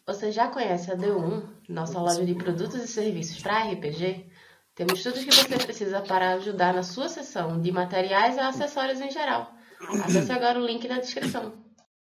Você já conhece a D1, nossa loja de produtos e serviços para RPG? Temos tudo o que você precisa para ajudar na sua sessão, de materiais a acessórios em geral. Acesse agora o link na descrição.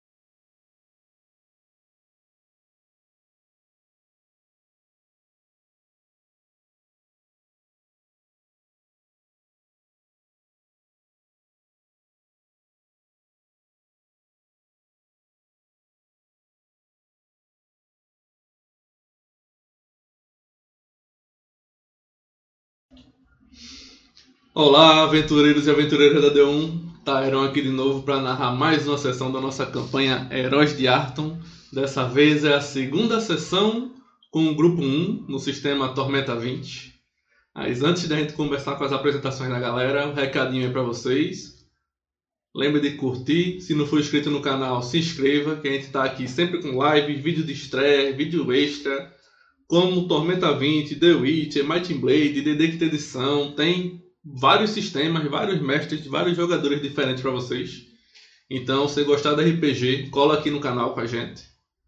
Olá, aventureiros e aventureiras da D1. Tyron aqui de novo para narrar mais uma sessão da nossa campanha Heróis de Arton. Dessa vez é a segunda sessão com o grupo 1 no sistema Tormenta 20. Mas antes da gente começar com as apresentações da galera, um recadinho aí para vocês. Lembre de curtir, se não for inscrito no canal, se inscreva, que a gente está aqui sempre com live, vídeo de estreia, vídeo extra, como Tormenta 20, The Witcher, Might and Blade, D&D Quinta Edição, tem vários sistemas, vários mestres, vários jogadores diferentes para vocês. Então, se gostar da RPG, cola aqui no canal com a gente.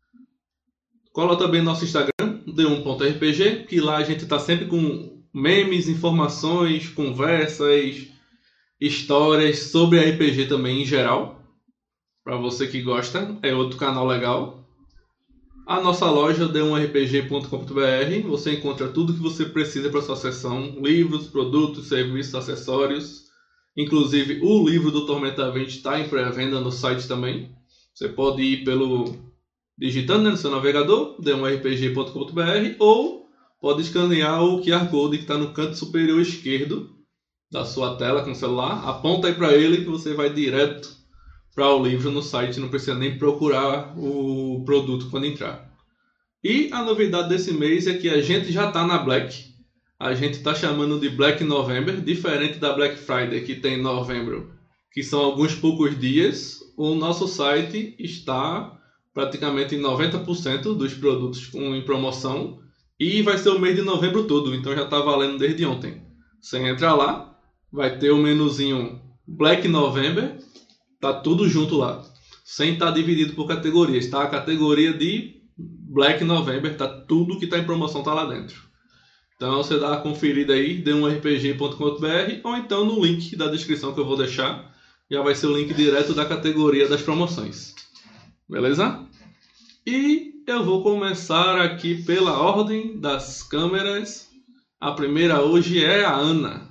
Cola também no nosso Instagram, d1.rpg, que lá a gente está sempre com memes, informações, conversas, histórias sobre RPG também em geral. Para você que gosta, é outro canal legal. A nossa loja d1rpg.com.br, você encontra tudo que você precisa para sua sessão, livros, produtos, serviços, acessórios. Inclusive o livro do Tormenta 20 está em pré-venda no site também. Você pode ir digitando no seu navegador, d1rpg.com.br, ou pode escanear o QR Code que está no canto superior esquerdo da sua tela com o celular. Aponta aí para ele que você vai direto para o livro no site, não precisa nem procurar o produto quando entrar. E a novidade desse mês é que a gente já está na Black. A gente está chamando de Black November, diferente da Black Friday que tem em novembro, que são alguns poucos dias. O nosso site está praticamente em 90% dos produtos em promoção e vai ser o mês de novembro todo, então já está valendo desde ontem. Você entra lá, vai ter o menuzinho Black November. Tá tudo junto lá, sem estar dividido por categorias, tá? A categoria de Black November, tá tudo que tá em promoção tá lá dentro. Então você dá uma conferida aí, d1rpg.com.br, ou então no link da descrição que eu vou deixar, já vai ser o link direto da categoria das promoções. Beleza? E eu vou começar aqui pela ordem das câmeras. A primeira hoje é a Ana.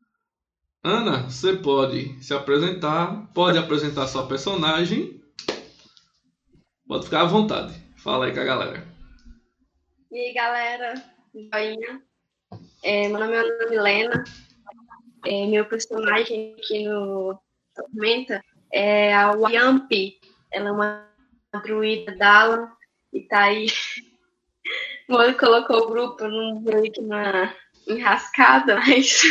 Ana, você pode se apresentar, pode apresentar sua personagem, pode ficar à vontade. Fala aí com a galera. E aí, galera, joinha. Meu nome é Ana Milena. Meu personagem aqui no Tormenta é a Wayampi. Ela é uma druida Dala e tá aí. Quando colocou o grupo meio que na enrascada, mas...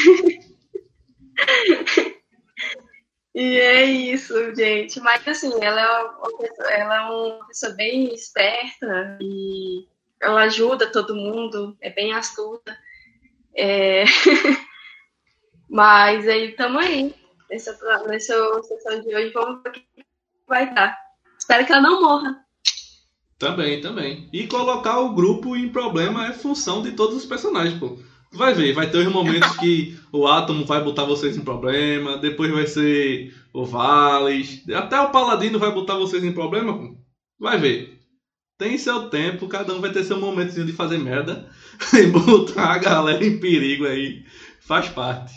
E é isso, gente. Mas assim, ela é uma pessoa bem esperta e ela ajuda todo mundo, é bem astuta. Mas aí estamos aí. Nessa sessão de hoje, vamos ver o que vai dar. Espero que ela não morra. Também. E colocar o grupo em problema é função de todos os personagens, pô. Vai ver, vai ter os momentos que o Átomo vai botar vocês em problema, depois vai ser o Vales, até o Paladino vai botar vocês em problema, pô. Vai ver. Tem seu tempo, cada um vai ter seu momentozinho de fazer merda e botar a galera em perigo aí. Faz parte.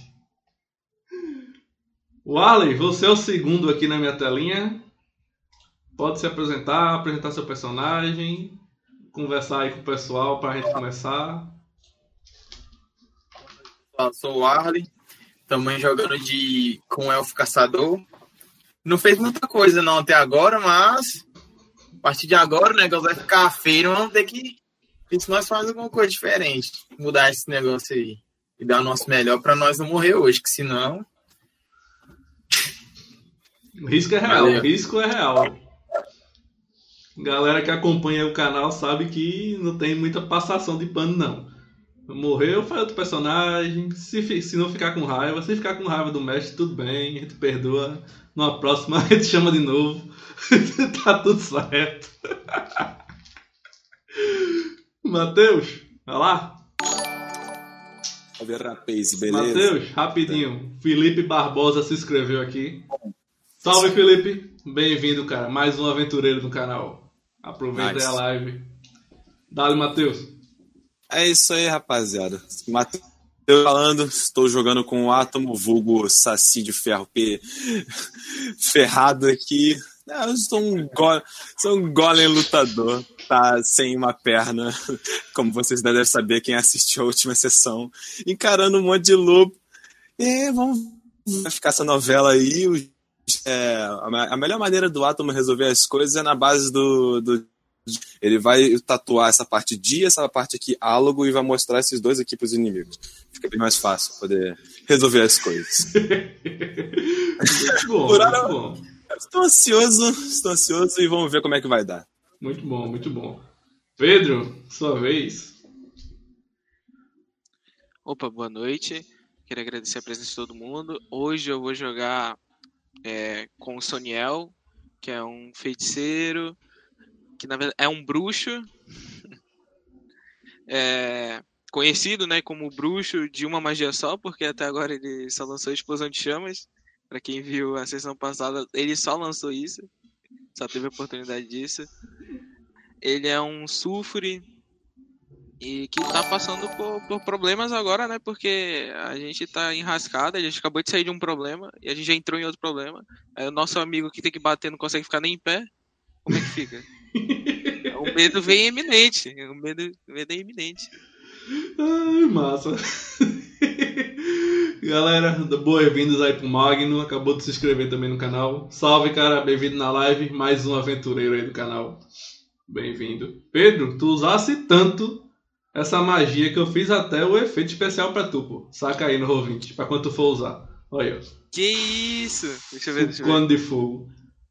Warley, você é o segundo aqui na minha telinha. Pode se apresentar seu personagem, conversar aí com o pessoal pra gente começar. Eu sou o Arley, também jogando com o Elfo Caçador. Não fez muita coisa não até agora, mas a partir de agora o negócio vai ficar feio, vamos ter que ver se nós fazemos alguma coisa diferente, mudar esse negócio aí e dar o nosso melhor para nós não morrer hoje, que senão... O risco é real, o risco é real. Galera que acompanha o canal sabe que não tem muita passação de pano, não. Morreu, faz outro personagem. Se não ficar com raiva, se ficar com raiva do mestre, tudo bem, a gente perdoa. Numa próxima a gente chama de novo. Tá tudo certo. Matheus, vai lá. Salve, rapaz, beleza? Matheus, rapidinho. Felipe Barbosa se inscreveu aqui. Salve, Felipe. Bem-vindo, cara. Mais um aventureiro no canal. Aproveita aí a live. Dale, Matheus. É isso aí, rapaziada. Matheus falando, estou jogando com o Átomo, vulgo Saci de Ferro P. Ferrado aqui. Eu sou um golem lutador, tá sem uma perna, como vocês devem saber, quem assistiu a última sessão, encarando um monte de lobo. E vamos ficar essa novela aí. A melhor maneira do Átomo resolver as coisas é na base ele vai tatuar essa parte dia, essa parte aqui álogo, e vai mostrar esses dois aqui pros inimigos. Fica bem mais fácil poder resolver as coisas. Muito bom, Por muito hora, bom. Estou ansioso e vamos ver como é que vai dar. Muito bom, muito bom. Pedro, sua vez. Opa, boa noite. Queria agradecer a presença de todo mundo. Hoje eu vou jogar com o Soniel, que é um feiticeiro, que na verdade é um bruxo, conhecido, né, como bruxo de uma magia só, porque até agora ele só lançou Explosão de Chamas. Pra quem viu a sessão passada, ele só lançou isso, só teve a oportunidade disso. Ele é um sulfure e que tá passando por problemas agora, né? Porque a gente tá enrascado, a gente acabou de sair de um problema e a gente já entrou em outro problema. Aí o nosso amigo que tem que bater não consegue ficar nem em pé. Como é que fica? O medo vem iminente. O medo é iminente. Ai, massa. Galera, boas-vindas aí pro Magno. Acabou de se inscrever também no canal. Salve, cara. Bem-vindo na live. Mais um aventureiro aí do canal. Bem-vindo. Pedro, tu usasse tanto essa magia que eu fiz até o efeito especial pra tu, pô. Saca aí no Roll20, pra quando tu for usar. Olha aí, ó. Que isso? Deixa eu ver. Cone de fogo.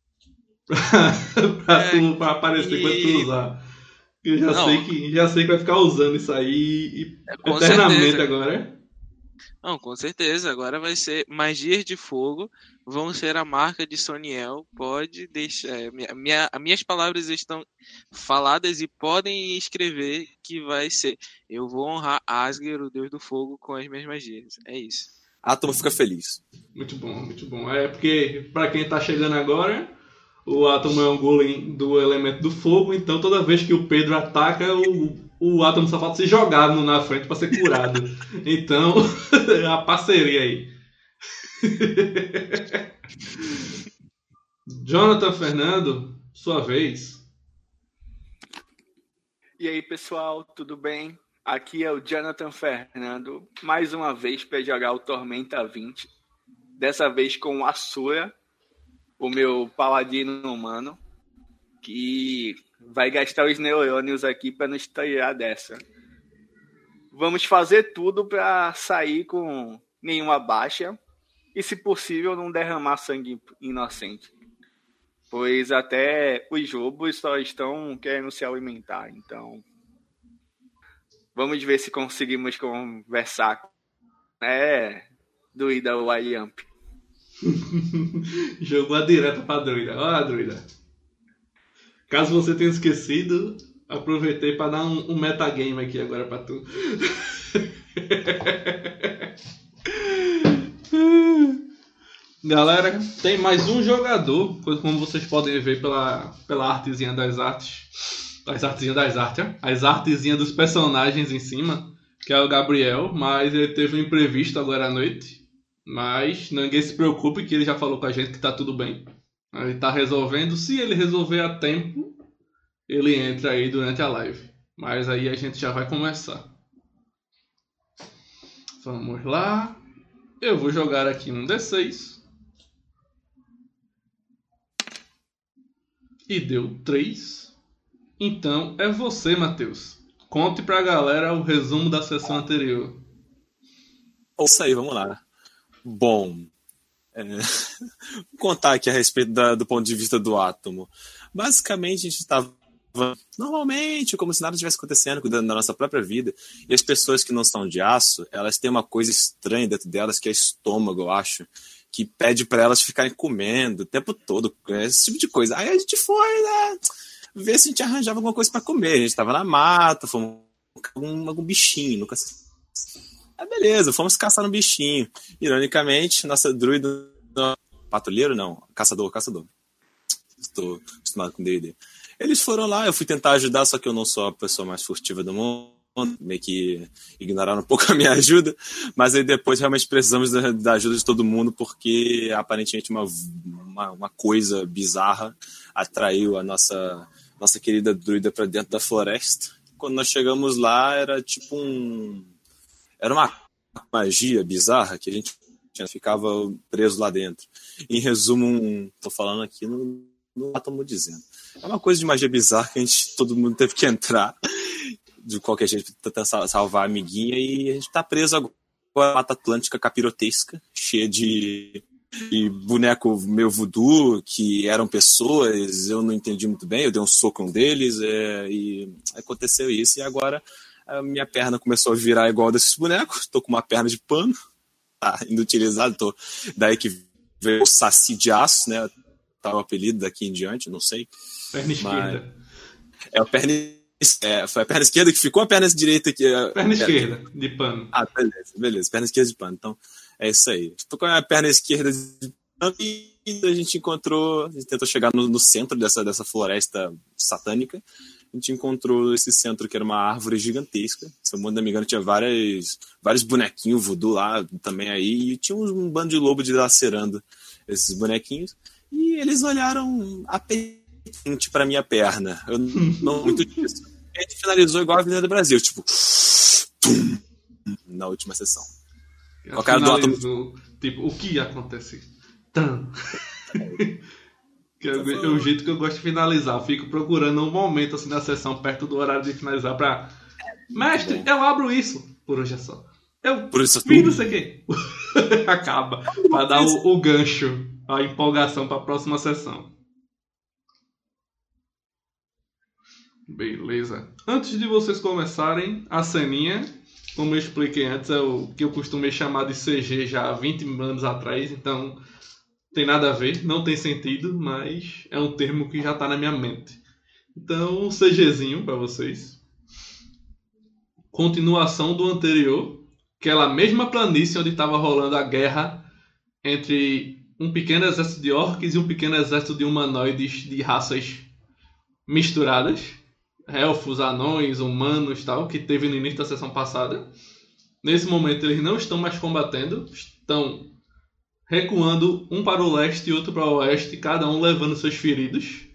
pra aparecer quando tu usar. Eu já sei que vai ficar usando isso aí eternamente certeza. Agora. Não, com certeza. Agora vai ser magias de fogo. Vão ser a marca de Soniel. Pode deixar. Minhas palavras estão faladas e podem escrever que vai ser. Eu vou honrar Asger, o deus do fogo, com as minhas magias. É isso. Átomo fica feliz. Muito bom, muito bom. É porque, pra quem tá chegando agora, o Átomo é um golem do elemento do fogo, então toda vez que o Pedro ataca, o Átomo só falta se jogar na frente pra ser curado. Então, é a parceria aí. Jonathan Fernando, sua vez. E aí, pessoal, tudo bem? Aqui é o Jonathan Fernando, mais uma vez para jogar o Tormenta 20. Dessa vez com o Asura, o meu paladino humano, que vai gastar os neurônios aqui para nos tirar dessa. Vamos fazer tudo para sair com nenhuma baixa e, se possível, não derramar sangue inocente. Pois até os lobos só estão querendo se alimentar. Então, vamos ver se conseguimos conversar. Druida Wayamp. Jogou a direta pra druida. Olha a druida. Caso você tenha esquecido, aproveitei pra dar um metagame aqui agora pra tu. Galera, tem mais um jogador, como vocês podem ver pela artezinha das artes. As artezinhas dos personagens em cima, que é o Gabriel, mas ele teve um imprevisto agora à noite. Mas ninguém se preocupe, que ele já falou com a gente que tá tudo bem. Ele tá resolvendo. Se ele resolver a tempo, ele entra aí durante a live. Mas aí a gente já vai começar. Vamos lá. Eu vou jogar aqui um D6. E deu 3. Então é você, Matheus. Conte pra galera o resumo da sessão anterior. Isso aí, vamos lá. Bom, vou contar aqui a respeito do ponto de vista do Átomo. Basicamente, a gente estava normalmente, como se nada estivesse acontecendo, cuidando da nossa própria vida. E as pessoas que não são de aço, elas têm uma coisa estranha dentro delas, que é estômago, eu acho, que pede para elas ficarem comendo o tempo todo, esse tipo de coisa. Aí a gente foi, né, ver se a gente arranjava alguma coisa para comer. A gente estava na mata, fomos algum bichinho, nunca se... beleza, fomos caçar um bichinho. Ironicamente, nossa druida... Patrulheiro, não. Caçador. Estou acostumado com D&D. Eles foram lá, eu fui tentar ajudar, só que eu não sou a pessoa mais furtiva do mundo. Meio que ignoraram um pouco a minha ajuda. Mas aí depois realmente precisamos da ajuda de todo mundo, porque aparentemente uma coisa bizarra atraiu a nossa querida druida para dentro da floresta. Quando nós chegamos lá, era tipo era uma magia bizarra que a gente ficava preso lá dentro. Em resumo, tô falando aqui no estamos dizendo. É uma coisa de magia bizarra que todo mundo teve que entrar de qualquer jeito pra tentar salvar a amiguinha, e a gente tá preso agora na Mata Atlântica capirotesca, cheia de boneco meio voodoo, que eram pessoas, eu não entendi muito bem, eu dei um soco em um deles, e aconteceu isso, e agora a minha perna começou a virar igual desses bonecos, tô com uma perna de pano, tá inutilizado, daí que veio o Saci de Aço, né, tá o apelido daqui em diante, não sei. Perna esquerda. Foi a perna esquerda que ficou, a perna direita que... Perna esquerda, de pano. Ah, beleza, perna esquerda de pano, então é isso aí. Ficou com a perna esquerda de pano e a gente tentou chegar no centro dessa floresta satânica. A gente encontrou esse centro que era uma árvore gigantesca. Se eu não me engano, tinha vários bonequinhos voodoo lá também aí. E tinha um bando de lobo dilacerando esses bonequinhos. E eles olharam apetente pra minha perna. Eu não muito disso. A gente finalizou igual a Avenida do Brasil, tipo... na última sessão. O cara do átomo... Tipo, o que acontece? Que é o jeito que eu gosto de finalizar. Eu fico procurando um momento assim na sessão, perto do horário de finalizar, pra... Mestre, eu abro isso. Por hoje é só. Por isso fiz não sei o quê. Acaba. Pra dar o gancho, a empolgação pra próxima sessão. Beleza. Antes de vocês começarem, a ceninha, como eu expliquei antes, é o que eu costumei chamar de CG já há 20 anos atrás, então... tem nada a ver, não tem sentido, mas é um termo que já está na minha mente. Então, um CGzinho para vocês. Continuação do anterior, aquela mesma planície onde estava rolando a guerra entre um pequeno exército de orcs e um pequeno exército de humanoides de raças misturadas. Elfos, anões, humanos e tal, que teve no início da sessão passada. Nesse momento eles não estão mais combatendo, estão... recuando um para o leste e outro para o oeste, cada um levando seus feridos.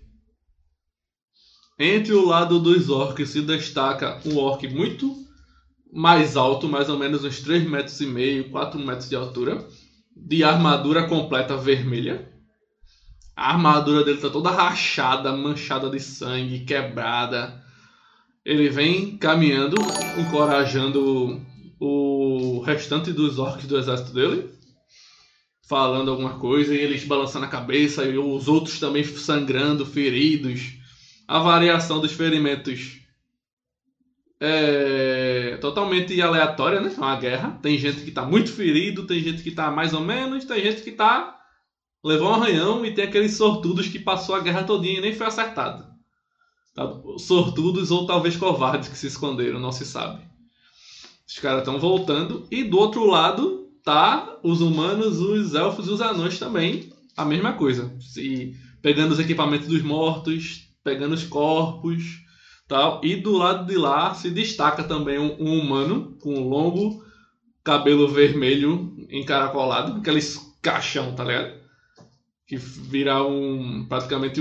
Entre o lado dos orcs se destaca um orc muito mais alto, mais ou menos uns 3,5 metros, 4 metros de altura, de armadura completa vermelha. A armadura dele está toda rachada, manchada de sangue, quebrada. Ele vem caminhando, encorajando o restante dos orcs do exército dele, falando alguma coisa, e eles balançando a cabeça, e os outros também sangrando, feridos. A variação dos ferimentos é totalmente aleatória, né? É uma guerra. Tem gente que tá muito ferido, tem gente que tá mais ou menos, tem gente que levou um arranhão, e tem aqueles sortudos que passou a guerra todinha e nem foi acertado. Tá? Sortudos ou talvez covardes que se esconderam, não se sabe. Os caras estão voltando, e do outro lado... tá, os humanos, os elfos e os anões também, a mesma coisa. Pegando os equipamentos dos mortos, pegando os corpos, tal. E do lado de lá se destaca também um humano com um longo cabelo vermelho encaracolado, aqueles caixão, tá ligado? Que vira praticamente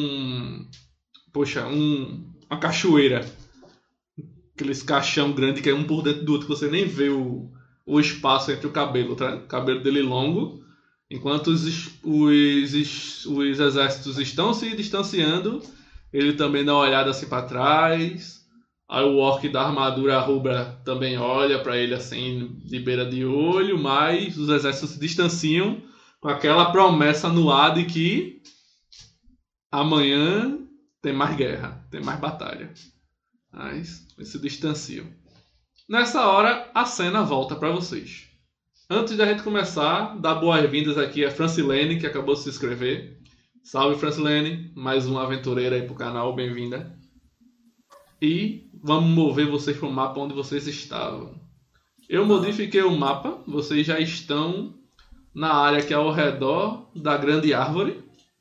uma cachoeira. Aqueles caixão grande que é um por dentro do outro, que você nem vê o espaço entre o cabelo, tá? O cabelo dele longo, enquanto os exércitos estão se distanciando, ele também dá uma olhada assim para trás. Aí o orc da armadura rubra também olha para ele assim de beira de olho, mas os exércitos se distanciam com aquela promessa no ar de que amanhã tem mais guerra, tem mais batalha. Mas eles se distanciam. Nessa hora, a cena volta para vocês. Antes da gente começar, dar boas-vindas aqui a Francilene, que acabou de se inscrever. Salve, Francilene. Mais uma aventureira aí pro canal, bem-vinda. e vamos mover vocês para o mapa onde vocês estavam. Eu modifiquei o mapa, vocês já estão na área que é ao redor da grande árvore.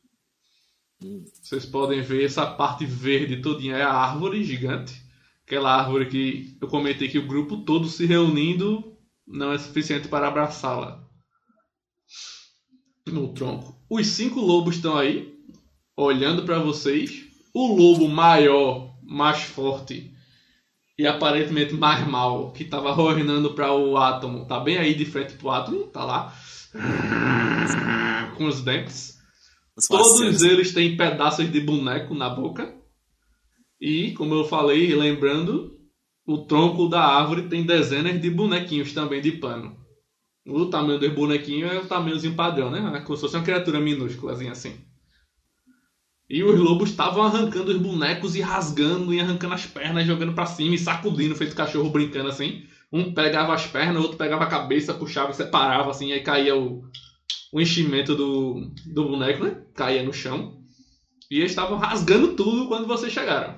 Vocês podem ver essa parte verde todinha, é a árvore gigante. Aquela árvore que eu comentei que o grupo todo se reunindo não é suficiente para abraçá-la. No tronco. Os 5 lobos estão aí, olhando para vocês. O lobo maior, mais forte e aparentemente mais mal, que estava rosnando para o átomo, tá bem aí de frente pro átomo, tá lá com os dentes. Todos eles têm pedaços de boneco na boca. E, como eu falei, lembrando, o tronco da árvore tem dezenas de bonequinhos também de pano. O tamanho dos bonequinhos é o tamanhozinho padrão, né? Como se fosse uma criatura minúscula, assim. E os lobos estavam arrancando os bonecos e rasgando, e arrancando as pernas, jogando pra cima e sacudindo, feito cachorro brincando assim. Um pegava as pernas, o outro pegava a cabeça, puxava e separava assim, aí caía o enchimento do boneco, né? Caía no chão. E eles estavam rasgando tudo quando vocês chegaram.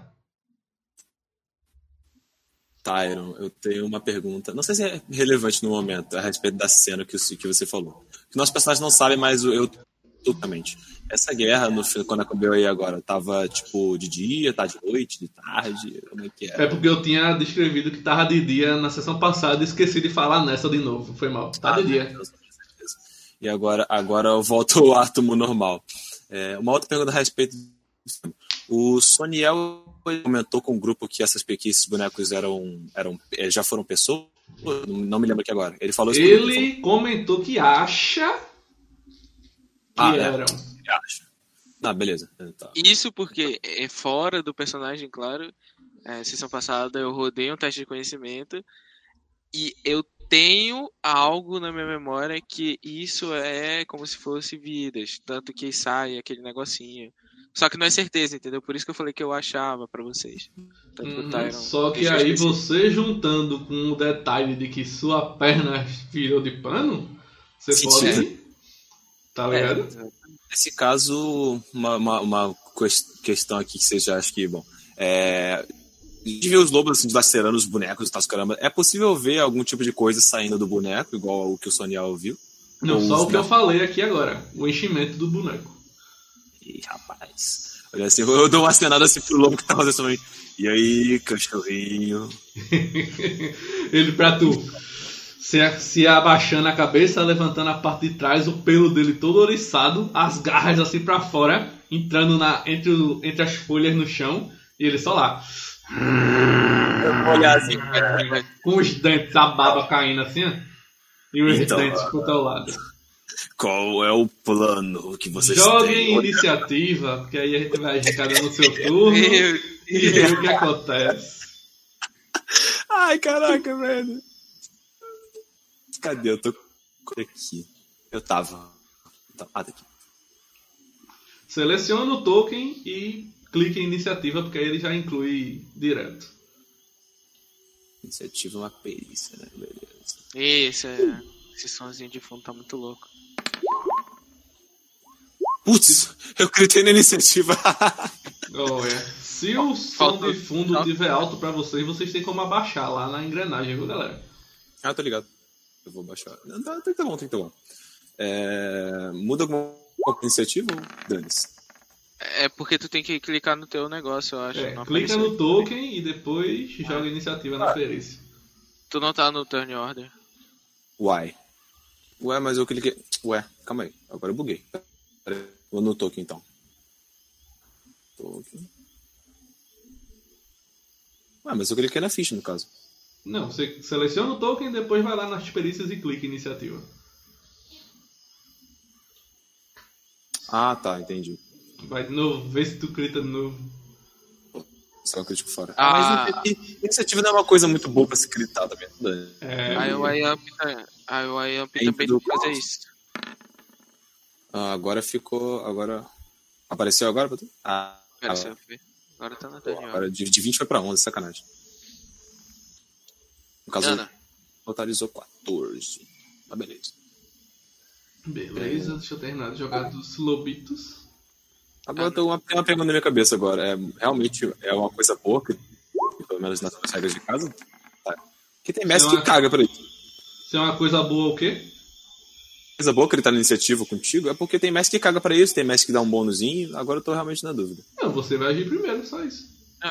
Tyron, eu tenho uma pergunta. Não sei se é relevante no momento, a respeito da cena que você falou. Que nossos personagens não sabem, mas eu totalmente. Essa guerra, quando acabou aí agora, tava tipo de dia, tá de noite, de tarde? Como é que é? É porque eu tinha descrevido que tava de dia na sessão passada e esqueci de falar nessa de novo. Foi mal. Tá de dia. E agora eu volto ao átomo normal. Uma outra pergunta a respeito do... O Soniel comentou com o grupo que esses bonecos já foram pessoas? Não me lembro aqui agora. Ele falou isso. Ele comentou que acha que eram. Beleza. Tá. Isso porque é fora do personagem, claro. Sessão passada eu rodei um teste de conhecimento e eu tenho algo na minha memória que isso é como se fosse vidas, tanto que sai aquele negocinho. Só que não é certeza, entendeu? Por isso que eu falei que eu achava pra vocês. Só que aí você juntando com o detalhe de que sua perna virou de pano, você pode... Tá ligado? Nesse caso, uma questão aqui que vocês já acham que, bom... de ver os lobos assim, dilacerando os bonecos e tal, caramba. É possível ver algum tipo de coisa saindo do boneco, igual o que o Soniel viu? Não, só o que eu falei aqui agora. O enchimento do boneco. Ih, rapaz. Olha assim, eu dou uma acenada assim pro lobo que tá fazendo também. E aí, cachorrinho? Ele pra tu. Se abaixando a cabeça, levantando a parte de trás, o pelo dele todo oriçado, as garras assim pra fora, entrando entre as folhas no chão, e ele só lá. Olhar assim, com os dentes, a baba caindo assim, ó, e os dentes pro teu lado. Qual é o plano que vocês Joguem têm? iniciativa, porque aí a gente vai agir cada no seu turno e ver o que acontece. Ai, caraca, velho. Cadê? Eu tô aqui. Eu tava. Daqui. Seleciona o token e clique em iniciativa, porque aí ele já inclui direto. Iniciativa é uma perícia, né? Beleza. Esse somzinho de fundo tá muito louco. Putz, eu gritei na iniciativa. Se o som de fundo estiver alto pra vocês têm como abaixar lá na engrenagem, viu, galera? Ah, tô ligado. Eu vou baixar. Não, tem que tá bom. Muda alguma iniciativa ou dane-se? É porque tu tem que clicar no teu negócio, eu acho. Clica no token e depois joga a iniciativa na perícia. Tu não tá no turn order. Ué, mas eu cliquei... Calma aí. Agora eu buguei. Vou no token, então. Token. Mas eu cliquei na ficha, no caso. Não, você seleciona o token e depois vai lá nas perícias e clica em iniciativa. Ah, tá, entendi. Vai de novo, vê se tu clica de novo. Só crítico fora. Mas iniciativa não é uma coisa muito boa pra se gritar também. Aí o IAMP também tem que fazer isso. Agora ficou... Apareceu agora pra tu? Apareceu. Agora tá na turn order. Agora de 20 foi pra 11, sacanagem. No caso, totalizou 14. Beleza. Beleza, deixa eu terminar de jogar dos lobitos. Agora tem uma pergunta na minha cabeça agora. Realmente é uma coisa boa pelo menos nas regras de casa. Tá. Porque tem mestre que caga pra isso. Se é uma coisa boa, o quê? Coisa boa que ele tá na iniciativa contigo é porque tem mestre que caga pra isso, tem mestre que dá um bônusinho. Agora eu tô realmente na dúvida. Não, você vai agir primeiro, só isso.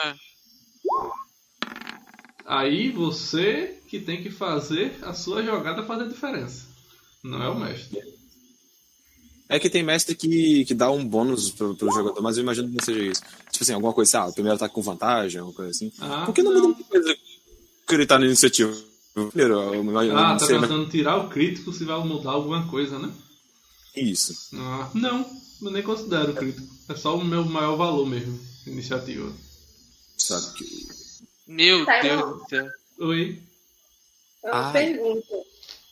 Aí você que tem que fazer a sua jogada fazer diferença. Não é o mestre. É que tem mestre que dá um bônus pro jogador, mas eu imagino que não seja isso. Tipo assim, alguma coisa assim, o primeiro ataque com vantagem, alguma coisa assim. Por que não muda muita coisa que ele tá na iniciativa? Primeiro, tá pensando tirar o crítico se vai mudar alguma coisa, né? Isso. Não, eu nem considero o crítico. É só o meu maior valor mesmo, iniciativa. Sabe que... Meu Deus do céu. Oi. Eu pergunto.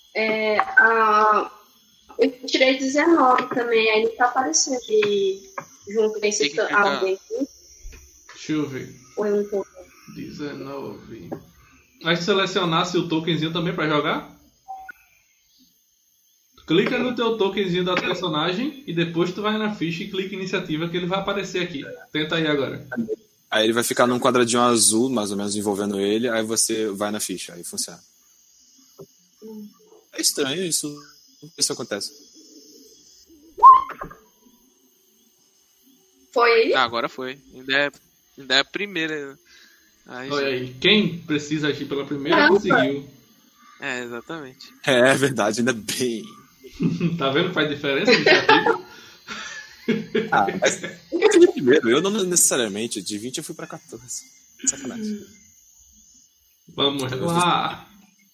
Eu tirei 19 também, aí ele tá aparecendo junto nesse alguém aqui. Deixa eu ver. Ou eu não 19. Aí se selecionasse o tokenzinho também pra jogar? Clica no teu tokenzinho da personagem e depois tu vai na ficha e clica em iniciativa que ele vai aparecer aqui. Tenta aí agora. Aí ele vai ficar num quadradinho azul, mais ou menos envolvendo ele, aí você vai na ficha, aí funciona. É estranho isso acontece. Foi? Agora foi. Ainda é a primeira. Olha aí, quem precisa agir pela primeira conseguiu. Exatamente. É verdade, ainda bem. Tá vendo que faz diferença a iniciativa? Mas eu fui primeiro, eu não necessariamente. De 20 eu fui pra 14. Sacanagem. Vamos lá.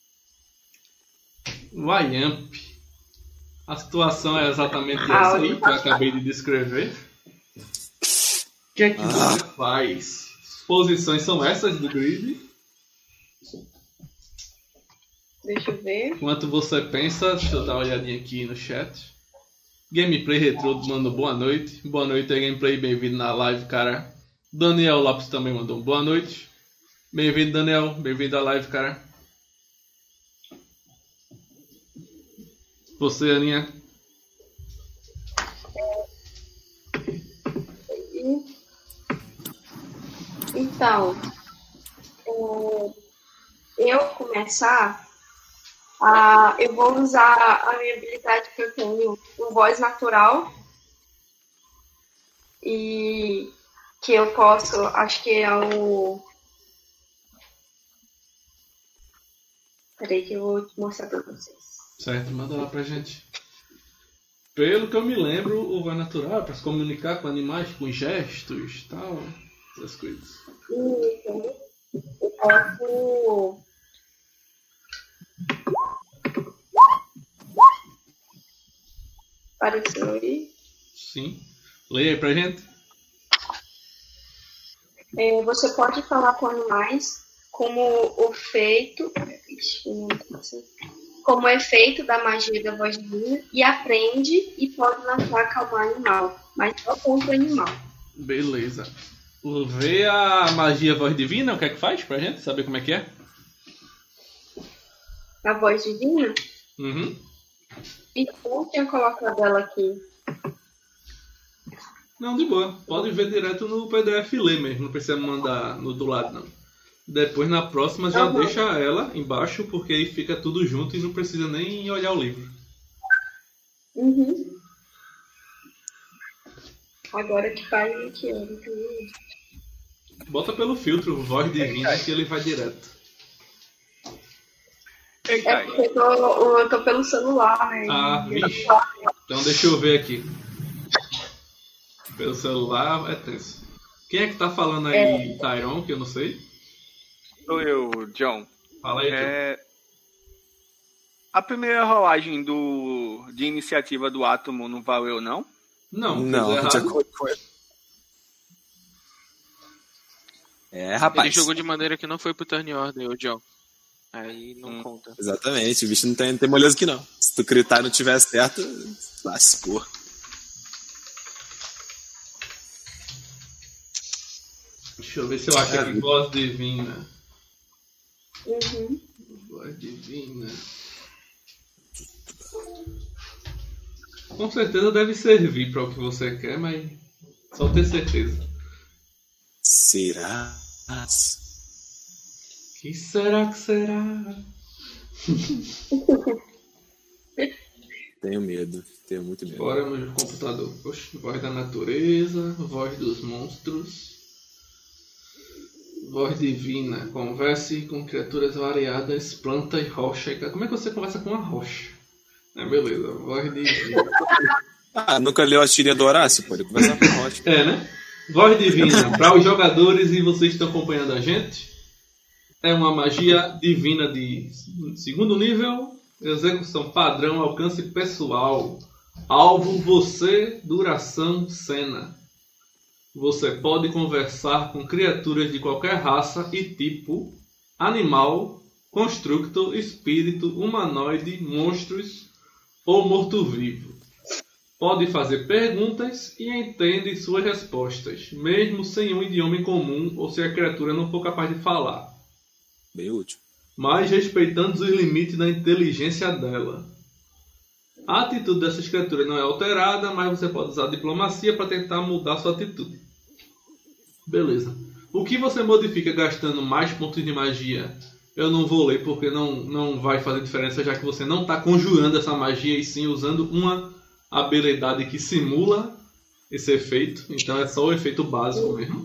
Wayamp. A situação é exatamente essa aí que eu acabei de descrever. O que é que você faz? As posições são essas do grid. Deixa eu ver. Enquanto você pensa, deixa eu dar uma olhadinha aqui no chat. Gameplay Retro mandou boa noite. Boa noite aí, Gameplay. Bem-vindo na live, cara. Daniel Lopes também mandou boa noite. Bem-vindo, Daniel. Bem-vindo à live, cara. Você, Aninha. Então, eu começar, eu vou usar a minha habilidade que eu tenho, o voz natural, e que eu posso, acho que é o... Peraí que eu vou mostrar pra vocês. Certo, manda lá pra gente. Pelo que eu me lembro, o voz natural é pra se comunicar com animais, com gestos e tal, essas coisas. Eu posso... Apareceu aí? Sim. Leia aí pra gente. Você pode falar com animais como o efeito da magia da voz divina e aprende e pode lançar acalmar animal, mas só contra o animal. Beleza. Vê a magia voz divina, o que é que faz pra gente saber como é que é? A voz divina? Uhum. E eu tinha colocado ela aqui. Não, de boa. Pode ver direto no PDF e ler mesmo. Não precisa mandar no do lado, não. Depois, na próxima, já deixa ela embaixo, porque aí fica tudo junto e não precisa nem olhar o livro. Uhum. Agora que faz aqui, Bota pelo filtro voz divina que ele vai direto. É porque eu tô pelo celular, né? Vixe. Então deixa eu ver aqui. Pelo celular é tenso. Quem é que tá falando aí, Tyron, que eu não sei? Sou eu, John. Fala aí, John. A primeira rolagem de iniciativa do Átomo não valeu, não? Não, rapaz. Ele jogou de maneira que não foi pro turn order, o John. Aí não conta. Exatamente, o bicho não tem moleza aqui não. Se tu gritar e não tiver certo, lascou. Deixa eu ver se eu acho aqui voz divina. Uhum. Voz divina. Com certeza deve servir para o que você quer, mas só ter certeza. Será? Que será que será? Tenho medo, tenho muito medo. Bora, meu computador. Oxe, voz da natureza, voz dos monstros. Voz divina. Converse com criaturas variadas, planta e rocha. Como é que você conversa com uma rocha? Beleza, voz divina. Nunca leu a tirinha do Horácio? Pode conversar com a rocha. Né? Voz divina. Para os jogadores e vocês que estão acompanhando a gente, é uma magia divina de segundo nível, execução padrão, alcance pessoal. Alvo você, duração cena. Você pode conversar com criaturas de qualquer raça e tipo, animal, constructo, espírito, humanoide, monstros ou morto-vivo. Pode fazer perguntas e entende suas respostas, mesmo sem um idioma em comum ou se a criatura não for capaz de falar. Bem útil. Mas respeitando os limites da inteligência dela. A atitude dessas criaturas não é alterada, mas você pode usar a diplomacia para tentar mudar sua atitude. Beleza. O que você modifica gastando mais pontos de magia? Eu não vou ler porque não vai fazer diferença, já que você não está conjurando essa magia e sim usando uma habilidade que simula esse efeito. Então é só o efeito básico mesmo.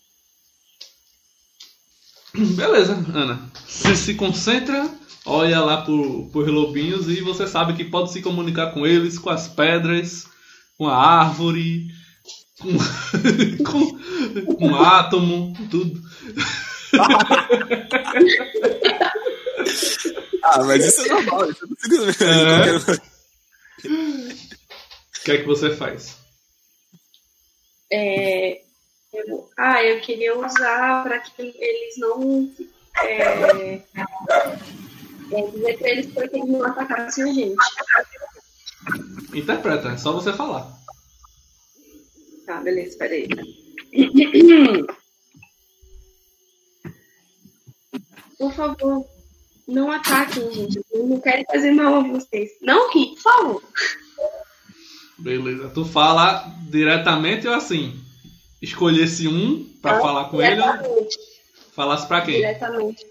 Beleza, Ana. Você se concentra, olha lá por lobinhos e você sabe que pode se comunicar com eles, com as pedras, com a árvore, com o átomo, tudo. Mas isso é normal. Isso não fica... O que é que você faz? Eu queria usar para que eles não dizer para eles que eles não atacassem a gente. Interpreta, é só você falar. Tá, beleza, peraí. Por favor, não ataquem, gente. Eu não quero fazer mal a vocês. Não ri, por favor. Beleza. Tu fala diretamente ou assim? Escolhesse um pra falar com ele ou falasse pra quem? Diretamente.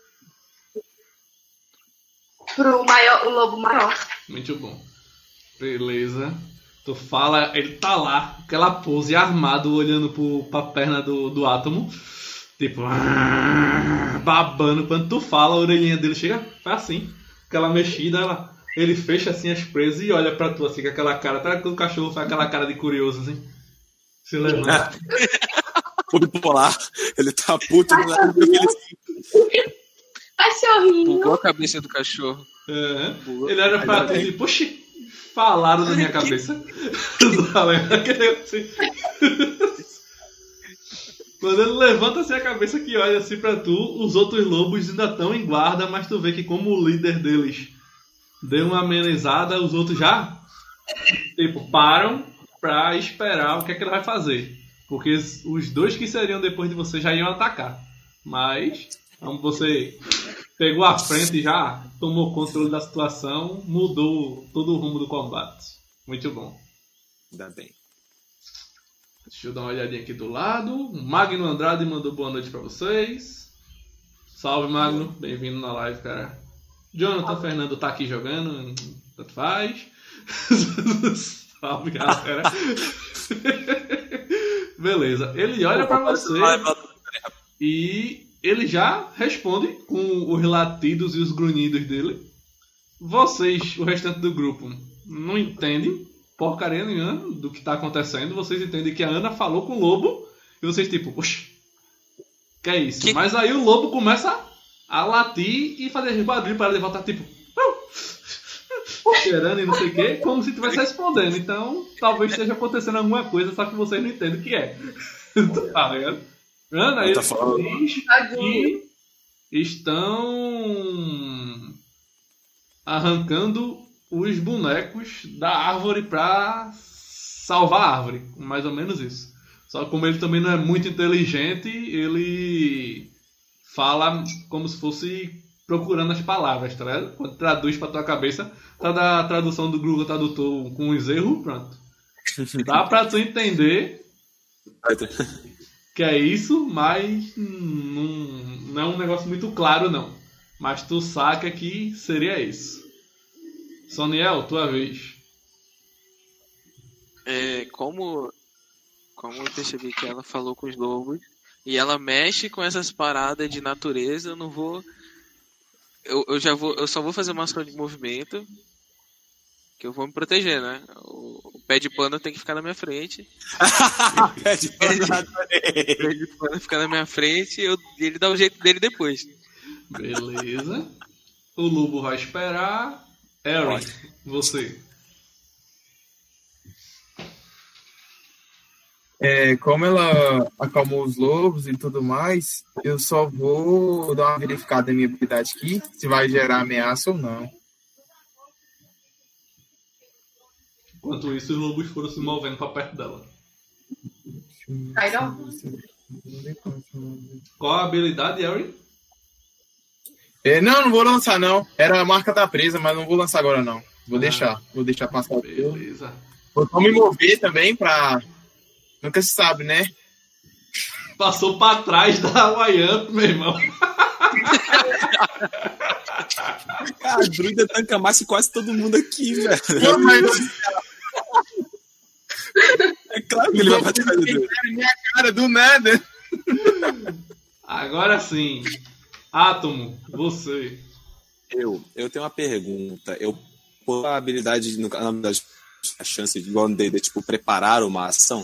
O lobo maior. Muito bom. Beleza. Tu fala, ele tá lá, aquela pose armado, olhando pra perna do átomo. Tipo, babando. Quando tu fala, a orelhinha dele chega, faz assim. Aquela mexida, ele fecha assim as presas e olha pra tu assim, com aquela cara. Até quando o cachorro faz aquela cara de curioso assim. Se levanta. O bipolar, ele tá puto do lado daquele. Cachorrinho. Bugou a cabeça do cachorro. Ele olha pra tu e diz, poxa, falaram na minha cabeça. Quando ele levanta assim a cabeça que olha assim pra tu, os outros lobos ainda estão em guarda, mas tu vê que como o líder deles deu uma amenizada, os outros já param pra esperar o que é que ele vai fazer. Porque os dois que seriam depois de você já iam atacar. Mas, como você pegou a frente e já tomou controle da situação, mudou todo o rumo do combate. Muito bom. Ainda bem. Deixa eu dar uma olhadinha aqui do lado. O Magno Andrade mandou boa noite pra vocês. Salve, Magno. Bem-vindo na live, cara. Jonathan Fernando tá aqui jogando. Tanto faz. Salve, galera. Beleza. Ele olha pra você e ele já responde com os latidos e os grunhidos dele. Vocês, o restante do grupo, não entendem porcaria nenhuma do que tá acontecendo. Vocês entendem que a Ana falou com o lobo e vocês oxe, que é isso? Mas aí o lobo começa a latir e fazer barulho para ele voltar cheirando e não sei o que, como se estivesse respondendo. Então, talvez esteja acontecendo alguma coisa, só que vocês não entendem o que é. Tá ligado? Ana, eles que estão arrancando os bonecos da árvore pra salvar a árvore. Mais ou menos isso. Só que como ele também não é muito inteligente, ele fala como se fosse procurando as palavras, tá ligado? Quando traduz pra tua cabeça, tá da tradução do Google Tradutor com os erros, pronto. Dá pra tu entender que é isso, mas não é um negócio muito claro, não. Mas tu saca que seria isso. Soniel, tua vez. Como eu percebi que ela falou com os lobos e ela mexe com essas paradas de natureza, eu não vou. Eu só vou fazer uma ação de movimento. Que eu vou me proteger, né? O pé de panda tem que ficar na minha frente. Pé de panda. O pé de panda ficar na minha frente e ele dá o jeito dele depois. Beleza. O lobo vai esperar. Aaron, você. Como ela acalmou os lobos e tudo mais, eu só vou dar uma verificada na minha habilidade aqui, se vai gerar ameaça ou não. Enquanto isso, os lobos foram se movendo pra perto dela. Tyron? Qual a habilidade, Aaron? Não vou lançar não. Era a marca da presa, mas não vou lançar agora não. Vou deixar passar. Beleza. Vou me mover também pra... Nunca se sabe, né? Passou pra trás da Wayamp, meu irmão. Cara, a druida tanca mais que quase todo mundo aqui, velho. É claro que ele vai bater na druida. Minha cara, do nada. Agora sim. Átomo, você. Eu tenho uma pergunta. Eu pôr a habilidade, a chance de, igual no D&D, tipo, preparar uma ação.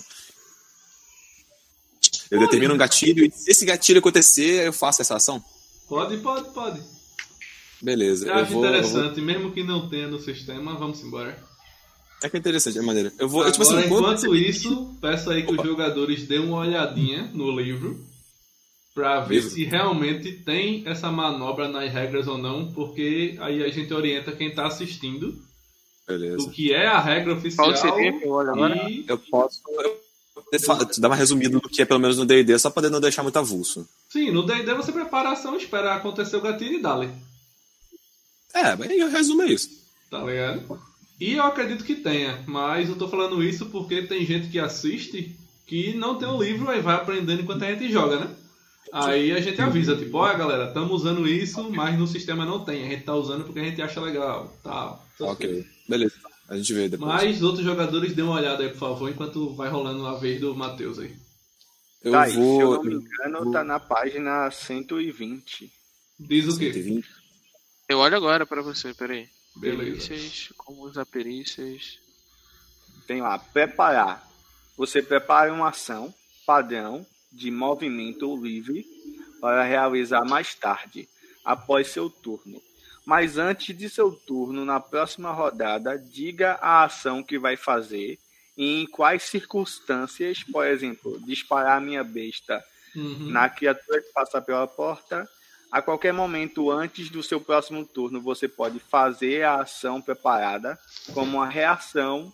Eu determino um gatilho e se esse gatilho acontecer, eu faço essa ação? Pode. Beleza. Eu acho interessante, mesmo que não tenha no sistema, vamos embora. É que é interessante, é maneiro. Agora, tipo assim, enquanto isso, peço aí que os jogadores dêem uma olhadinha no livro pra ver se realmente tem essa manobra nas regras ou não, porque aí a gente orienta quem tá assistindo. Beleza. O que é a regra oficial. Qual seria que eu olho agora? E... Eu posso dar uma resumida do que é pelo menos no D&D, só pra não deixar muito avulso. Sim, no D&D você prepara a ação, espera acontecer o gatilho e dá-lhe. Mas eu resumo isso. Tá ligado? E eu acredito que tenha, mas eu tô falando isso porque tem gente que assiste que não tem o livro e vai aprendendo enquanto a gente joga, né? Aí a gente avisa, tipo, olha galera, estamos usando isso, mas no sistema não tem. A gente tá usando porque a gente acha legal, tal. Ok, beleza. A gente vê depois. Mas os outros jogadores dêem uma olhada aí, por favor, enquanto vai rolando a vez do Matheus aí. Se eu não me engano, tá na página 120. Diz o quê? 120. Eu olho agora pra você, peraí. Beleza. Perícias, como usar perícias. Tem lá, preparar. Você prepara uma ação padrão de movimento livre para realizar mais tarde, após seu turno. Mas antes de seu turno, na próxima rodada, diga a ação que vai fazer e em quais circunstâncias, por exemplo, disparar minha besta na criatura que passa pela porta. A qualquer momento antes do seu próximo turno, você pode fazer a ação preparada como uma reação.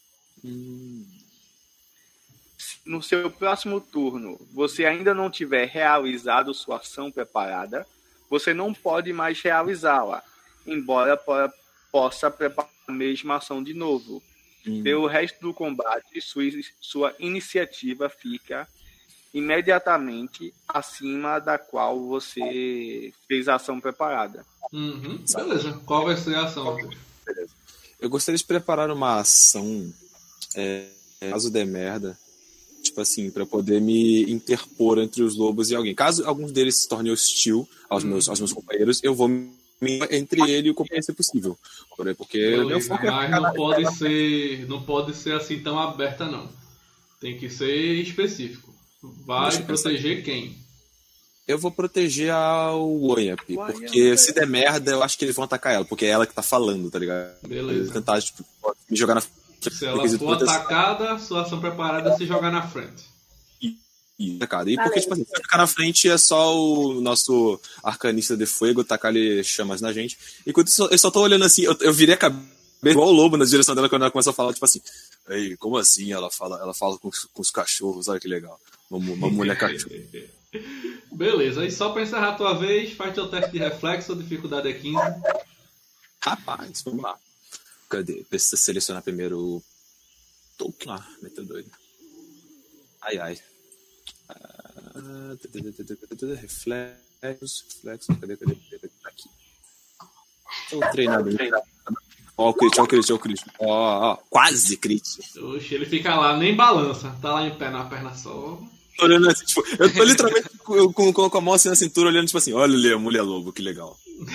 No seu próximo turno, você ainda não tiver realizado sua ação preparada, você não pode mais realizá-la, embora possa preparar a mesma ação de novo. Pelo resto do combate, sua iniciativa fica imediatamente acima da qual você fez a ação preparada. Beleza. Qual vai ser a ação? Beleza. Eu gostaria de preparar uma ação, caso dê merda, tipo assim, pra poder me interpor entre os lobos e alguém. Caso alguns deles se tornem hostil aos meus companheiros, eu vou me entre ele e o companheiro se possível. Porque o meu foco mas não pode ser assim tão aberta, não. Tem que ser específico. Vai proteger quem? Eu vou proteger ao Wayamp, porque se der merda, eu acho que eles vão atacar ela, porque é ela que tá falando, tá ligado? Beleza. Vou tentar, tipo, me jogar na frente. Se ela for atacada, sua ação preparada é se jogar na frente. E porque, tipo assim, se eu ficar na frente é só o nosso arcanista de fogo tacar ali chamas na gente. Enquanto eu só tô olhando assim, eu virei a cabeça igual o lobo na direção dela quando ela começa a falar, tipo assim, ei, como assim? Ela fala com os cachorros, olha que legal. Uma mulher cachorro. Beleza, e só pra encerrar a tua vez, faz teu teste de reflexo, a dificuldade é 15. Rapaz, vamos lá. Cadê? Precisa selecionar primeiro o Tolkien lá, meteu doido. Ai. Reflexos. Cadê? Aqui. Tô treinado. Ó, o crit. Ó, quase crit. Oxe, ele fica lá, nem balança. Tá lá em pé na perna só. Tô olhando assim, tipo, eu tô literalmente com a mão assim na cintura, olhando, tipo assim, olha ali a mulher lobo, que legal.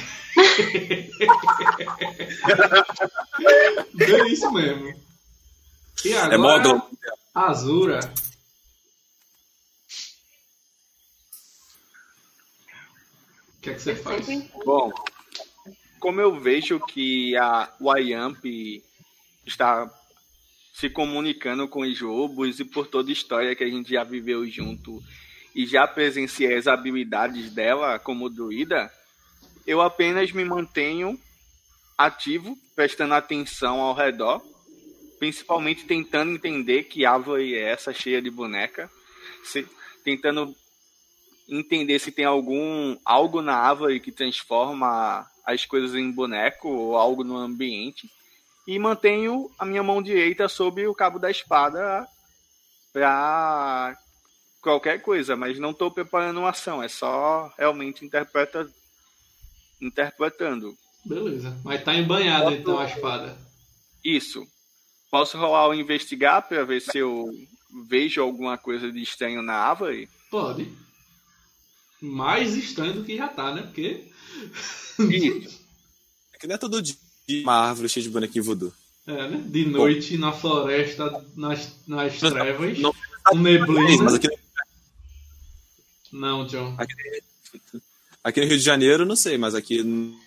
É isso mesmo. E agora, É módulo. Azura. O que é que você faz? Bom, como eu vejo que o Yamp está se comunicando com os lobos e por toda a história que a gente já viveu junto e já presenciei as habilidades dela como druida, eu apenas me mantenho ativo, prestando atenção ao redor, principalmente tentando entender que árvore é essa cheia de boneca, tentando entender se tem algo na árvore que transforma as coisas em boneco ou algo no ambiente, e mantenho a minha mão direita sobre o cabo da espada para qualquer coisa, mas não estou preparando uma ação, é só realmente interpretando. Beleza, mas tá embanhada então a espada. Isso. Posso rolar o investigar para ver se eu vejo alguma coisa de estranho na árvore? Pode. Mais estranho do que já tá, né? Porque... Isso. É que não é todo dia uma árvore cheia de bonequinho voodoo. É, né? De noite, na floresta, nas trevas, não, com neblina. Mas aqui Não, John. Aqui no Rio de Janeiro, não sei, mas aqui...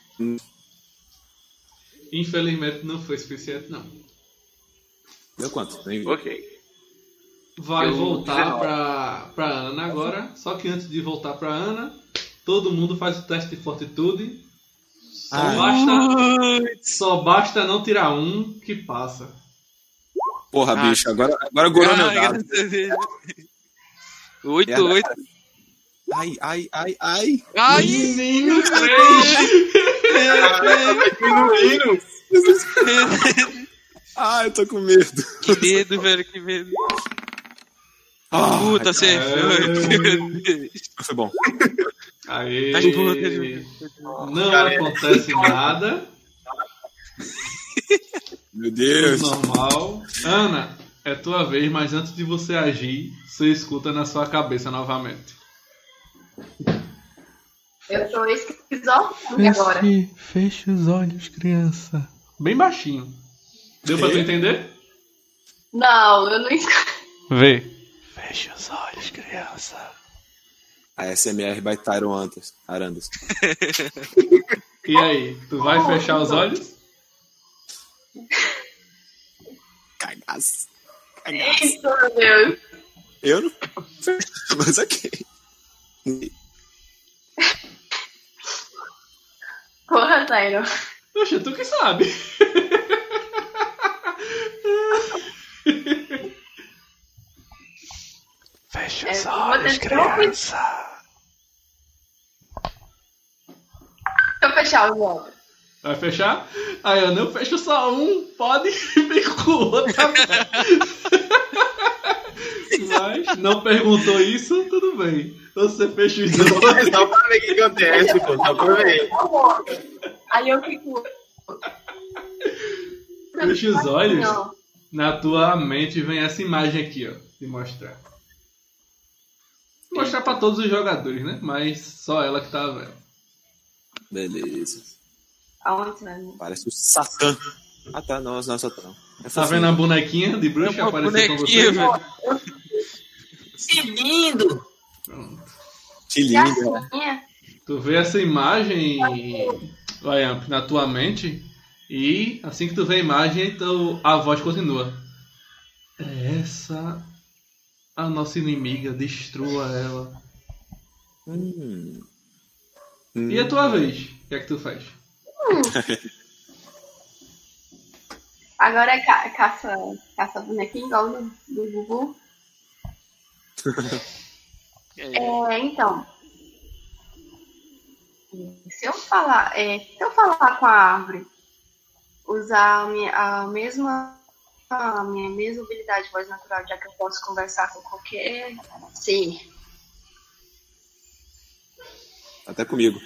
Infelizmente não foi suficiente, não. Deu quanto? Ok. Vai voltar pra Ana agora. Só que antes de voltar pra Ana, todo mundo faz o teste de fortitude. Só basta não tirar um que passa. Porra, bicho, agora gorou meu dado. 8. Ai. Menino, Ai, eu tô com medo. Que medo, velho, que medo. Puta, você Foi bom. Aê. Tá de boa, Não acontece nada. Meu Deus. Normal. Ana, é tua vez, mas antes de você agir, você escuta na sua cabeça novamente. Eu tô esquizofrênica agora. Feche os olhos, criança. Bem baixinho. Deu pra tu entender? Não, eu não escuto. Vê. Feche os olhos, criança. A SMR by Tyron Arandas. E aí, tu vai fechar os olhos? Cagaço. Isso, meu Deus. Eu não. Mas ok. Porra, Tyron. Poxa, tu que sabe. Fecha os olhos, criança. Deixa eu fechar os olhos. Vai fechar? Aí eu não fecho só um, pode vir com o outro. Mas não perguntou isso, tudo bem. Você fecha os olhos. Só pra ver o que acontece, pô. Só pra ver. Aí eu fico. Fecha os olhos. Não. Na tua mente vem essa imagem aqui, ó. De mostrar. Vou mostrar pra todos os jogadores, né? Mas só ela que tá vendo. Beleza. Aonde, né? Parece o Satã. Ah tá, não é Satã. É Tá vendo a bonequinha de bruxa aparecer com você? velho. Que lindo! Pronto. Que lindo. Gatinha. Tu vê essa imagem, Layamp, na tua mente e assim que tu vê a imagem, então a voz continua. É essa a nossa inimiga, destrua ela. E a tua vez? O que é que tu faz? Agora é caça bonequinho igual do Gugu. Então. Se eu falar com a árvore, usar a minha mesma habilidade de voz natural, já que eu posso conversar com qualquer ser. Até comigo.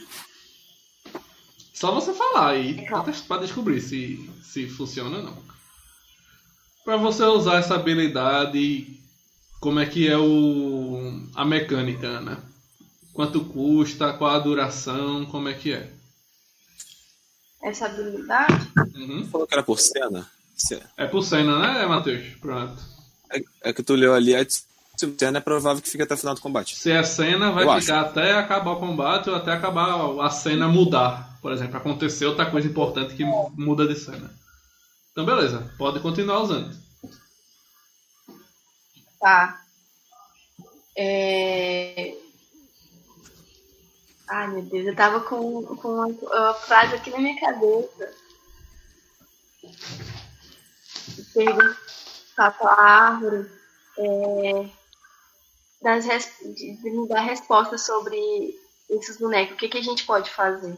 Só você falar aí pra descobrir se funciona ou não. Pra você usar essa habilidade, como é que é a mecânica, né? Quanto custa, qual a duração, como é que é? Essa habilidade? Uhum. Falou que era por cena? É por cena, né, Matheus? Pronto. É que tu leu ali, se cena é provável que fique até o final do combate. Se é cena, vai ficar até acabar o combate ou até acabar a cena mudar. Por exemplo, acontecer outra coisa importante que muda de cena. Então, beleza. Pode continuar usando. Tá. Ai, meu Deus, eu tava com uma frase aqui na minha cabeça. Perguntar pra árvore de me dar resposta sobre esses bonecos. O que a gente pode fazer?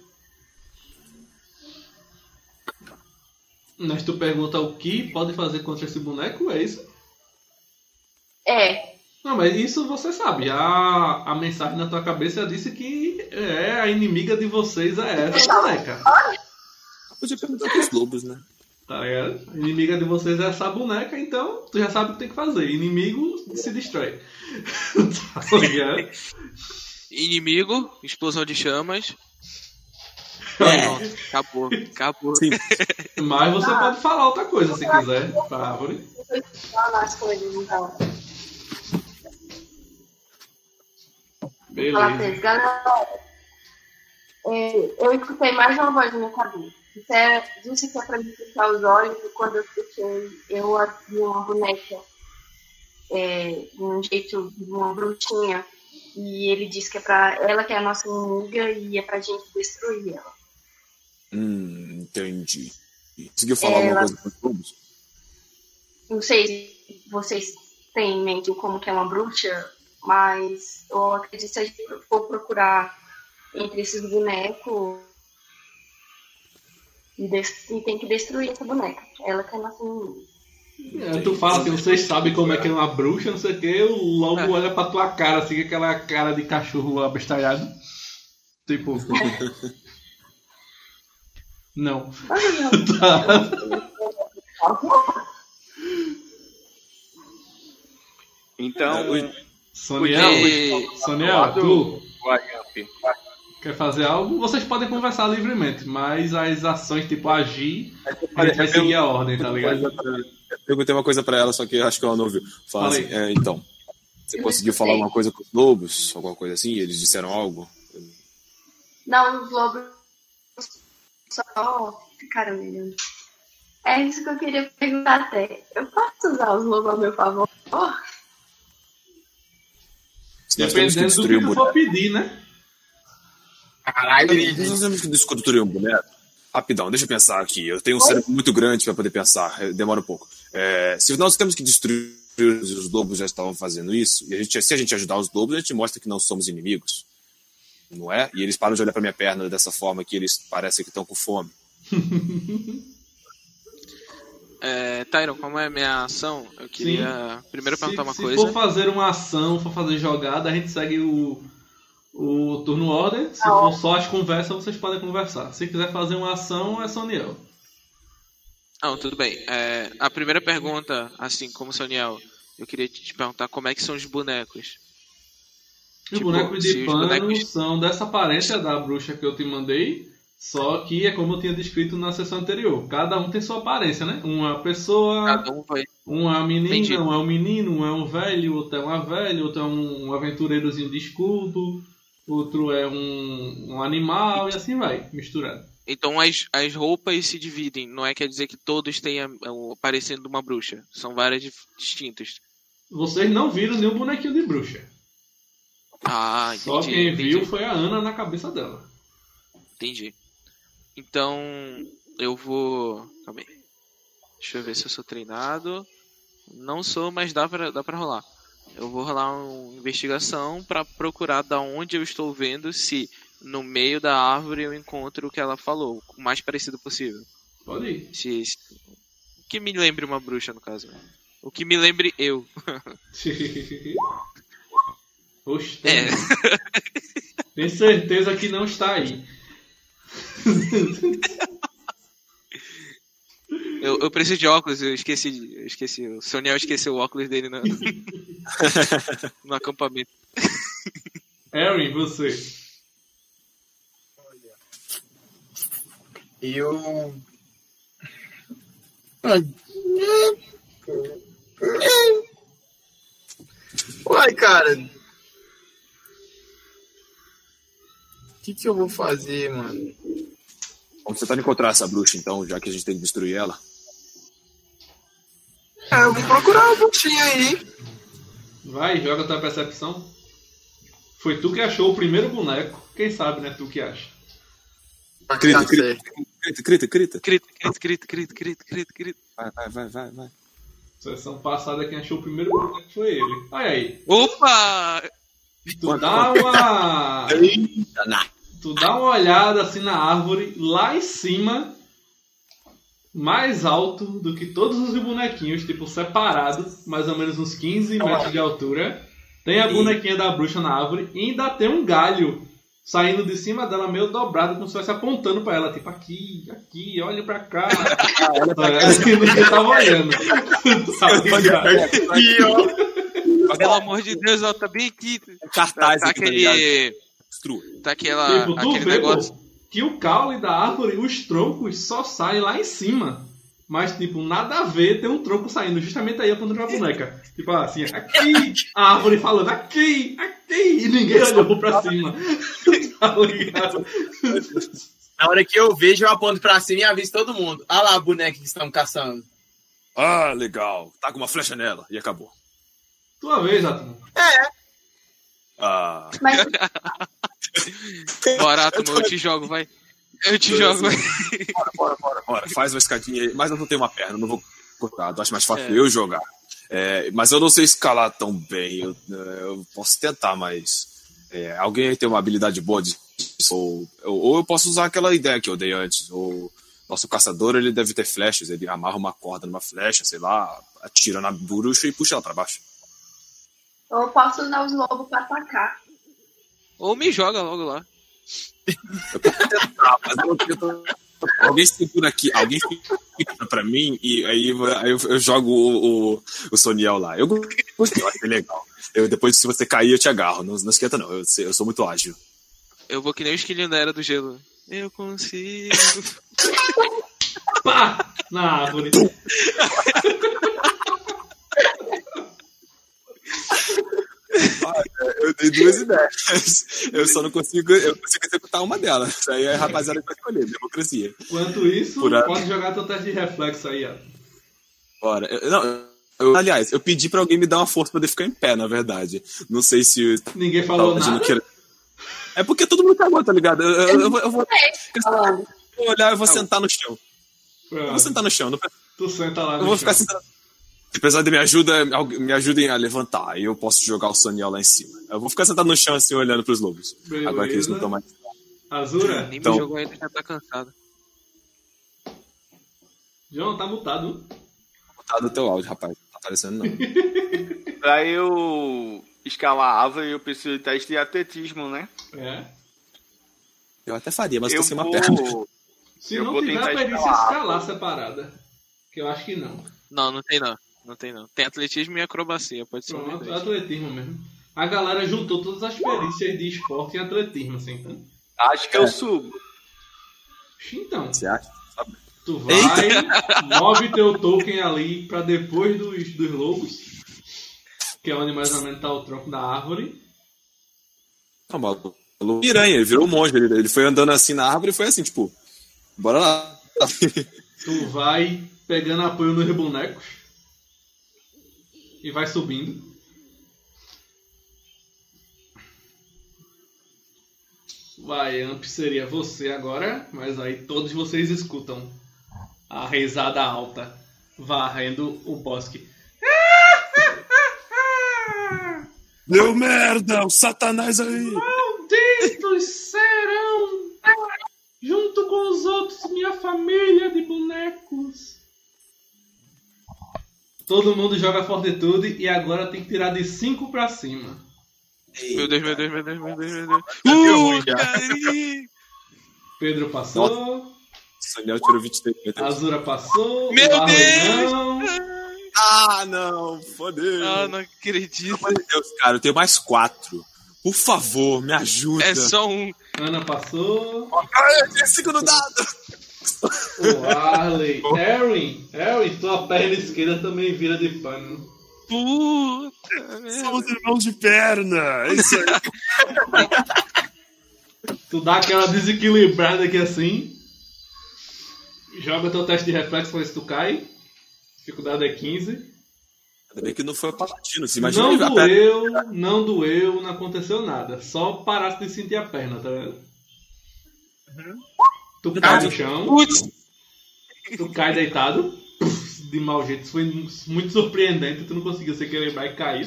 Mas tu pergunta o que pode fazer contra esse boneco, é isso? Não, mas isso você sabe. A mensagem na tua cabeça disse que a inimiga de vocês é essa boneca. Podia perguntar pros lobos, né? Tá ligado? A inimiga de vocês é essa boneca, então tu já sabe o que tem que fazer. Inimigo se destrói. Tá ligado? Inimigo, explosão de chamas. Acabou. Sim. Mas você pode falar outra coisa se quiser pra árvore. Falar as coisas, então. Beleza. Galera, eu escutei mais uma voz na minha cabeça. Disse que é pra me fechar os olhos e quando eu fechei, eu vi uma boneca de um jeito de uma bruxinha. E ele disse que é pra ela que é a nossa inimiga e é pra gente destruir ela. Entendi. Conseguiu falar alguma coisa com os lobos? Não sei se vocês têm em mente como que é uma bruxa, mas eu acredito que se a gente for procurar entre esses bonecos e tem que destruir essa boneca. Ela que é a nossa inimiga. Tu fala assim, vocês sabem como é que é uma bruxa, não sei o que, logo olha pra tua cara, assim, aquela cara de cachorro abestalhado. Tipo. Não. Então, Soniel, tu quer fazer algo? Vocês podem conversar livremente, mas as ações, tipo agir, a gente vai seguir a ordem, tá ligado? Eu perguntei uma coisa pra ela, só que eu acho que ela não ouviu. Fala assim, então, você conseguiu falar alguma coisa com os lobos? Alguma coisa assim? Eles disseram algo? Não, os lobos só ficaram olhando. É isso que eu queria perguntar até. Eu posso usar os lobos a meu favor? Dependendo do que tu for pedir, né? Caralho, nós temos que destruir um boneco. Rapidão, deixa eu pensar aqui. Eu tenho um cérebro muito grande para poder pensar. Demora um pouco. Se nós temos que destruir os lobos já estavam fazendo isso, e se a gente ajudar os lobos, a gente mostra que não somos inimigos. Não é? E eles param de olhar para minha perna dessa forma que eles parecem que estão com fome. Tyron, como é a minha ação, eu queria primeiro perguntar uma coisa. Se for fazer uma ação, for fazer jogada, a gente segue o turno order. Se for só as conversas, vocês podem conversar. Se quiser fazer uma ação, é Soniel. Não, tudo bem. A primeira pergunta, assim como Soniel, eu queria te perguntar como é que são os bonecos. Os bonecos de pano são dessa aparência da bruxa que eu te mandei. Só que é como eu tinha descrito na sessão anterior. Cada um tem sua aparência, né? Uma pessoa, um é uma menina, um é um menino, um é um velho, outro é uma velha, outro é um aventureirozinho de escudo, outro é um animal e assim vai, misturado. Então as roupas se dividem, não quer dizer que todos tenham parecendo uma bruxa. São várias distintas. Vocês não viram nenhum bonequinho de bruxa. Entendi. Só quem viu foi a Ana na cabeça dela. Entendi. Então, eu vou... Calma aí. Deixa eu ver se eu sou treinado. Não sou, mas dá pra rolar. Eu vou rolar uma investigação pra procurar da onde eu estou vendo se no meio da árvore eu encontro o que ela falou. O mais parecido possível. Pode ir. O que me lembre uma bruxa, no caso. O que me lembre eu. Oxe, Tem certeza que não está aí. Eu preciso de óculos, eu esqueci. O Soniel esqueceu o óculos dele no acampamento. Erin, você. Eu. Uai, cara. O que eu vou fazer, mano? Vamos tentar encontrar essa bruxa, então, já que a gente tem que destruir ela. Eu vou procurar uma bruxinha aí. Vai, joga tua percepção. Foi tu que achou o primeiro boneco. Quem sabe, né? Tu que acha. Crita. Vai. Sessão passada, quem achou o primeiro boneco foi ele. Olha aí. Opa! Tu dá uma olhada assim na árvore, lá em cima, mais alto do que todos os bonequinhos, tipo separado, mais ou menos uns 15 metros de altura. Tem a bonequinha da bruxa na árvore e ainda tem um galho saindo de cima dela, meio dobrado, como se estivesse apontando pra ela, tipo, aqui, olha pra cá. Olha pra cá. Ninguém tava olhando. Pelo amor de Deus, ela tá bem aqui. Cartaz tá aqui, aquele... Tá aquela... Tipo, tu aquele vê, negócio... que o caule da árvore, os troncos só saem lá em cima. Mas, tipo, nada a ver ter um tronco saindo justamente aí apontando pra boneca. Tipo assim, aqui, a árvore falando, aqui, e ninguém olhou pra cima. Tá ligado? Na hora que eu vejo, eu aponto pra cima e aviso todo mundo. Olha lá a boneca que estão caçando. Ah, legal. Tá com uma flecha nela. E acabou. Tua vez, Atom. Mas Bora, Atom, eu te jogo, vai. Eu te jogo, vai. Bora. Faz uma escadinha aí. Mas eu não tenho uma perna, não vou cortar. Acho mais fácil eu jogar. Mas eu não sei escalar tão bem. Eu posso tentar, mas... alguém aí tem uma habilidade boa de... Ou eu posso usar aquela ideia que eu dei antes. O nosso caçador, ele deve ter flechas. Ele amarra uma corda numa flecha, sei lá, atira na bruxa e puxa ela pra baixo. eu posso usar os lobos pra atacar. Ou me joga logo lá. Eu posso tentar, mas eu não tento... Alguém segura aqui, alguém fica pra mim e aí eu jogo o Soniel lá. Eu gostei, eu acho legal. Depois, se você cair, eu te agarro. Não esquenta, não. Eu sou muito ágil. Eu vou que nem o esquilinho da Era do Gelo. Eu consigo. Pá! Na árvore. Eu dei 2 ideias. Eu só não consigo. Eu consigo executar uma delas. Isso aí é a rapaziada que vai escolher. Democracia. Enquanto isso, pode jogar teu teste de reflexo aí, ó. Bora. Aliás, eu pedi pra alguém me dar uma força pra poder ficar em pé, na verdade. Não sei se... Ninguém falou nada? É porque todo mundo cagou, tá ligado? Eu vou olhar e vou sentar no chão. Eu vou sentar no chão. Tu senta lá no chão. Eu vou ficar sentado. Se precisar de me ajudem a levantar. Aí eu posso jogar o Soniel lá em cima. Eu vou ficar sentado no chão assim, olhando pros lobos. Beleza. Agora que eles não estão mais... Azura? Nem me jogou ainda, já tá cansado. João, tá mutado. Mutado o teu áudio, rapaz. Não tá aparecendo, não. Pra eu escalar a árvore, eu preciso de teste de atletismo, né? Eu até faria, mas eu tô sem uma vou... perna. Se não tiver a perícia escalar separada. Que eu acho que não. Não tem não. Tem atletismo e acrobacia, pode ser. Pronto, atletismo mesmo. A galera juntou todas as perícias de esporte em atletismo, assim, então. Acho que eu subo. Então. Você acha? Tu vai, move teu token ali pra depois dos lobos. Que é onde mais ou menos tá o tronco da árvore. Não, maluco. Piranha, ele virou um monge. Ele foi andando assim na árvore e foi assim, tipo... Bora lá. Tu vai pegando apoio nos bonecos. E vai subindo. Vai, Amp seria você agora. Mas aí todos vocês escutam a risada alta varrendo o bosque. Deu merda! O Satanás aí! Malditos serão! Junto com os outros, minha família de bonecos. Todo mundo joga Fortitude e agora tem que tirar de 5 pra cima. Meu Deus, meu Deus, meu Deus, meu Deus, meu Deus. deu ruim já. Cari! Pedro passou. Saniel tirou 23 metros. Azura passou. Meu o Arley Deus! não. Ah, não, fodeu. Ah, não acredito. Pelo amor de Deus, cara, eu tenho mais 4. Por favor, me ajuda. É só um. Ana passou. Ai, eu tinha 5 no dado. O Arley. Erwin, tua perna esquerda também vira de pano. Puta merda. Somos irmãos de perna. É isso aí. Tu dá aquela desequilibrada aqui assim. Joga teu teste de reflexo pra ver se tu cai. Dificuldade é 15. Ainda bem que não foi o Paladino. Se imagina Não ele- a perna- doeu, não aconteceu nada. Só parasse de sentir a perna, tá vendo? Tu cai no chão, Putz. tu cai deitado, de mau jeito. Isso foi muito surpreendente, tu não conseguiu se equilibrar e cair.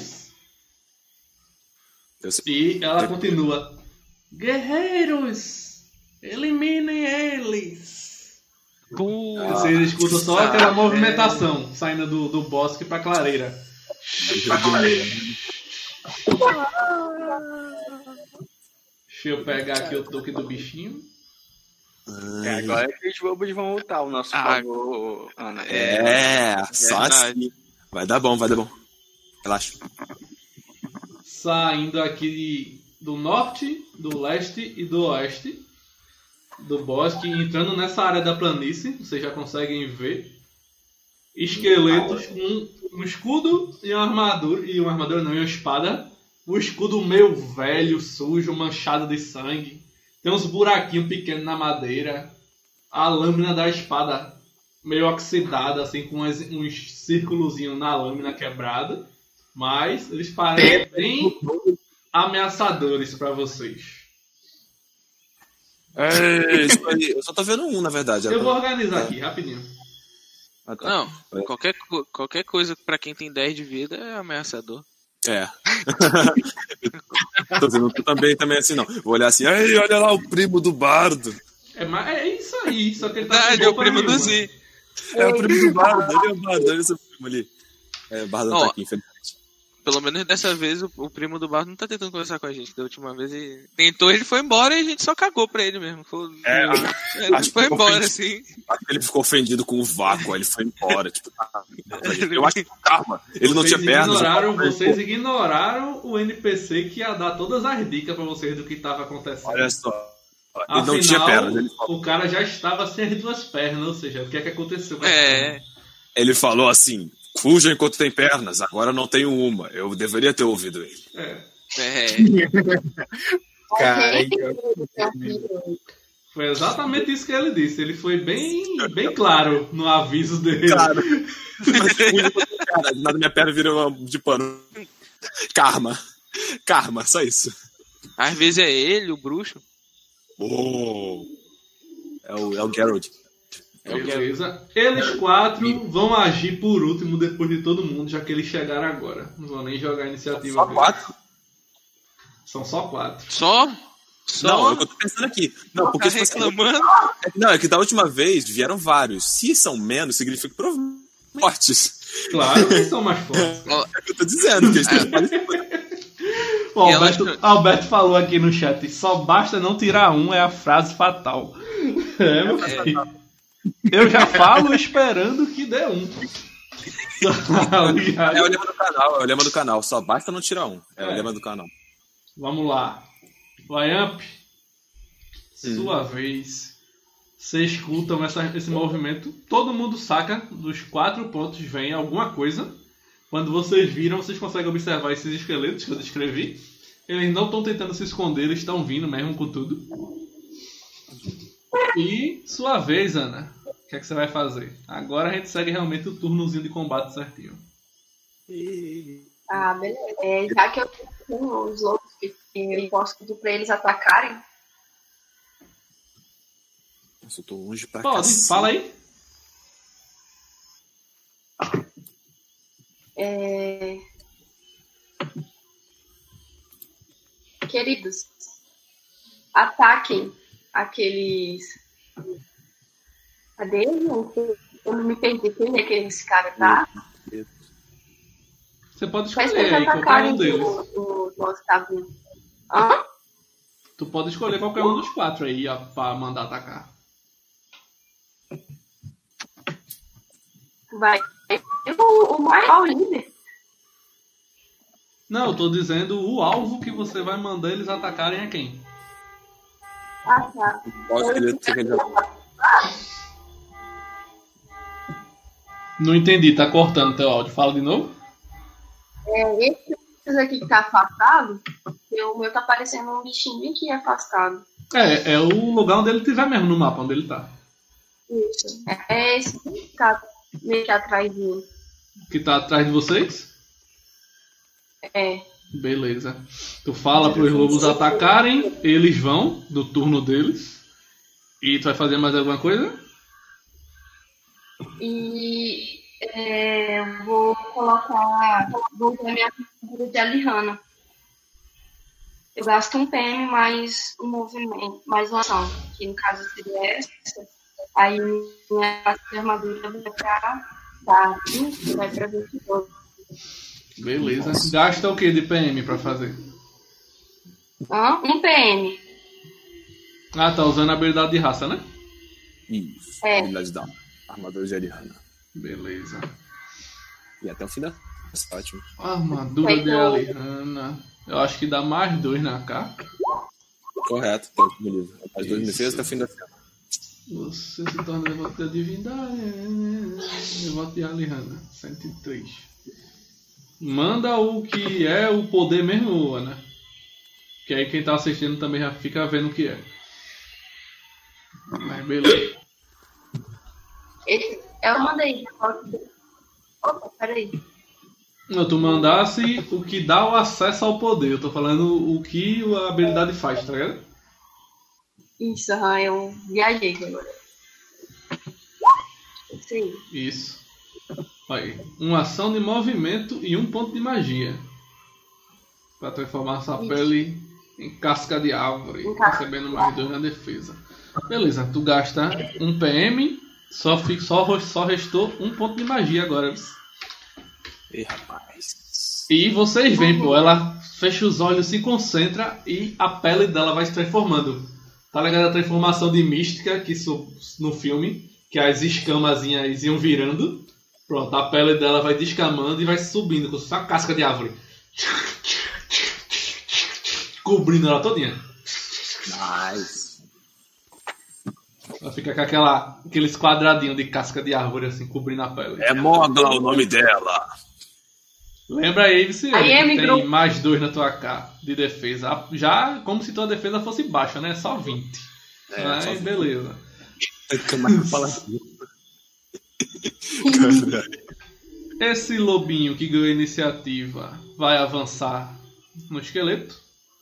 Eu sei- E ela continua. Guerreiros, eliminem eles. Puta. Vocês escutam só aquela movimentação saindo do bosque pra clareira. Deixa eu pegar aqui o toque do bichinho. Agora que os bobos vão lutar o nosso Ah, favor, Ana. É, só Verdade. assim. Vai dar bom, vai dar bom. Relaxa. Saindo aqui do norte, do leste e do oeste do bosque, entrando nessa área da planície, vocês já conseguem ver esqueletos com um escudo e uma armadura não, e uma espada. O escudo meio velho, sujo, manchado de sangue. Tem uns buraquinhos pequenos na madeira. A lâmina da espada meio oxidada, assim, com uns círculozinhos na lâmina quebrada. Mas eles parecem bem ameaçadores pra vocês. É isso aí. Eu só tô vendo um, na verdade. Eu vou organizar aqui, rapidinho. Ah, tá. Não, qualquer coisa pra quem tem 10 de vida é ameaçador. É. Tô dizendo, tu também assim, não. Vou olhar assim, ei, olha lá o primo do bardo. É isso aí, só que ele tá Verdade, com é o roupa primo do nenhuma. Z. É o primo do bardo, ele é o bardo, olha esse primo ali. É, o bardo não tá Ó, aqui, infelizmente. Pelo menos dessa vez o primo do Bardo não tá tentando conversar com a gente. Da última vez ele tentou, ele foi embora e a gente só cagou pra ele mesmo. Ele acho foi que embora, ofendi- assim. Acho que ele ficou ofendido com o vácuo, aí ele foi embora. Tipo, eu acho que calma, ele não tinha pernas. Vocês ignoraram o NPC que ia dar todas as dicas pra vocês do que tava acontecendo. Olha só. Ele Afinal, não tinha pernas. Ele falou, o cara já estava sem as duas pernas, ou seja, o que é que aconteceu com as É. pernas? ele falou assim: fuja enquanto tem pernas, agora não tenho uma. Eu deveria ter ouvido ele. É. Cara, Foi exatamente isso que ele disse. Ele foi bem claro no aviso dele. Cara, nada minha perna vira uma de pano. Karma, só isso. Às vezes é ele, o bruxo. Oh. É o Geralt. Beleza. Eles 4 vão agir por último depois de todo mundo, já que eles chegaram agora. Não vou nem jogar a iniciativa. Só deles. 4? São só 4. Só? Não, é o que eu tô pensando aqui. Não, porque Tá se fosse... reclamando. Não, é que da última vez vieram vários. Se são menos, significa que provavelmente fortes. Claro que eles são mais fortes. É o que eu tô dizendo, que eles têm O E elas- Alberto falou aqui no chat: só basta não tirar um, é a frase fatal. É, meu filho. Eu já falo esperando que dê um. Tá ligado? É o lema do canal, só basta não tirar um. É o lema do canal. Vamos lá. Vaiamp, sua vez. Vocês escutam esse movimento. Todo mundo saca dos 4 pontos, vem alguma coisa. Quando vocês viram, vocês conseguem observar esses esqueletos que eu descrevi. Eles não estão tentando se esconder, eles estão vindo mesmo com tudo. E sua vez, Ana. O que é que você vai fazer? Agora a gente segue realmente o turnozinho de combate certinho. Ah, beleza. Já que eu tenho os loucos que eu posso pedir pra eles atacarem. Nossa, eu tô longe pra Pode, cacete. fala aí. Queridos, ataquem aqueles. Cadê ele? Eu não me perdi. Quem é que esse cara tá? Você pode Mas escolher vocês aí qualquer um atacarem deles. o Gustavo. Hã? Tu pode escolher qualquer um dos 4 aí ó, pra mandar atacar. Vai. O maior líder. Não, eu tô dizendo o alvo que você vai mandar eles atacarem é quem? Ah, tá. Posso escolher quem já. Não entendi, tá cortando teu áudio. Fala de novo. Esse aqui que tá afastado, o meu tá parecendo um bichinho bem aqui afastado. É o lugar onde ele estiver mesmo no mapa, onde ele tá. Isso. É esse que tá meio que atrás de mim. Que tá atrás de vocês? É. Beleza. Tu fala pros lobos atacarem, eles vão, do turno deles. E tu vai fazer mais alguma coisa? E vou usar minha figura de Alihana. Eu gasto um PM mais um movimento, mais uma ação, que no caso seria essa. Aí minha armadura vai pra 20, vai pra 22. Beleza. Gasta o que de PM pra fazer? Um PM. Ah, tá usando a habilidade de raça, né? Isso. É. Habilidade da armadura de Alihana. Beleza. E até o fim da. Tá ótimo. Armadura de Alihana. Eu acho que dá mais 2 na K. Correto, tá beleza. As 2 Isso. defesas até o fim da cena. Você se torna devoto da divindade. Devoto de Alihana. 103. Manda o que é o poder mesmo, Ana. Que aí quem tá assistindo também já fica vendo o que é. Mas beleza. Eu mandei. Opa, peraí. Não, tu mandasse o que dá o acesso ao poder. Eu tô falando o que a habilidade faz, tá ligado? Isso, eu viajei agora. Sim. Isso. Aí. Uma ação de movimento e um ponto de magia. Pra transformar sua pele em casca de árvore. Recebendo mais 2 na defesa. Beleza, tu gasta um PM. Só restou um ponto de magia agora. Ei, rapaz. E vocês veem, pô, ela fecha os olhos, se concentra e a pele dela vai se transformando. Tá ligado a transformação de mística que isso no filme, que as escamazinhas iam virando. Pronto, a pele dela vai descamando e vai subindo, com só a casca de árvore. Cobrindo ela todinha. Nice. Ela fica com aqueles quadradinhos de casca de árvore assim, cobrindo a pele. É Mogla o nome dela. Lembra aí, Viciane, Aí, que migrou. tem mais 2 na tua K de defesa. Já como se tua defesa fosse baixa, né? Só 20. Mas só 20. beleza. Esse lobinho que ganhou a iniciativa vai avançar no esqueleto.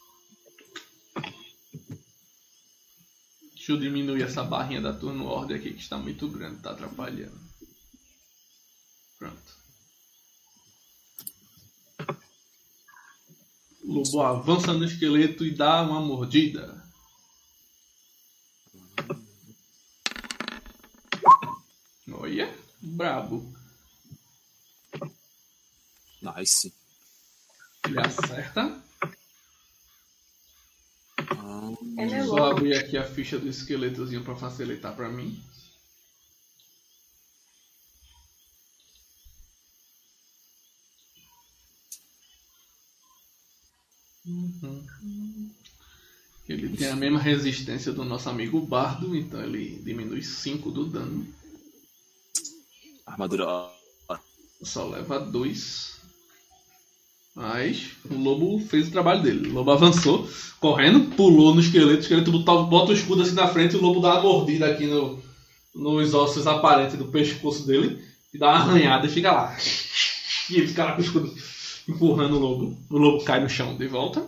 Deixa eu diminuir essa barrinha da turno ordem aqui que está muito grande, está atrapalhando. Pronto. O lobo avança no esqueleto e dá uma mordida. Olha, brabo. Nice. Ele acerta. É meu Só lobo. abrir aqui a ficha do esqueletozinho para facilitar para mim. Ele tem a mesma resistência do nosso amigo Bardo, então ele diminui 5 do dano. Armadura. Só leva 2. Mas o lobo fez o trabalho dele. O lobo avançou, correndo, pulou no esqueleto. O esqueleto bota o escudo assim na frente e o lobo dá uma mordida aqui nos ossos aparentes do pescoço dele. E dá uma arranhada e fica lá. E ele fica lá com o escudo empurrando o lobo. O lobo cai no chão de volta.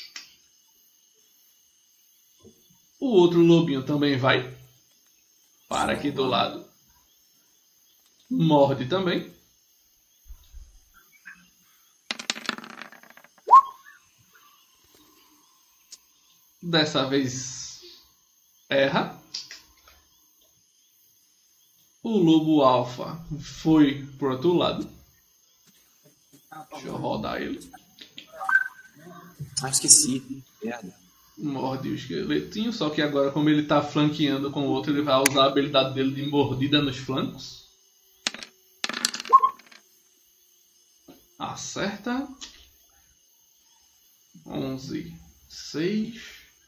O outro lobinho também vai para aqui do lado. Morde também. Dessa vez erra. O lobo alfa foi pro outro lado. Deixa eu rodar ele. Ah, esqueci. Merda. Morde o esqueletinho, só que agora, como ele tá flanqueando com o outro, ele vai usar a habilidade dele de mordida nos flancos. Acerta. 11, 6.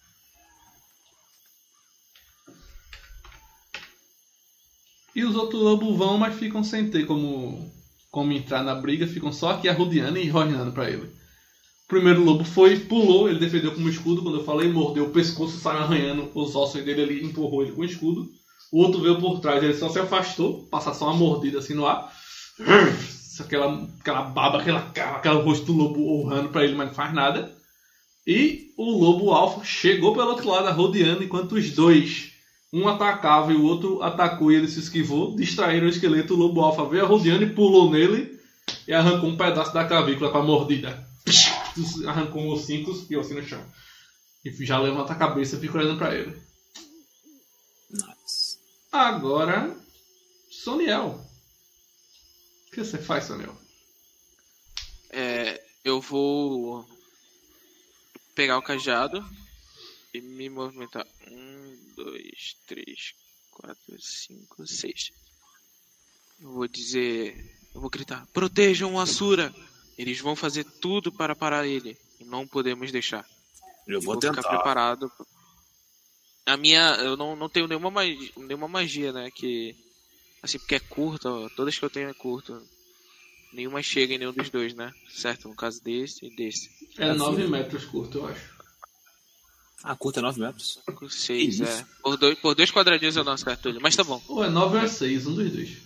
E os outros lobos vão, mas ficam sem ter como entrar na briga, ficam só aqui arrodeando e rojando pra ele. O primeiro lobo pulou, ele defendeu com o escudo, quando eu falei, mordeu o pescoço, saiu arranhando os ossos dele ali, empurrou ele com o escudo. O outro veio por trás, ele só se afastou, passar só uma mordida assim no ar. Aquela baba, aquele rosto do lobo urrando pra ele, mas não faz nada. E o lobo alfa chegou pelo outro lado, arrodeando, enquanto os dois, um atacava e o outro atacou e ele se esquivou, distraíram o esqueleto. O lobo alfa veio arrodeando e pulou nele e arrancou um pedaço da clavícula com a mordida. Arrancou um ossinho e cuspiu assim no chão. E já levanta a cabeça e fica olhando pra ele. Nice. Agora, Soniel. O que você faz, Soniel? Eu vou pegar o cajado e me movimentar. 1, 2, 3, 4, 5, 6. Eu vou gritar: protejam o Asura! Eles vão fazer tudo para parar ele. E não podemos deixar. Eu vou tentar. Ficar preparado. Eu não tenho nenhuma magia, né? Que, assim, porque é curta, ó, todas que eu tenho é curta. Nenhuma chega em nenhum dos dois, né? Certo? No caso desse e desse. É 9 metros curto, eu acho. Ah, curta é 9 metros? 6, é. Por dois quadradinhos eu não acerto ele, mas tá bom. Ou é 9 ou é 6, um dos dois.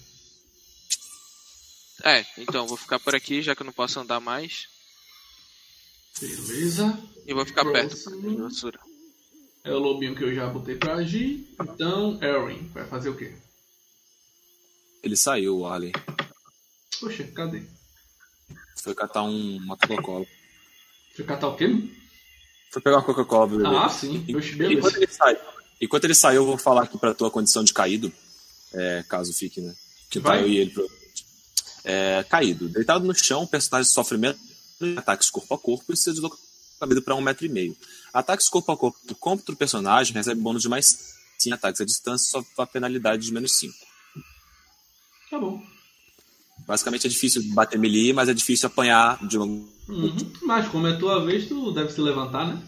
Então, vou ficar por aqui, já que eu não posso andar mais. Beleza. E vou ficar Próximo. perto da Asura. É o lobinho que eu já botei pra agir. Então, Erin vai fazer o quê? Ele saiu, o Arley. Poxa, cadê? Foi catar uma Coca-Cola. Foi catar o quê? Foi pegar uma Coca-Cola, bebê. Ah, sim. Poxa, beleza. Enquanto ele saiu, eu vou falar aqui pra tua condição de caído. Caso fique, né? Que tá eu e ele. Caído. Deitado no chão, o personagem sofre menos ataques corpo a corpo e se desloca para 1,5 m. Ataques corpo a corpo contra o personagem recebe bônus de mais 5 ataques à distância, só a penalidade de menos 5. Tá bom. Basicamente é difícil bater melee, mas é difícil apanhar de uma... Mas como é tua vez, tu deve se levantar, né?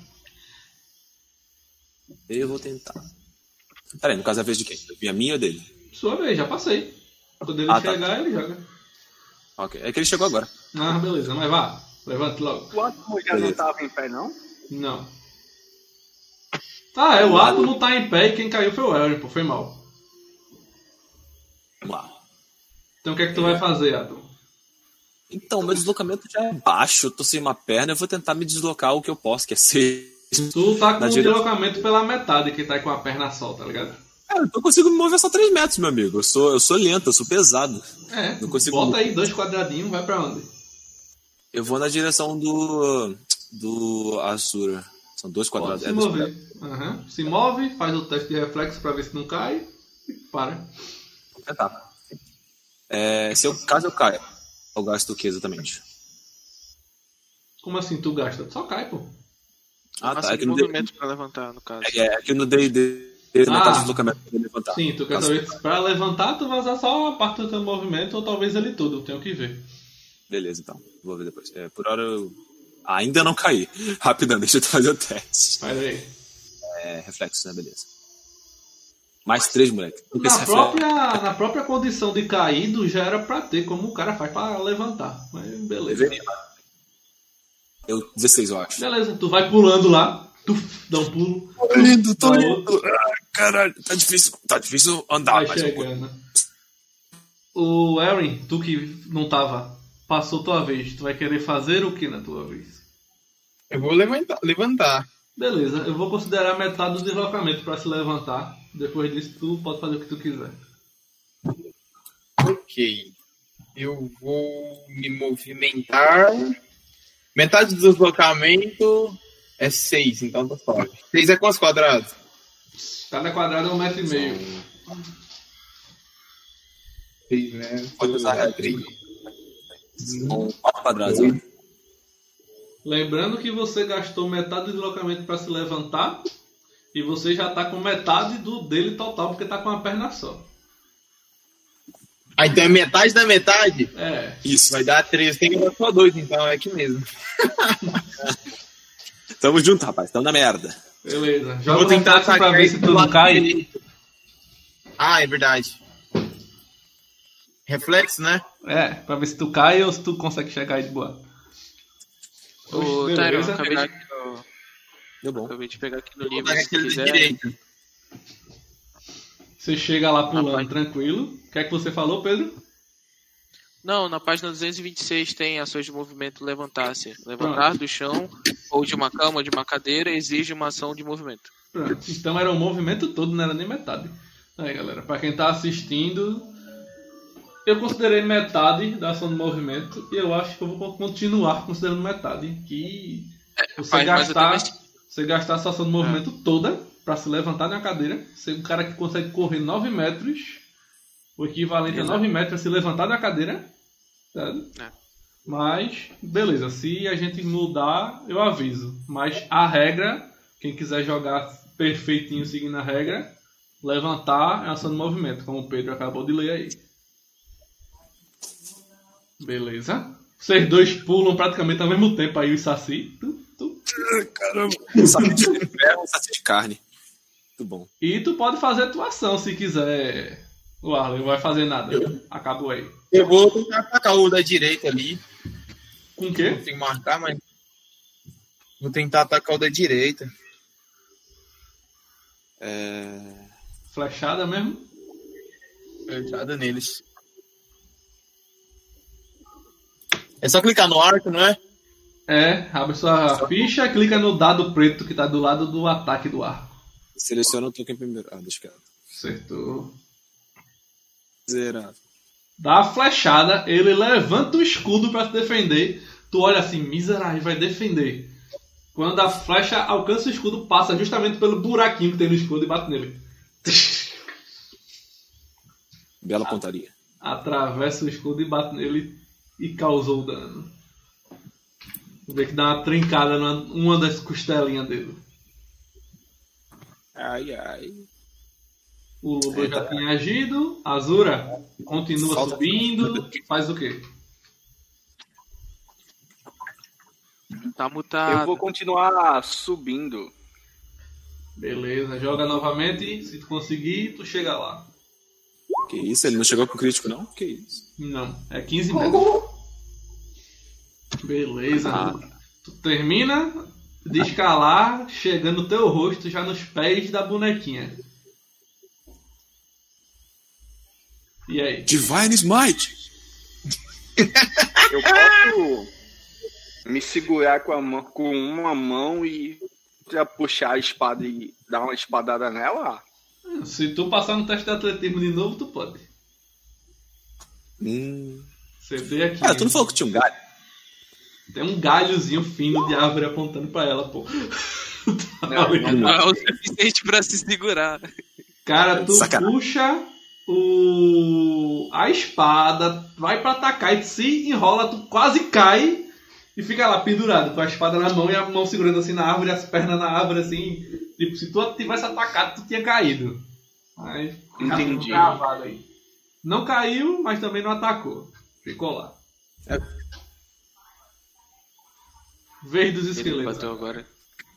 Eu vou tentar. Peraí, no caso é a vez de quem? A minha ou dele? Sua vez, já passei. Quando ele chegar, ele joga. Ok, é que ele chegou agora. Ah, beleza, mas vá. Levante logo. O átomo já não tava em pé, não? Não. O átomo tá em pé e quem caiu foi o Erin, pô. Foi mal. Vamos lá. Então o que é que tu vai fazer, Átomo? Então, meu deslocamento já é baixo, eu tô sem uma perna, eu vou tentar me deslocar o que eu posso, que é ser... Tu tá com o deslocamento pela metade, que tá com a perna solta, tá ligado? Eu consigo me mover só 3 metros, meu amigo. Eu sou lento, eu sou pesado. Não consigo... Bota aí 2 quadradinhos, vai pra onde? Eu vou na direção do Asura. São 2 quadrados. Pode se mover. Se move, faz o teste de reflexo pra ver se não cai e para. Vou tentar. Caso eu caia, eu gasto o que exatamente? Como assim tu gasta? Só cai, pô. Tá. É que movimento pra levantar, no caso. É que no D&D metade do deslocamento pra levantar. Sim, tu quer saber se pra levantar tu vai usar só a parte do teu movimento ou talvez ele todo, tenho que ver. Beleza, então. Vou ver depois. Por hora eu ainda não caí. Rapidão, deixa eu fazer o teste. Faz aí. Reflexo, né? Beleza. Mais 3, moleque. Na própria condição de caído já era pra ter como o cara faz pra levantar. Mas beleza. 16, eu acho. Beleza, tu vai pulando lá. Tu dá um pulo. Tô indo. Caralho, tá difícil andar. Vai chegando. O Erin, tu que não tava, passou tua vez. Tu vai querer fazer o que na tua vez? Eu vou levantar. Beleza, eu vou considerar metade do deslocamento pra se levantar. Depois disso tu pode fazer o que tu quiser. Ok. Eu vou me movimentar. Metade do deslocamento é 6, então tá fora. 6 é quantos quadrados? Cada quadrado é 1,5 m. 6, né? Pode usar 3. São 4 quadrados. Ó. Lembrando que você gastou metade do deslocamento para se levantar e você já tá com metade do dele total, porque tá com uma perna só. Aí então é metade da metade? É. Isso. Vai dar 13. Tem que dar só 2, então. É aqui mesmo. Tamo junto, rapaz. Tamo na merda. Beleza. Vou Joga o tentar reflexo pra ver se tu não cai. Ah, é verdade. Reflexo, né? É, pra ver se tu cai ou se tu consegue chegar aí de boa. Ô, Beleza. Tyron, Deu bom. acabei de pegar aqui no Vou livro, dar se aquele de quiser. direita. Você chega lá pulando Rapaz. tranquilo. O que é que você falou, Pedro? Não, na página 226 tem ações de movimento levantar-se. Levantar do chão, ou de uma cama, ou de uma cadeira, exige uma ação de movimento. Pronto. Então era o movimento todo, não era nem metade. Aí, galera, pra quem tá assistindo, eu considerei metade da ação de movimento e eu acho que eu vou continuar considerando metade. Que você Mas eu gastar, também- você gastar a sua ação de movimento toda pra se levantar na cadeira, ser um cara que consegue correr 9 metros, o equivalente a 9 metros é se levantar na cadeira, sabe? É. Mas, beleza, se a gente mudar, eu aviso. Mas a regra, quem quiser jogar perfeitinho seguindo a regra, levantar é ação de movimento, como o Pedro acabou de ler aí. Beleza. Vocês dois pulam praticamente ao mesmo tempo aí, o Saci. Caramba. Saci de ferro, saci de carne. Muito bom. E tu pode fazer a tua ação se quiser. O Arlen não vai fazer nada. Acabou aí. Eu vou tentar atacar o da direita ali. Com o Não quê? tem que marcar, mas... Vou tentar atacar o da direita. Flechada mesmo? Flechada neles. É só clicar no arco, não é? É, abre sua ficha, clica no dado preto que tá do lado do ataque do arco. Seleciona o token primeiro. Ah, deixa quieto. Acertou. Zerado. Dá a flechada, ele levanta o escudo pra se defender. Tu olha assim, miserável, vai defender. Quando a flecha alcança o escudo, passa justamente pelo buraquinho que tem no escudo e bate nele. Bela pontaria. Atravessa o escudo e bate nele e causou o dano. Vê que dá uma trincada numa das costelinhas dele. Ai, ai. O Lobo já tinha agido. Azura continua Falta- subindo. Faz o quê? Tá mutado. Eu vou continuar subindo. Beleza, joga novamente. Se tu conseguir, tu chega lá. Que isso? Ele não chegou com crítico, não? Que isso? Não, é 15 metros. Beleza. Tu termina de escalar, chegando no teu rosto já nos pés da bonequinha. E aí? Divine Smite! Eu posso me segurar com uma mão e já puxar a espada e dar uma espadada nela? Se tu passar no teste de atletismo de novo, tu pode. Você vê aqui. Ah, tu não falou que tinha um galho? Tem um galhozinho fino de árvore apontando pra ela, pô. Não é o suficiente pra se segurar. Cara, tu Sacanagem. puxa a espada, vai pra atacar e se enrola, tu quase cai e fica lá pendurado com a espada na mão e a mão segurando assim na árvore, as pernas na árvore assim. Tipo, se tu tivesse atacado, tu tinha caído. Aí, Entendi. cravado aí. Não caiu, mas também não atacou. Ficou lá. Vez dos Ele esqueletos. bateu agora.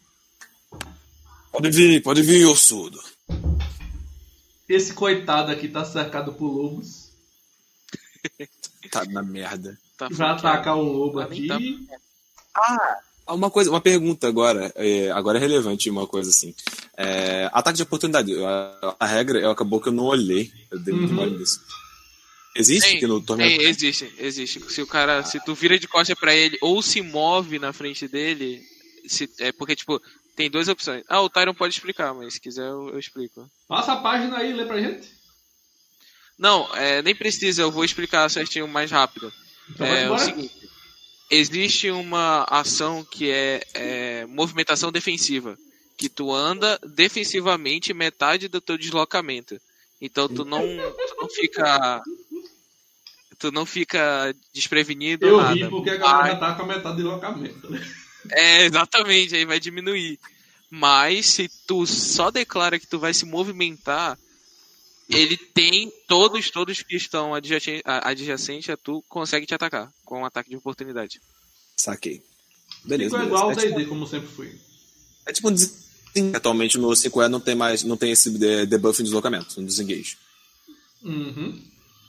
Pode vir, ossudo. Esse coitado aqui tá cercado por lobos. Tá na merda. Tá Vai flanqueado. atacar um lobo Ah, aqui. nem Uma pergunta agora. Agora é relevante uma coisa assim. Ataque de oportunidade. A regra acabou que eu não olhei. Eu dei muito mole nisso. Existe aqui no torneio? Existe. Se tu vira de costa pra ele ou se move na frente dele, porque, tipo, tem duas opções. Ah, o Tyron pode explicar, mas se quiser eu explico. Passa a página aí, lê pra gente. Não, nem precisa, eu vou explicar certinho mais rápido. Então vai É o embora. seguinte, existe uma ação que é movimentação defensiva, que tu anda defensivamente metade do teu deslocamento. Então tu não fica Tu não fica desprevenido Eu nada. ri porque a galera já tá com a metade de locamento, né? Exatamente, aí vai diminuir. Mas se tu só declara que tu vai se movimentar, ele tem todos que estão adjacentes a tu, consegue te atacar com um ataque de oportunidade. Saquei. Beleza. Ficou igual ao D&D, como sempre foi. É tipo um desengage. Atualmente no 5E não tem esse debuff em deslocamento, no desengage. Uhum.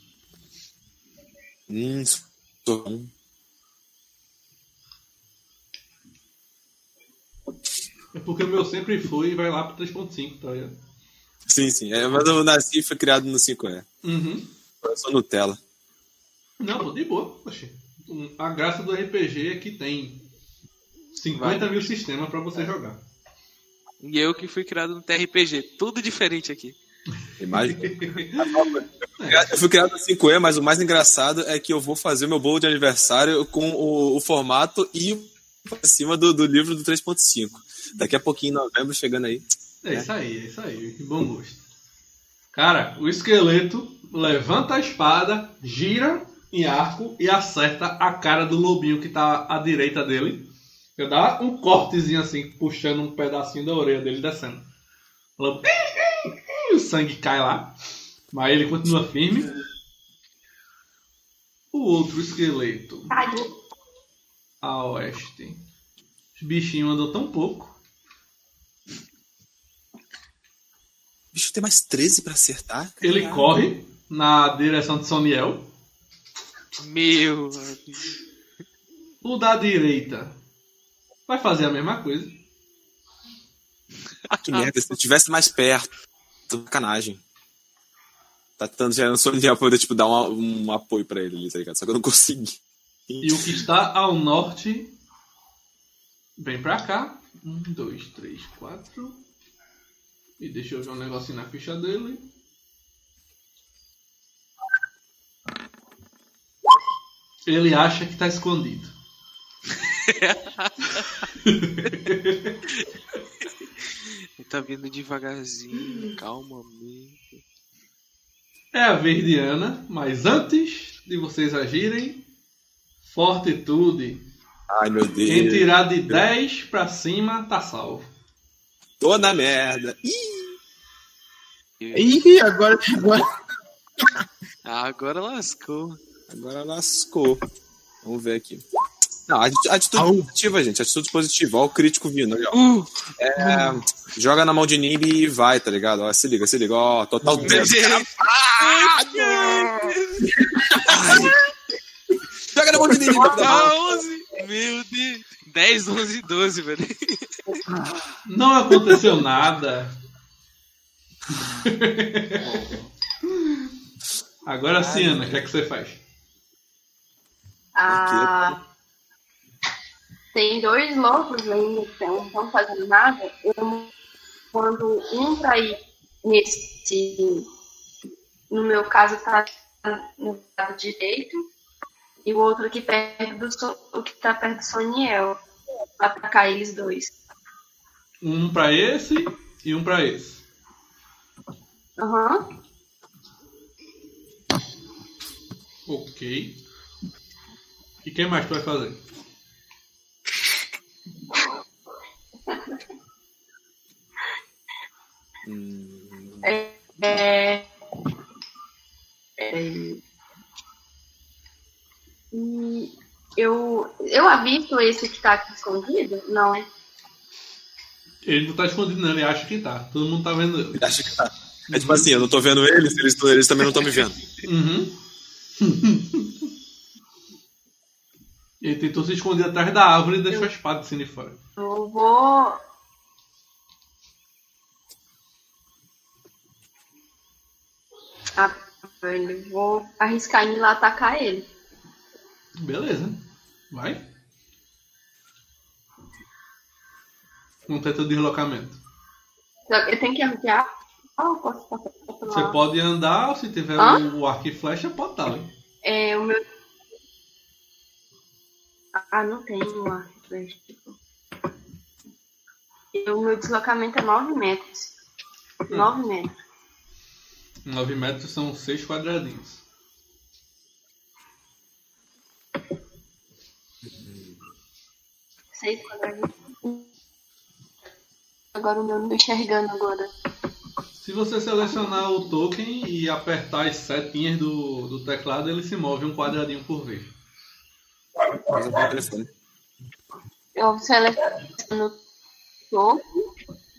É porque o meu sempre foi e vai lá pro 3.5, tá ligado? Sim. Mas eu nasci e foi criado no 5E. Uhum. Eu sou Nutella. Não, pô, de boa. Poxa. A graça do RPG é que tem 50 mil sistemas pra você jogar. E eu que fui criado no TRPG. Tudo diferente aqui. Imagina. Eu fui criado no 5E, mas o mais engraçado é que eu vou fazer meu bolo de aniversário com o formato e por cima do livro do 3.5. Daqui a pouquinho, em novembro, chegando aí. É isso aí. Bom gosto. Cara, o esqueleto levanta a espada, gira em arco e acerta a cara do lobinho que tá à direita dele. Dá um cortezinho assim, puxando um pedacinho da orelha dele descendo. O sangue cai lá, mas ele continua firme. O outro esqueleto a oeste. Os bichinhos andam tão pouco. O bicho tem mais 13 pra acertar. Ele corre na direção de Soniel. Meu. O da direita vai fazer a mesma coisa. Que merda, se eu estivesse mais perto. Sacanagem. Tá tentando já não sou pra poder tipo, dar um apoio pra ele, tá ligado? Só que eu não consegui. E o que está ao norte vem pra cá. 1, 2, 3, 4. E deixa eu ver um negocinho na ficha dele. Ele acha que tá escondido. Ele tá vindo devagarzinho, calmamente. É a vez de Ana, mas antes de vocês agirem, Fortitude. Ai, meu Deus. Quem tirar de 10 pra cima, tá salvo. Tô na merda. Ih, agora. Agora lascou. Agora lascou. Vamos ver aqui. Não, atitude positiva, gente. Atitude positiva. Olha o crítico vindo. Joga na mão de Nimb e vai, tá ligado? Ó, se liga. Ó, total 10. Joga na mão de Nimb. 11. Meu Deus. 10, 11, 12, velho. Não aconteceu nada. Agora sim, Ana, o que é que você faz? Tem 2 lobos ainda que não estão fazendo nada. Eu mando um para ir nesse. No meu caso, tá no lado direito. E o outro aqui perto o que tá perto do Soniel. Pra atacar eles 2. Um pra esse e um pra esse. Aham. Ok. E quem mais tu vai fazer? Eu aviso esse que tá aqui escondido? Não, é? Ele não tá escondido, não. Ele acha que tá. Todo mundo tá vendo ele. Ele acha que tá. É tipo assim, eu não tô vendo eles também não estão me vendo. Uhum. Ele tentou se esconder atrás da árvore e deixou a espada assim de fora. Eu vou... Eu vou arriscar em ir lá atacar ele. Beleza. Vai. Um tenta de deslocamento. Eu tenho que arrancar? Posso passar? Você pode andar, ou se tiver o arco e flecha, pode estar ali. O meu... não tem o arco e flecha. O meu deslocamento é 9 metros. 9 metros. 9 metros são 6 quadradinhos. 6 quadradinhos. Agora o meu não tô enxergando agora. Se você selecionar o token e apertar as setinhas do teclado, ele se move um quadradinho por vez. Mas eu tenho o telefone. Eu seleciono o topo.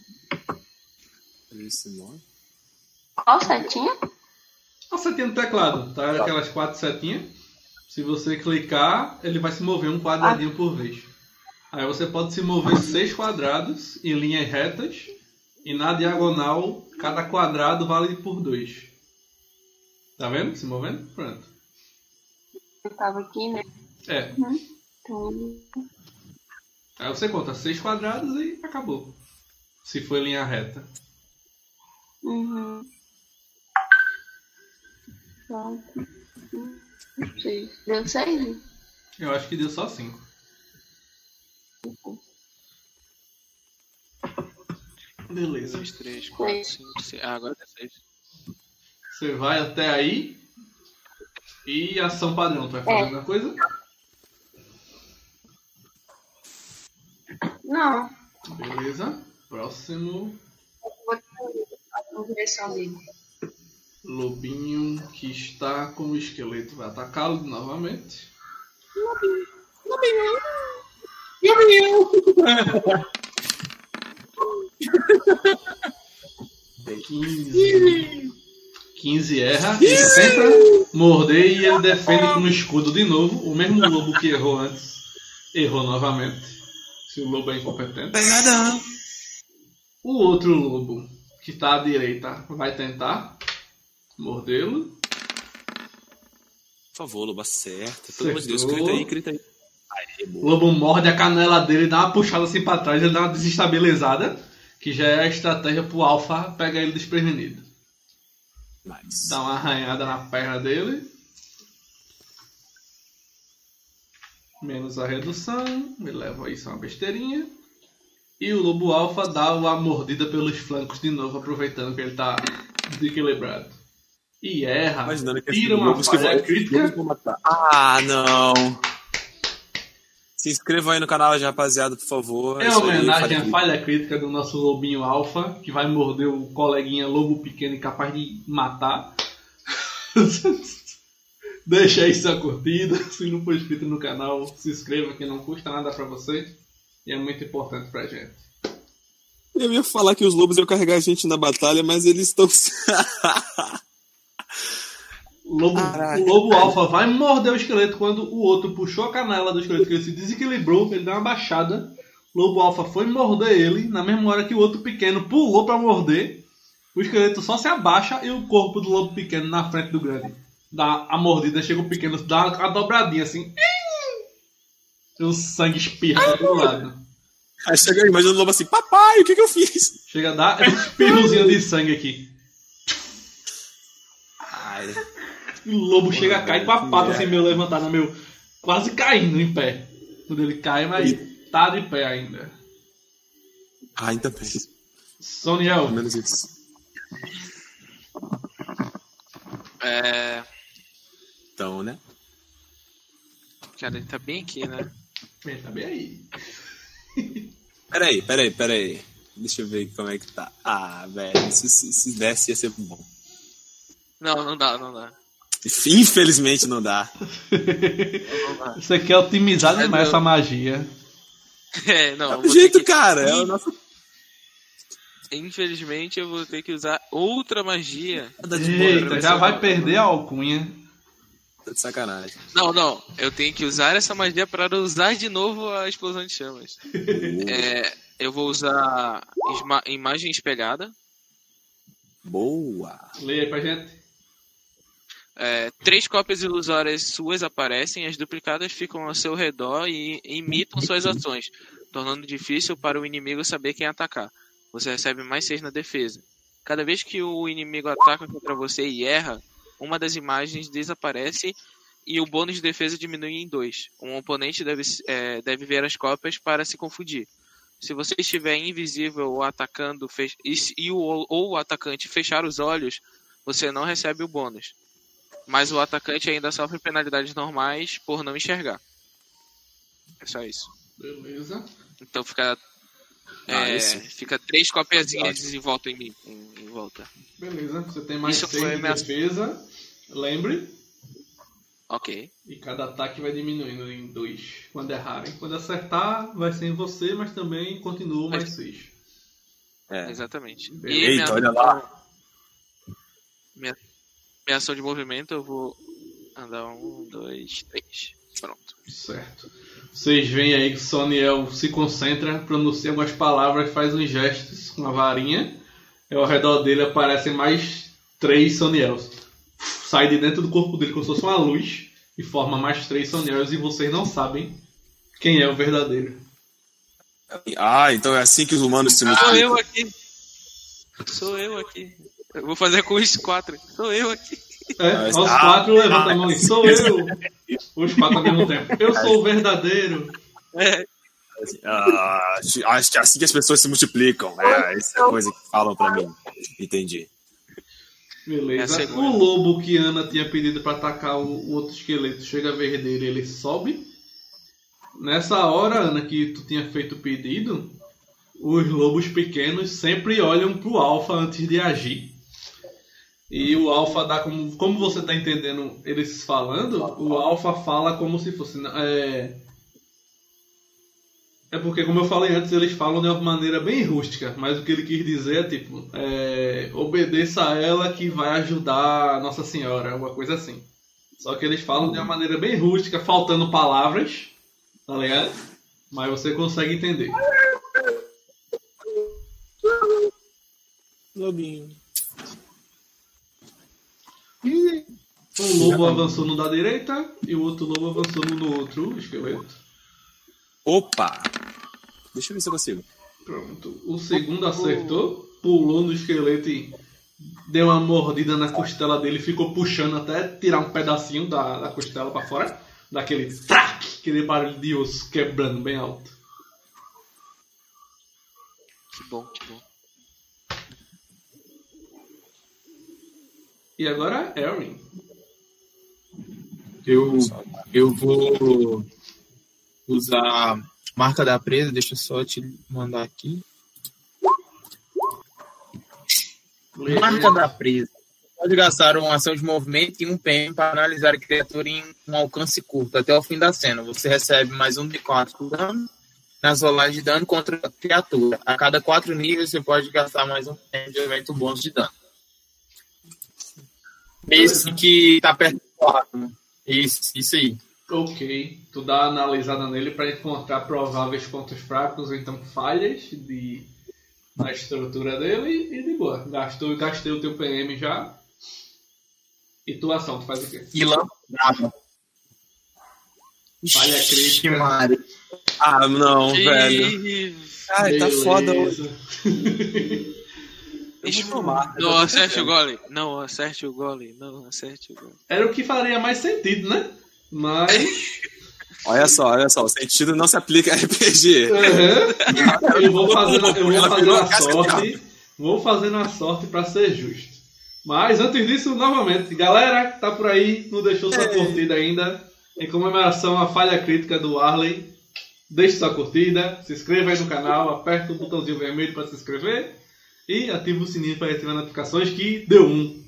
Ele se move. Qual setinha? A setinha do teclado, tá? Aquelas 4 setinhas. Se você clicar, ele vai se mover um quadradinho por vez. Aí você pode se mover 6 quadrados em linhas retas. E na diagonal, cada quadrado vale por 2. Tá vendo? Se movendo? Pronto. Eu tava aqui, né? É. Então, Aí você conta 6 quadrados e acabou. Se for em linha reta. uhum. Então, 6. Deu 6? Eu acho que deu só 5. Beleza. 2, 3, 4, 5, 6. Ah, agora é 6. Você vai até aí. E ação padrão. Tu vai fazer alguma coisa? Não. Beleza. Próximo. Vou direção dele. Lobinho que está com o esqueleto. Vai atacá-lo novamente. Lobinho! 15 erra. Ele tenta morder e ele defende com um escudo de novo. O mesmo lobo que errou antes. Errou novamente. Se o lobo é incompetente. Pegadão. O outro lobo que está à direita vai tentar mordê-lo. Por favor, lobo, acerta. Pelo amor de Deus, Acertou. grita aí. Aê, O boa. lobo morde a canela dele, dá uma puxada assim pra trás, ele dá uma desestabilizada, que já é a estratégia pro Alpha pegar ele desprevenido. Nice. Dá uma arranhada na perna dele. Menos a redução, ele leva isso a uma besteirinha. E o lobo Alpha dá uma mordida pelos flancos de novo, aproveitando que ele tá desequilibrado. E erra, Imaginando que tira uma lobos que falha vão crítica. matar. Ah, não. Se inscrevam aí no canal, rapaziada, por favor. É Isso uma aí, homenagem à falha falha crítica do nosso lobinho alfa, que vai morder o coleguinha lobo pequeno e capaz de matar. Deixa aí sua curtida, se não for inscrito no canal, se inscreva que não custa nada pra você e é muito importante pra gente. Eu ia falar que os lobos iam carregar a gente na batalha, mas eles estão... O lobo alfa vai morder o esqueleto quando o outro puxou a canela do esqueleto, que ele se desequilibrou, ele deu uma baixada. O lobo alfa foi morder ele, na mesma hora que o outro pequeno pulou pra morder. O esqueleto só se abaixa e o corpo do lobo pequeno na frente do grande. Dá a mordida, chega o pequeno, dá uma dobradinha assim. E o sangue espirra do outro lado. Aí chega, imagina o lobo assim, papai, o que eu fiz? Chega a dar um espirrozinho de sangue aqui. Ai, E o lobo chega a cair com a pata assim meio levantada, meio quase caindo em pé. Quando ele cai, mas tá de pé ainda. ainda bem. Soniel, Pelo menos isso. Então, né? Cara, ele tá bem aqui, né? tá bem aí. Peraí. Deixa eu ver como é que tá. Ah, velho, se desse ia ser bom. Não dá. Infelizmente não dá. Você quer otimizar demais essa magia. Não. É eu o vou jeito, ter que- cara. É o nosso... Infelizmente eu vou ter que usar outra magia. Tá de boa, Eita, já vai perder a alcunha. Tá de sacanagem. Não. Eu tenho que usar essa magia para usar de novo a explosão de chamas. Eu vou usar imagem espelhada. Boa. Leia aí pra gente. 3 cópias ilusórias suas aparecem, as duplicadas ficam ao seu redor e imitam suas ações, tornando difícil para o inimigo saber quem atacar. Você recebe mais 6 na defesa. Cada vez que o inimigo ataca contra você e erra, uma das imagens desaparece e o bônus de defesa diminui em 2. Um oponente deve ver as cópias para se confundir. Se você estiver invisível ou atacando ou o atacante fechar os olhos, você não recebe o bônus. Mas o atacante ainda sofre penalidades normais por não enxergar. É só isso. Beleza. Então fica fica 3 copiazinhas em volta em mim. Em volta. Beleza. Você tem mais Isso 6 foi de minha- defesa. Lembre. Ok. E cada ataque vai diminuindo em 2 quando errarem. Quando acertar, vai ser em você, mas também continua mais 6. Exatamente. Eita, olha lá. Minha ação de movimento, eu vou andar 1, 2, 3. Pronto. Certo. Vocês veem aí que o Soniel se concentra, pronuncia algumas palavras, faz uns gestos com a varinha. E ao redor dele aparecem mais 3 Soniels. Sai de dentro do corpo dele como se fosse uma luz e forma mais 3 Soniels e vocês não sabem quem é o verdadeiro. Então é assim que os humanos se Sou multiplicam. eu aqui. Eu vou fazer com os 4. Sou eu aqui. Aos 4 levanta a mão e sou eu. Os 4 ao mesmo tempo. Eu sou o verdadeiro. Acho que é assim que as pessoas se multiplicam. Essa é a coisa que falam pra mim. Entendi. Beleza. O lobo que Ana tinha pedido pra atacar o outro esqueleto chega a ver dele, ele sobe. Nessa hora, Ana, que tu tinha feito o pedido, os lobos pequenos sempre olham pro alfa antes de agir. E o alfa dá como você tá entendendo eles falando, o alfa fala como se fosse... É porque, como eu falei antes, eles falam de uma maneira bem rústica, mas o que ele quis dizer é tipo, obedeça a ela que vai ajudar a Nossa Senhora, alguma coisa assim. Só que eles falam de uma maneira bem rústica, faltando palavras, tá ligado? Mas você consegue entender. Lobinho. Um lobo avançou no da direita e o outro lobo avançou no outro esqueleto. Opa! Deixa eu ver se eu consigo. Pronto. O segundo acertou, pulou no esqueleto e deu uma mordida na costela dele, ficou puxando até tirar um pedacinho da costela pra fora, daquele trac, aquele barulho de osso quebrando bem alto. Que bom, que bom. E agora, Erin. Eu vou usar marca da presa, deixa eu só te mandar aqui. Marca da presa. Pode gastar uma ação de movimento e um PM para analisar a criatura em um alcance curto até o fim da cena. Você recebe mais um D4 por dano nas rolagens de dano contra a criatura. A cada 4 níveis você pode gastar mais um PM de evento bônus de dano. Mesmo que tá perto do quarto. Isso aí. Ok. Tu dá uma analisada nele para encontrar prováveis pontos fracos ou então falhas na estrutura dele e de boa. Gastei o teu PM já. E tua ação, tu faz o quê? E lâmpada. Falha crítica. Não, velho. Ai, tá foda hoje. Deixa eu tomar. Não acerte o gole. Não acerte o gole. Não acerte o gole. Era o que faria mais sentido, né? Mas... Olha só, o sentido não se aplica a RPG. Uhum. Eu vou fazendo a sorte pra ser justo. Mas antes disso, novamente, galera que tá por aí, não deixou sua curtida ainda, em comemoração à falha crítica do Arley, deixe sua curtida, se inscreva aí no canal, aperta o botãozinho vermelho para se inscrever e ativa o sininho para receber notificações que deu 1.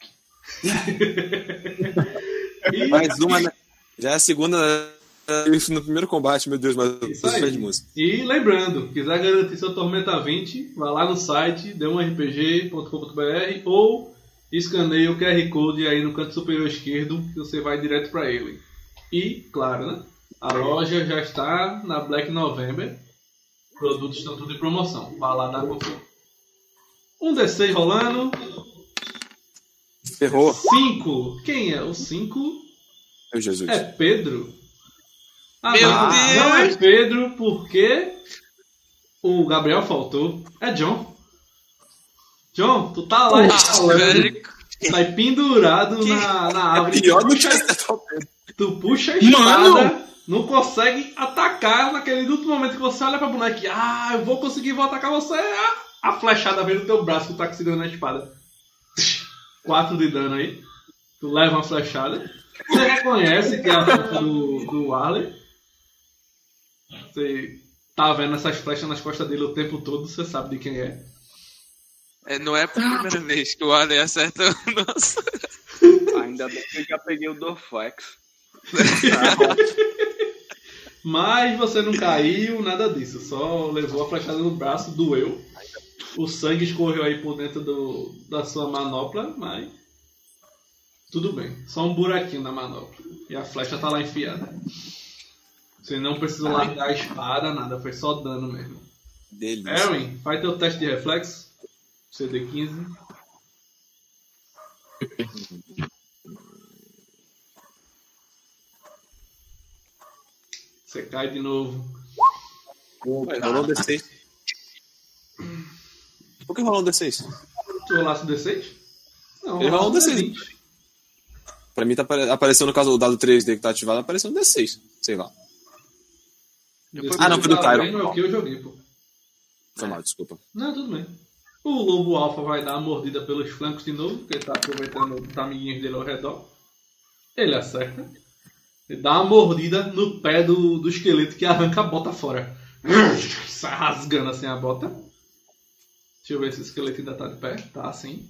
Mais uma, né? Já é a segunda no primeiro combate, meu Deus, mas eu de música. E lembrando, quiser garantir seu Tormenta 20, vá lá no site d1rpg.com.br ou escaneie o QR Code aí no canto superior esquerdo que você vai direto para ele. E, claro, né? A loja já está na Black November. Produtos estão tudo em promoção. Vá lá dar confusão. Um D6 rolando. Ferrou. 5. Quem é? O 5 Meu Jesus. é Pedro. Meu Deus! Não é Pedro porque o Gabriel faltou. É John. John, tu tá lá tá aí pendurado na árvore. Pior do que Tu puxa a espada, não consegue atacar naquele último momento que você olha pra boneca e eu vou conseguir vou atacar você. A flechada vem no teu braço que tu tá segurando a espada. 4 de dano aí. Tu leva uma flechada. Você reconhece que é a força do Arley. Você tá vendo essas flechas nas costas dele o tempo todo, você sabe de quem é. Não é a primeira vez que o Alien acerta o nosso. Ainda bem que eu já peguei o Dorflex. Mas você não caiu, nada disso. Só levou a flechada no braço, doeu. O sangue escorreu aí por dentro da sua manopla, mas tudo bem. Só um buraquinho na manopla. E a flecha tá lá enfiada. Você não precisou largar a espada, nada. Foi só dano mesmo. Delícia. Erwin, faz teu teste de reflexo. CD15. Você cai de novo. Rolou um D6. Por que rolou um D6? Tu rolasse o D6? Não, Ele rolou um rolasse o D6. Pra mim tá aparecendo, no caso, o dado 3D que tá ativado, apareceu um D6. Sei lá. Ah, não, foi do Tyron. É o que eu joguei, pô. Foi mal, desculpa. Não, tudo bem. O lobo alfa vai dar uma mordida pelos flancos de novo, porque ele tá aproveitando os amiguinhos dele ao redor. Ele acerta. Ele dá uma mordida no pé do esqueleto que arranca a bota fora. Sai rasgando assim a bota. Deixa eu ver se o esqueleto ainda tá de pé. Tá assim.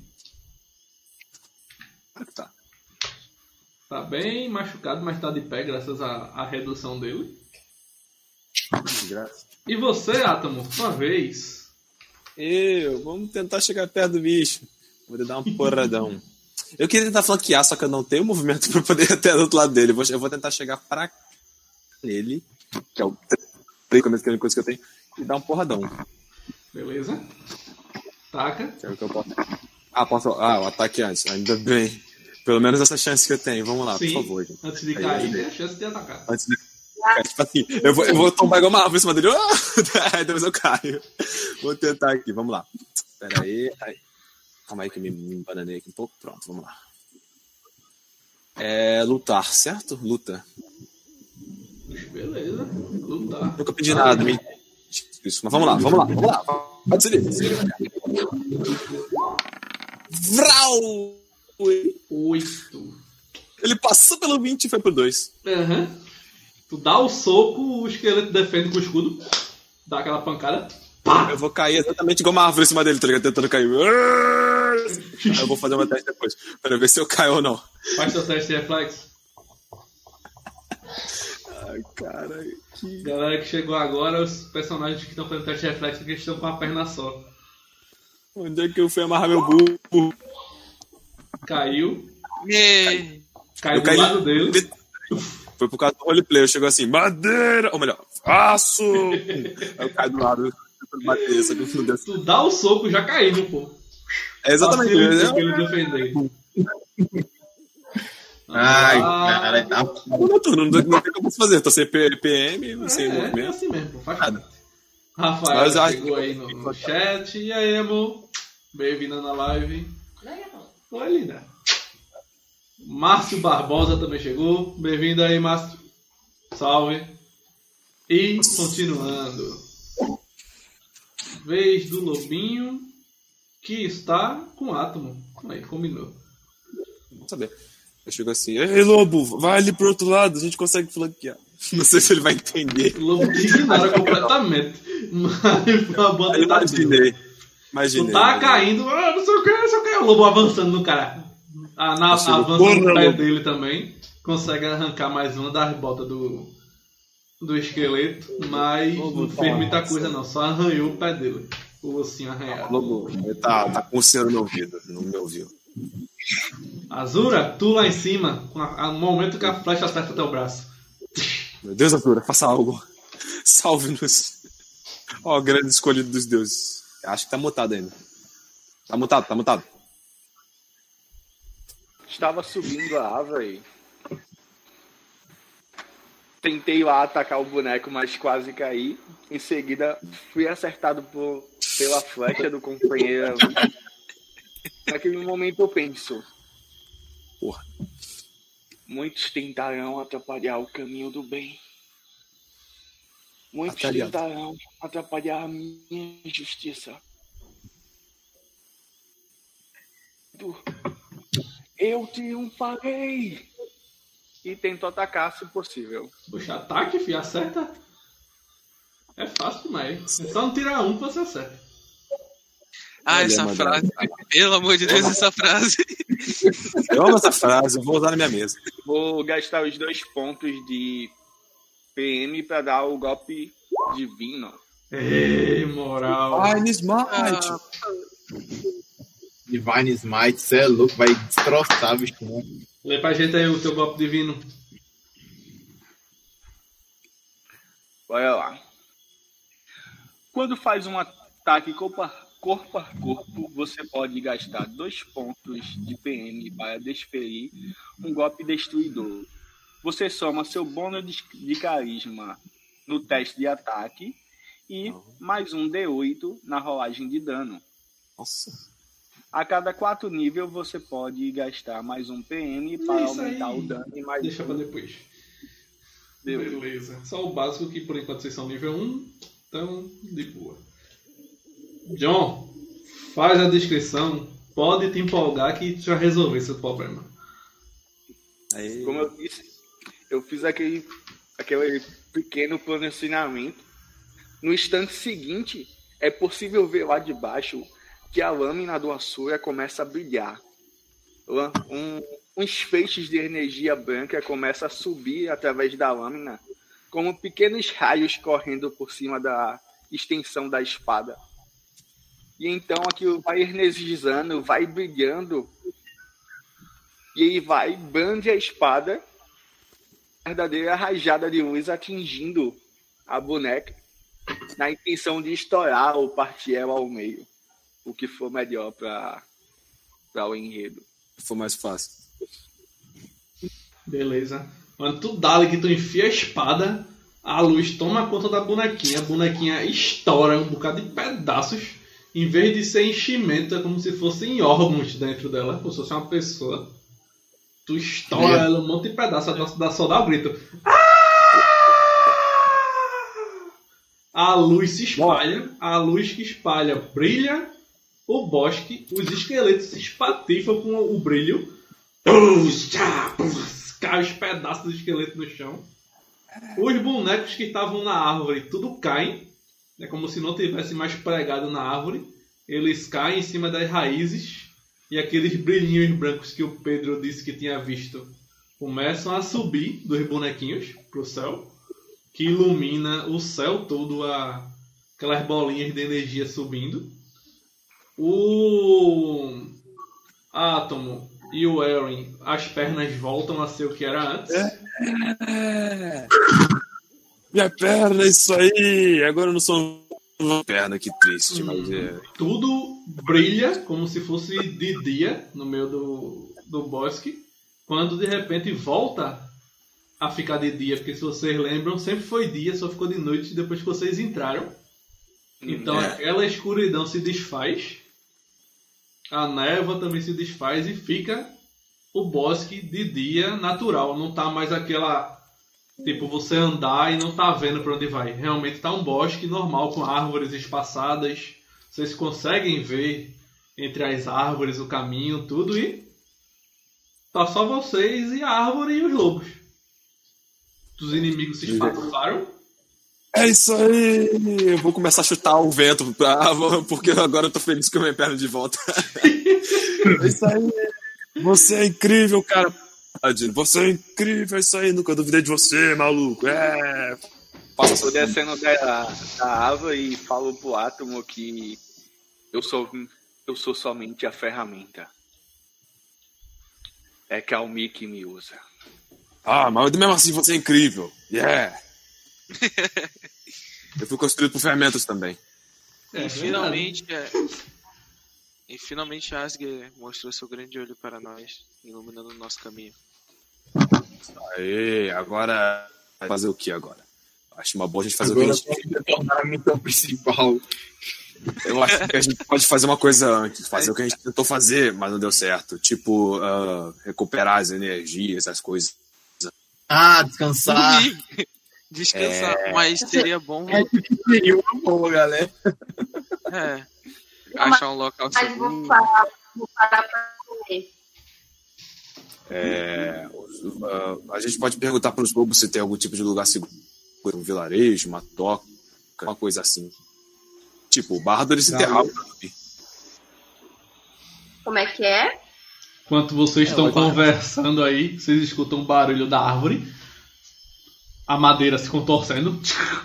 Tá. Tá bem machucado, mas tá de pé graças à redução dele. Graças. E você, Átomo, sua vez. Vamos tentar chegar perto do bicho. Vou dar um porradão. Eu queria tentar flanquear, só que eu não tenho movimento pra poder ir até do outro lado dele. Eu vou tentar chegar pra nele, que é o única coisa que eu tenho, e dar um porradão. Beleza. Taca. Que é o que eu posso. Posso. O ataque antes. Ainda bem. Pelo menos essa chance que eu tenho. Vamos lá, Sim. por favor, gente. Antes de cair, tem a chance de atacar. Antes de... Tipo assim, eu vou tombar igual uma árvore em cima dele. Aí depois eu caio. Vou tentar aqui, vamos lá. Pera aí. Calma aí que eu me embananei aqui um pouco. Pronto, vamos lá. Lutar, certo? Luta. Beleza. Lutar. Nunca pedi nada. Isso, mas vamos lá. Pode ser isso. Vrau! 8. Ele passou pelo 20 e foi pro 2. Aham. Tu dá o soco, o esqueleto defende com o escudo. Dá aquela pancada. Pá! Eu vou cair exatamente igual uma árvore em cima dele, tá ligado? Tentando cair. Aí eu vou fazer uma teste depois, pra ver se eu caio ou não. Faz teu teste de reflexo. Ai, cara. Galera que chegou agora, os personagens que estão fazendo teste de reflexo, que estão com a perna só. Onde é que eu fui amarrar meu burro? Caiu. Eu Do caí lado dele. Foi por causa do roleplay. Eu chego assim, madeira! Ou melhor, aço! Aí eu caio do lado, tentando bater isso aqui no desse. Tu dá o soco já caindo, pô. É exatamente isso. Ele defender. Ai, cara, tá. Não tem como eu posso fazer. Tô sem PM, sem movimento. É assim mesmo, pô. Faz nada. Rafael chegou aí no chat. E aí, amor? Bem-vinda na live. Oi, linda. Márcio Barbosa também chegou. Bem-vindo aí, Márcio. Salve. E continuando. Vez do Lobinho, que está com Átomo. Aí, combinou. Vamos saber. Eu chego assim, ei, Lobo, vai ali pro outro lado, a gente consegue flanquear. Não sei se ele vai entender. O Lobo te ignora completamente. Mas foi uma boa tentativa. Imaginei. Tu tá caindo, não sei o que. O Lobo avançando no cara. Avança no pé dele também. Consegue arrancar mais uma das botas do esqueleto. Mas não fez muita coisa não. Só arranhou o pé dele. O ossinho arranhado. Lobo, ele tá com o ceno no ouvido. Não me ouviu. Azura, tu lá em cima. No momento que a flecha acerta teu braço. Meu Deus, Azura, faça algo. Salve-nos. Ó, grande escolhido dos deuses. Acho que tá mutado ainda. Tá mutado. Estava subindo a árvore. Tentei lá atacar o boneco, mas quase caí. Em seguida, fui acertado pela flecha do companheiro. Naquele momento eu penso. Porra. Muitos tentarão atrapalhar o caminho do bem. Muitos tentarão atrapalhar a minha justiça. Eu triunfarei! E tento atacar se possível. Puxa, ataque, filho, acerta. É fácil demais. É só não tirar um que você acerta. Ah, Olha, essa mano. frase. Pelo amor de Deus, essa frase. Eu amo essa frase, eu vou usar na minha mesa. Vou gastar os 2 pontos de PM pra dar o golpe divino. Ei, moral. Divine Smite. Divine Smite, cê é louco, vai destroçar, bicho. Lê pra gente aí o teu golpe divino. Olha lá. Quando faz um ataque corpo a corpo, você pode gastar 2 pontos de PM para desferir um golpe destruidor. Você soma seu bônus de carisma no teste de ataque e mais um D8 na rolagem de dano. Nossa. A cada 4 níveis você pode gastar mais um PM para Isso aumentar aí. o dano e mais Deixa pra um depois. D8. Beleza. Só o básico que por enquanto vocês são nível 1. Então, de boa. John, faz a descrição. Pode te empolgar que já resolveu esse problema. Aí, Como eu disse, eu fiz aquele pequeno planejamento. No instante seguinte, é possível ver lá de baixo que a lâmina do Asura começa a brilhar. Uns feixes de energia branca começam a subir através da lâmina, como pequenos raios correndo por cima da extensão da espada. E então aquilo vai energizando, vai brilhando, e ele vai brande a espada, verdadeira rajada de luz atingindo a boneca, na intenção de estourar ou partir ela ao meio, o que for melhor para o enredo. foi mais fácil. Beleza. Quando tu dá ali que tu enfia a espada, a luz toma conta da bonequinha. A bonequinha estoura um bocado de pedaços. Em vez de ser enchimento, é como se fossem órgãos dentro dela, como se fosse uma pessoa. Tu estoura ela um monte de pedaços, dá só dá o grito. A luz se espalha, a luz que espalha brilha o bosque, os esqueletos se espatifam com o brilho. Cai os pedaços do esqueleto no chão. Os bonecos que estavam na árvore, tudo caem. É como se não tivesse mais pregado na árvore. Eles caem em cima das raízes. E aqueles brilhinhos brancos que o Pedro disse que tinha visto começam a subir dos bonequinhos pro céu. Que ilumina o céu todo, aquelas bolinhas de energia subindo. O Átomo e o Eren, as pernas voltam a ser o que era antes. Minha perna, isso aí! Agora eu não sou uma perna, que triste, mas é. Tudo brilha como se fosse de dia no meio do bosque, quando de repente volta a ficar de dia, porque se vocês lembram, sempre foi dia, só ficou de noite depois que vocês entraram. Então aquela escuridão se desfaz, a névoa também se desfaz e fica o bosque de dia natural. Não tá mais aquela, tipo, você andar e não tá vendo para onde vai. Realmente tá um bosque normal, com árvores espaçadas. Vocês conseguem ver entre as árvores o caminho, tudo, e tá só vocês e a árvore e os lobos. Os inimigos se espatifaram. É isso aí! Eu vou começar a chutar o vento, porque agora eu tô feliz com a minha perna de volta. É isso aí! Você é incrível, cara! Você é incrível, é isso aí! Nunca duvidei de você, maluco! Tô descendo da árvore e falo pro Átomo que eu sou somente a ferramenta. É Calmi que me usa. Ah, mas mesmo assim você é incrível! Yeah! Eu fui construído por ferramentas também. E finalmente Asger mostrou seu grande olho para nós, iluminando o nosso caminho. Aê, agora fazer o que agora? Acho uma boa a gente fazer Agora o que a gente... tornar a missão principal. Eu acho que a gente pode fazer uma coisa antes. Fazer o que a gente tentou fazer, mas não deu certo. Tipo, recuperar as energias, as coisas. Descansar. Descansar, mas seria bom Seria uma boa, galera. achar um local Mas seguro. vou parar pra comer. A gente pode perguntar para os lobos se tem algum tipo de lugar seguro, um vilarejo, uma toca, mágica, uma coisa assim. Tipo, o bardo ele se enterrava pra dormir. Como é que é? Enquanto vocês estão conversando aí, vocês escutam o barulho da árvore, a madeira se contorcendo.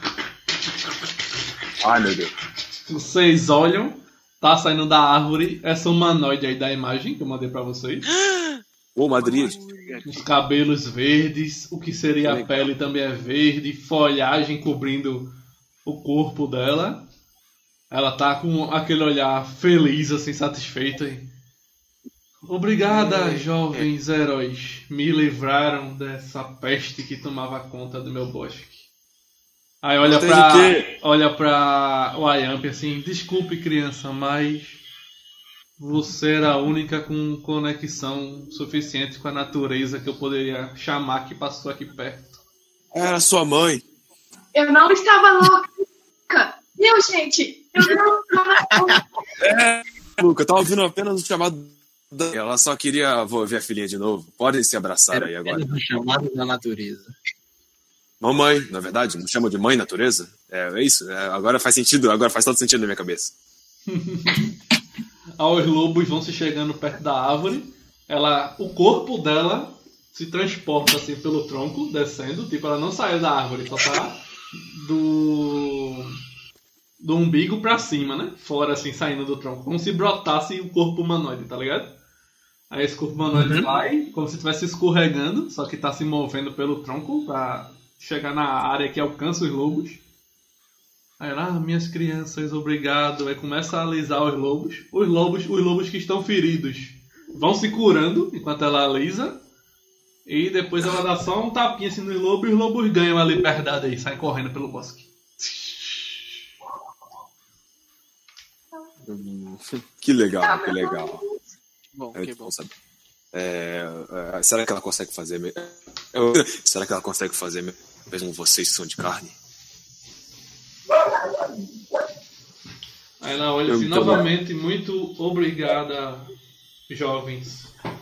Ai, meu Deus. Vocês olham, tá saindo da árvore essa humanoide aí da imagem que eu mandei pra vocês. Ô, Madrid. Os cabelos verdes, o que seria a pele também é verde, folhagem cobrindo o corpo dela. Ela tá com aquele olhar feliz, assim, satisfeito. Obrigada, jovens heróis. Me livraram dessa peste que tomava conta do meu bosque. Aí olha pra o Ayamp assim, desculpe criança, mas você era a única com conexão suficiente com a natureza que eu poderia chamar que passou aqui perto. Era sua mãe. Eu não estava louca. Meu, gente, eu não estava Luca, eu tava ouvindo apenas o chamado. Ela só queria ver a filhinha de novo. Podem se abraçar aí agora. Um chamado da natureza. Mamãe, na verdade, não chama de mãe natureza? É isso, agora faz sentido, agora faz todo sentido na minha cabeça. Os lobos vão se chegando perto da árvore. O corpo dela se transporta assim pelo tronco, descendo. Tipo, ela não saiu da árvore, só tá do umbigo pra cima, né? Fora, assim, saindo do tronco. Como se brotasse o corpo humanoide, tá ligado? Aí esse corpo humanoide vai, como se estivesse escorregando, só que tá se movendo pelo tronco pra chegar na área que alcança os lobos. Aí lá, minhas crianças, obrigado. Aí começa a alisar os lobos. Os lobos que estão feridos vão se curando enquanto ela alisa. E depois ela dá só um tapinha assim nos lobos e os lobos ganham a liberdade aí, saem correndo pelo bosque. Que legal, que legal. Bom, que bom. Saber. Será que ela consegue fazer mesmo? Será que ela consegue fazer mesmo vocês que são de carne? Aí ela olha assim, novamente, muito obrigada, jovens.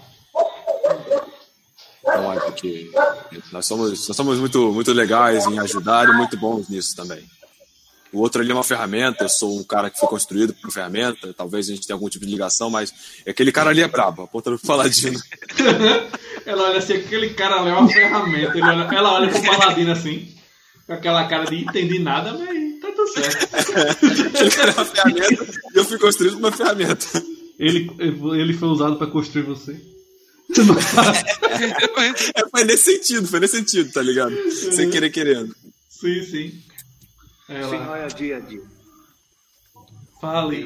Não é porque nós somos muito, muito legais em ajudar e muito bons nisso também. O outro ali é uma ferramenta, eu sou um cara que foi construído por ferramenta, talvez a gente tenha algum tipo de ligação, mas aquele cara ali é brabo, apontando pro Paladino. Ela olha assim, aquele cara ali é uma ferramenta. Ela olha pro Paladino assim, com aquela cara de entendi nada, mas tá tudo certo. Aquele cara é uma ferramenta e eu fui construído por uma ferramenta. Ele foi usado pra construir você. Foi nesse sentido, tá ligado? Sem querer querendo. Sim. Senhora dia a dia. Fale,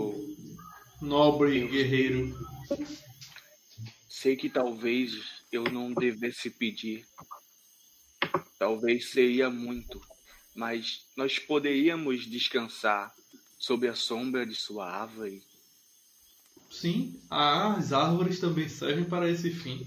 nobre guerreiro. Sei que talvez eu não devesse pedir. Talvez seria muito. Mas nós poderíamos descansar sob a sombra de sua árvore. Sim, as árvores também servem para esse fim.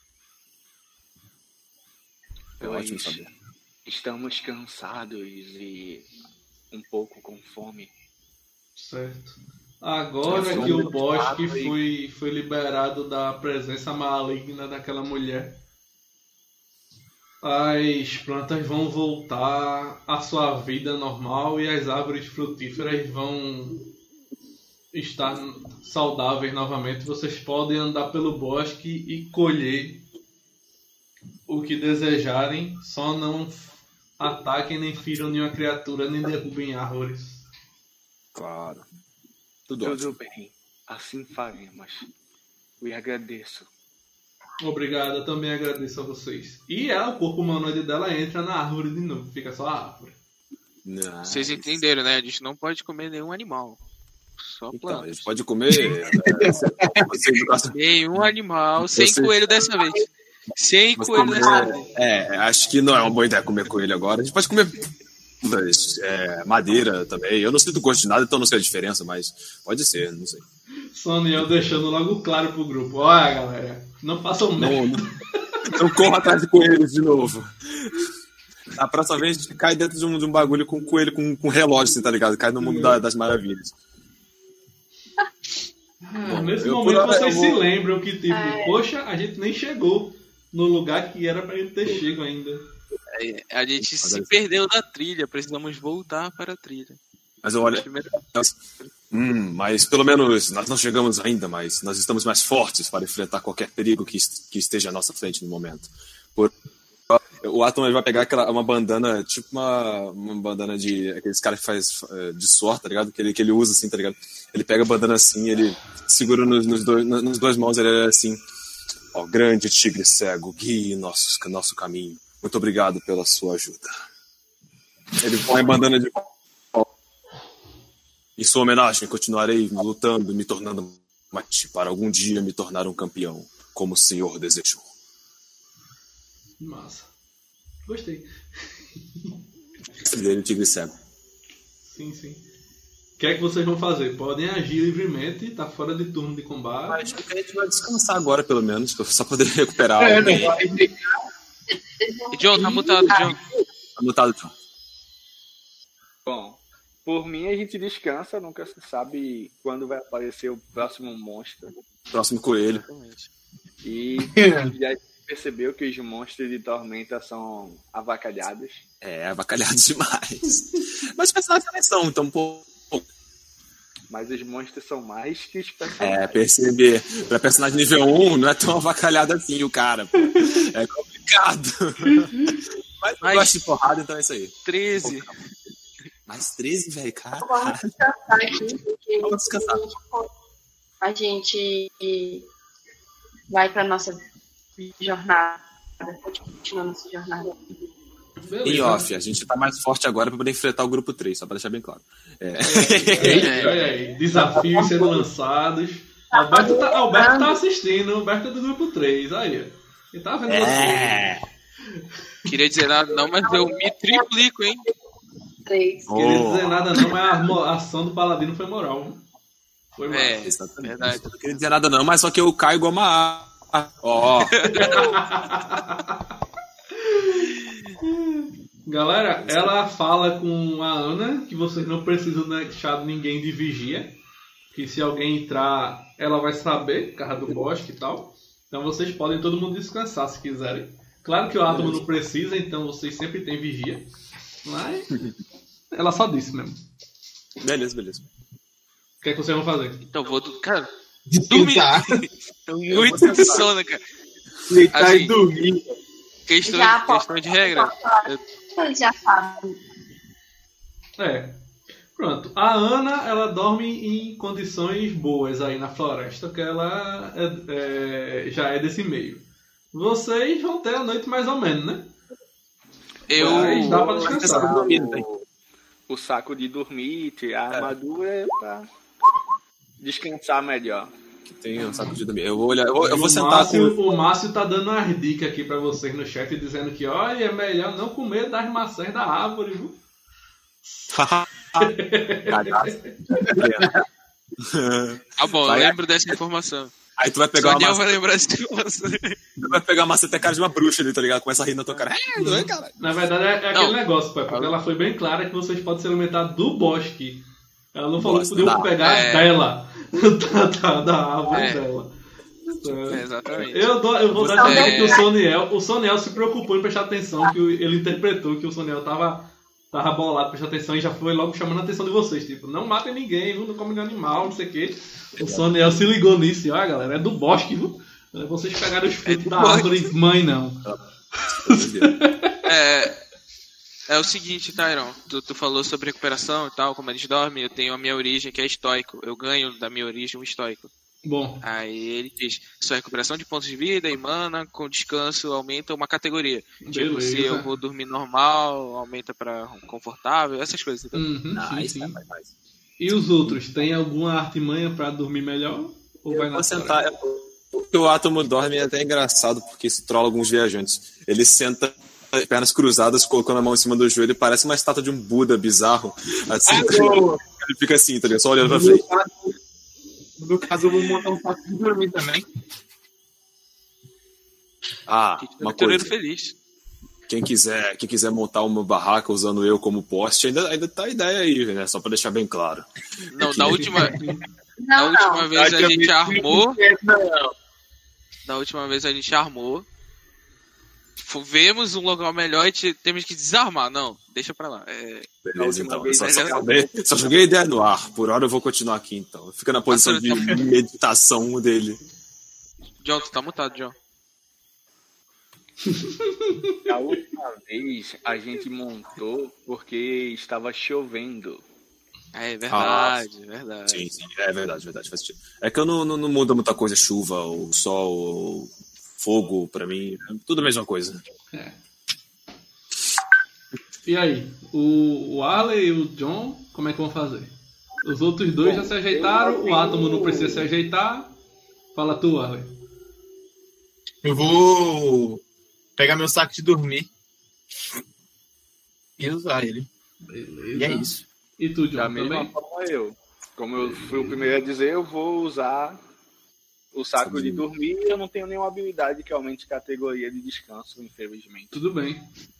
É ótimo saber. Estamos cansados e um pouco com fome. Certo. Agora que o bosque foi liberado da presença maligna daquela mulher, as plantas vão voltar à sua vida normal e as árvores frutíferas vão estar saudáveis novamente. Vocês podem andar pelo bosque e colher o que desejarem, só não ataquem nem firam nenhuma criatura, nem derrubem árvores. Claro. Tudo bem, assim faremos. Eu agradeço. Obrigado, eu também agradeço a vocês. E o corpo humanoide dela entra na árvore de novo, fica só a árvore. Vocês entenderam, né? A gente não pode comer nenhum animal. Só então, plantas. a gente pode comer nenhum animal, sem coelho dessa vez. Sem coelho dessa vez. Acho que não é uma boa ideia comer coelho agora. A gente pode comer madeira também. Eu não sinto gosto de nada, então não sei a diferença, mas pode ser, não sei. Soniel deixando logo claro pro grupo. Olha, galera, não façam merda. Não corra atrás de coelhos de novo. A próxima vez a gente cai dentro de um bagulho com coelho, com relógio, assim, tá ligado? Cai no mundo das maravilhas. Nesse momento vocês se lembram que, tipo, poxa, a gente nem chegou no lugar que era pra gente ter chego ainda. A gente se perdeu da trilha, precisamos voltar para a trilha. Mas eu olho. Mas pelo menos nós não chegamos ainda, mas nós estamos mais fortes para enfrentar qualquer perigo que esteja à nossa frente no momento. O Atom ele vai pegar uma bandana, tipo uma bandana de aqueles caras que faz de suor, tá ligado? Que ele usa assim, tá ligado? Ele pega a bandana assim, ele segura nos dois mãos, ele é assim: ó, grande tigre cego, guie nosso caminho. Muito obrigado pela sua ajuda. Ele põe a bandana de em sua homenagem, continuarei lutando, me tornando mate para algum dia me tornar um campeão, como o senhor desejou. Massa. Gostei. Dele, tigre cego. Sim. O que é que vocês vão fazer? Podem agir livremente, tá fora de turno de combate. Acho que a gente vai descansar agora, pelo menos, pra só poder recuperar. John, tá mutado, John. Tá mutado, John. Bom, por mim a gente descansa, nunca se sabe quando vai aparecer o próximo monstro. Próximo coelho. E já percebeu que os monstros de Tormenta são avacalhados. Avacalhados demais. Mas os personagens também são, então, pô. Mas os monstros são mais que os personagens. Perceber. Pra personagem nível 1, não é tão avacalhado assim o cara, pô. É complicado. Mas eu gosto de porrada, então é isso aí. 13. Mais 13, velho, cara. Vamos descansar aqui, porque Vamos descansar. a gente vai pra nossa jornada, continuar nossa jornada. Beleza. Em off, a gente tá mais forte agora pra poder enfrentar o grupo 3, só pra deixar bem claro. Olha aí, desafios sendo lançados. Alberto tá assistindo, o Alberto é do grupo 3, aí. Ele tá vendo você. Queria dizer nada não, mas eu me triplico, hein? 3. Queria dizer nada não, mas a ação do Paladino foi moral. Foi moral. Exatamente. Verdade. Não queria dizer nada não, mas só que eu caio igual uma Ó. Galera, ela fala com a Ana que vocês não precisam deixar ninguém de vigia. Que se alguém entrar, ela vai saber, cara do bosque e tal. Então vocês podem todo mundo descansar se quiserem. Claro que o Átomo não precisa, então vocês sempre têm vigia. Mas ela só disse mesmo. Beleza. O que é que vocês vão fazer? Então vou... Cara, Descansar. tô muito de sono, cara. Deitar Assim, e dormir. Questão de regra. Eu já sabe. Pronto. A Ana, ela dorme em condições boas aí na floresta, que ela já é desse meio. Vocês vão ter a noite mais ou menos, né? Mas dá pra descansar. O saco de dormir, a armadura é pra descansar melhor. Tem um saco de dormir. Eu vou olhar. Eu vou sentar com. O Márcio tá dando umas dicas aqui pra vocês no chat, dizendo que, olha, é melhor não comer das maçãs da árvore, viu? Tá bom, eu lembro dessa informação. Aí tu vai pegar uma Daniel maçã. vai lembrar dessa informação. Tu vai pegar uma maçã até cara de uma bruxa ali, tá ligado? Começa a rir na tua cara. Não é, cara? Na verdade é aquele negócio, pai, porque ela foi bem clara que vocês podem se alimentar do bosque. Ela não falou que podiam pegar dela. Da árvore dela. Exatamente. Eu vou dar também que o Soniel se preocupou em prestar atenção, que ele interpretou que o Soniel tava bolado, prestar atenção e já foi logo chamando a atenção de vocês. Tipo, não matem ninguém, viu? Não comem animal, não sei o quê. O Soniel se ligou nisso e, ó, galera, é do bosque, viu? Vocês pegaram os frutos da árvore mãe, não. É o seguinte, Tyron, tu falou sobre recuperação e tal, como eles dormem, eu tenho a minha origem que é estoico, eu ganho da minha origem um estoico. Bom. Aí ele diz, sua recuperação de pontos de vida e mana com descanso aumenta uma categoria. Beleza. Tipo, se eu vou dormir normal, aumenta pra confortável, essas coisas. Então. Sim. E os outros, tem alguma artimanha pra dormir melhor? Ou vai vou sentar. Porque o Átomo dorme é até engraçado, porque isso trola alguns viajantes. Ele senta pernas cruzadas, colocando a mão em cima do joelho, parece uma estátua de um Buda bizarro. Assim, ele fica assim, tá ligado? Só olhando pra frente. No caso, eu vou montar um saco de dormir também. Uma coisa. Feliz. Quem quiser montar uma barraca usando eu como poste, ainda tá a ideia aí, né? Só pra deixar bem claro. Não, da última vez a gente armou. Da última vez a gente armou. vemos um local melhor e temos que desarmar. Não, deixa pra lá. Beleza, então. vez, Só joguei a ideia no ar. Por hora eu vou continuar aqui, então. Fica na posição de meditação dele. John, tu tá mutado, John. A última vez a gente montou porque estava chovendo. É verdade, verdade. Sim, é verdade, faz sentido. É que eu não muda muita coisa, chuva, ou sol, ou fogo, pra mim, é tudo a mesma coisa. É. E aí, o Arley e o John, como é que vão fazer? Os outros dois já se ajeitaram, o Átomo não precisa se ajeitar. Fala tu, Arley. Eu vou pegar meu saco de dormir e usar ele. Beleza. E é isso. E tu, John, Da mesma também? forma eu. Como eu fui o primeiro a dizer, eu vou usar o saco de dormir e eu não tenho nenhuma habilidade que aumente categoria de descanso, infelizmente. Tudo bem.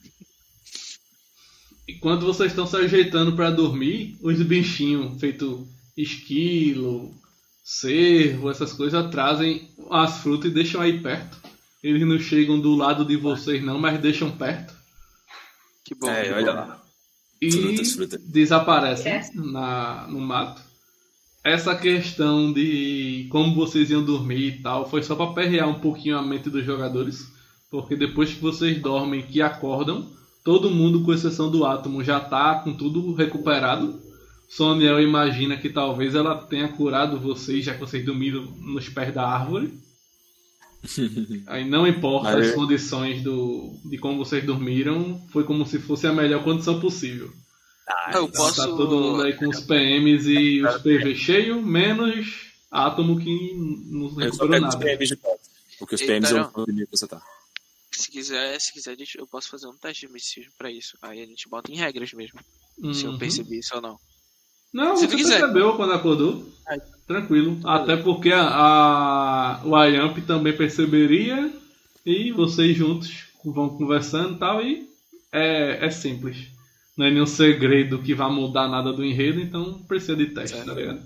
Enquanto vocês estão se ajeitando para dormir, os bichinhos feito esquilo, cervo, essas coisas, trazem as frutas e deixam aí perto. Eles não chegam do lado de vocês não, mas deixam perto. Que bom. Olha lá. E Frutas. desaparecem no mato. Essa questão de como vocês iam dormir e tal foi só para perrear um pouquinho a mente dos jogadores, porque depois que vocês dormem e acordam, todo mundo, com exceção do Átomo, já tá com tudo recuperado. Soniel imagina que talvez ela tenha curado vocês, já que vocês dormiram nos pés da árvore. Aí não importa as condições de como vocês dormiram, foi como se fosse a melhor condição possível. Eu Então, posso... tá todo mundo aí com os PMs e os PV cheios, menos Átomo que não Eu só recuperou pego os nada. PMs de volta. Porque os Eita, PMs não. eu não você tá. Se quiser, eu posso fazer um teste de misticismo pra isso. Aí a gente bota em regras mesmo. Se eu Uhum. percebi isso ou não. Não, Se você tu quiser. percebeu quando acordou. Ai. Tranquilo. Até porque o Ayamp também perceberia. E vocês juntos vão conversando e tal. E é simples. Não é nenhum segredo que vai mudar nada do enredo. Então precisa de teste, tá ligado?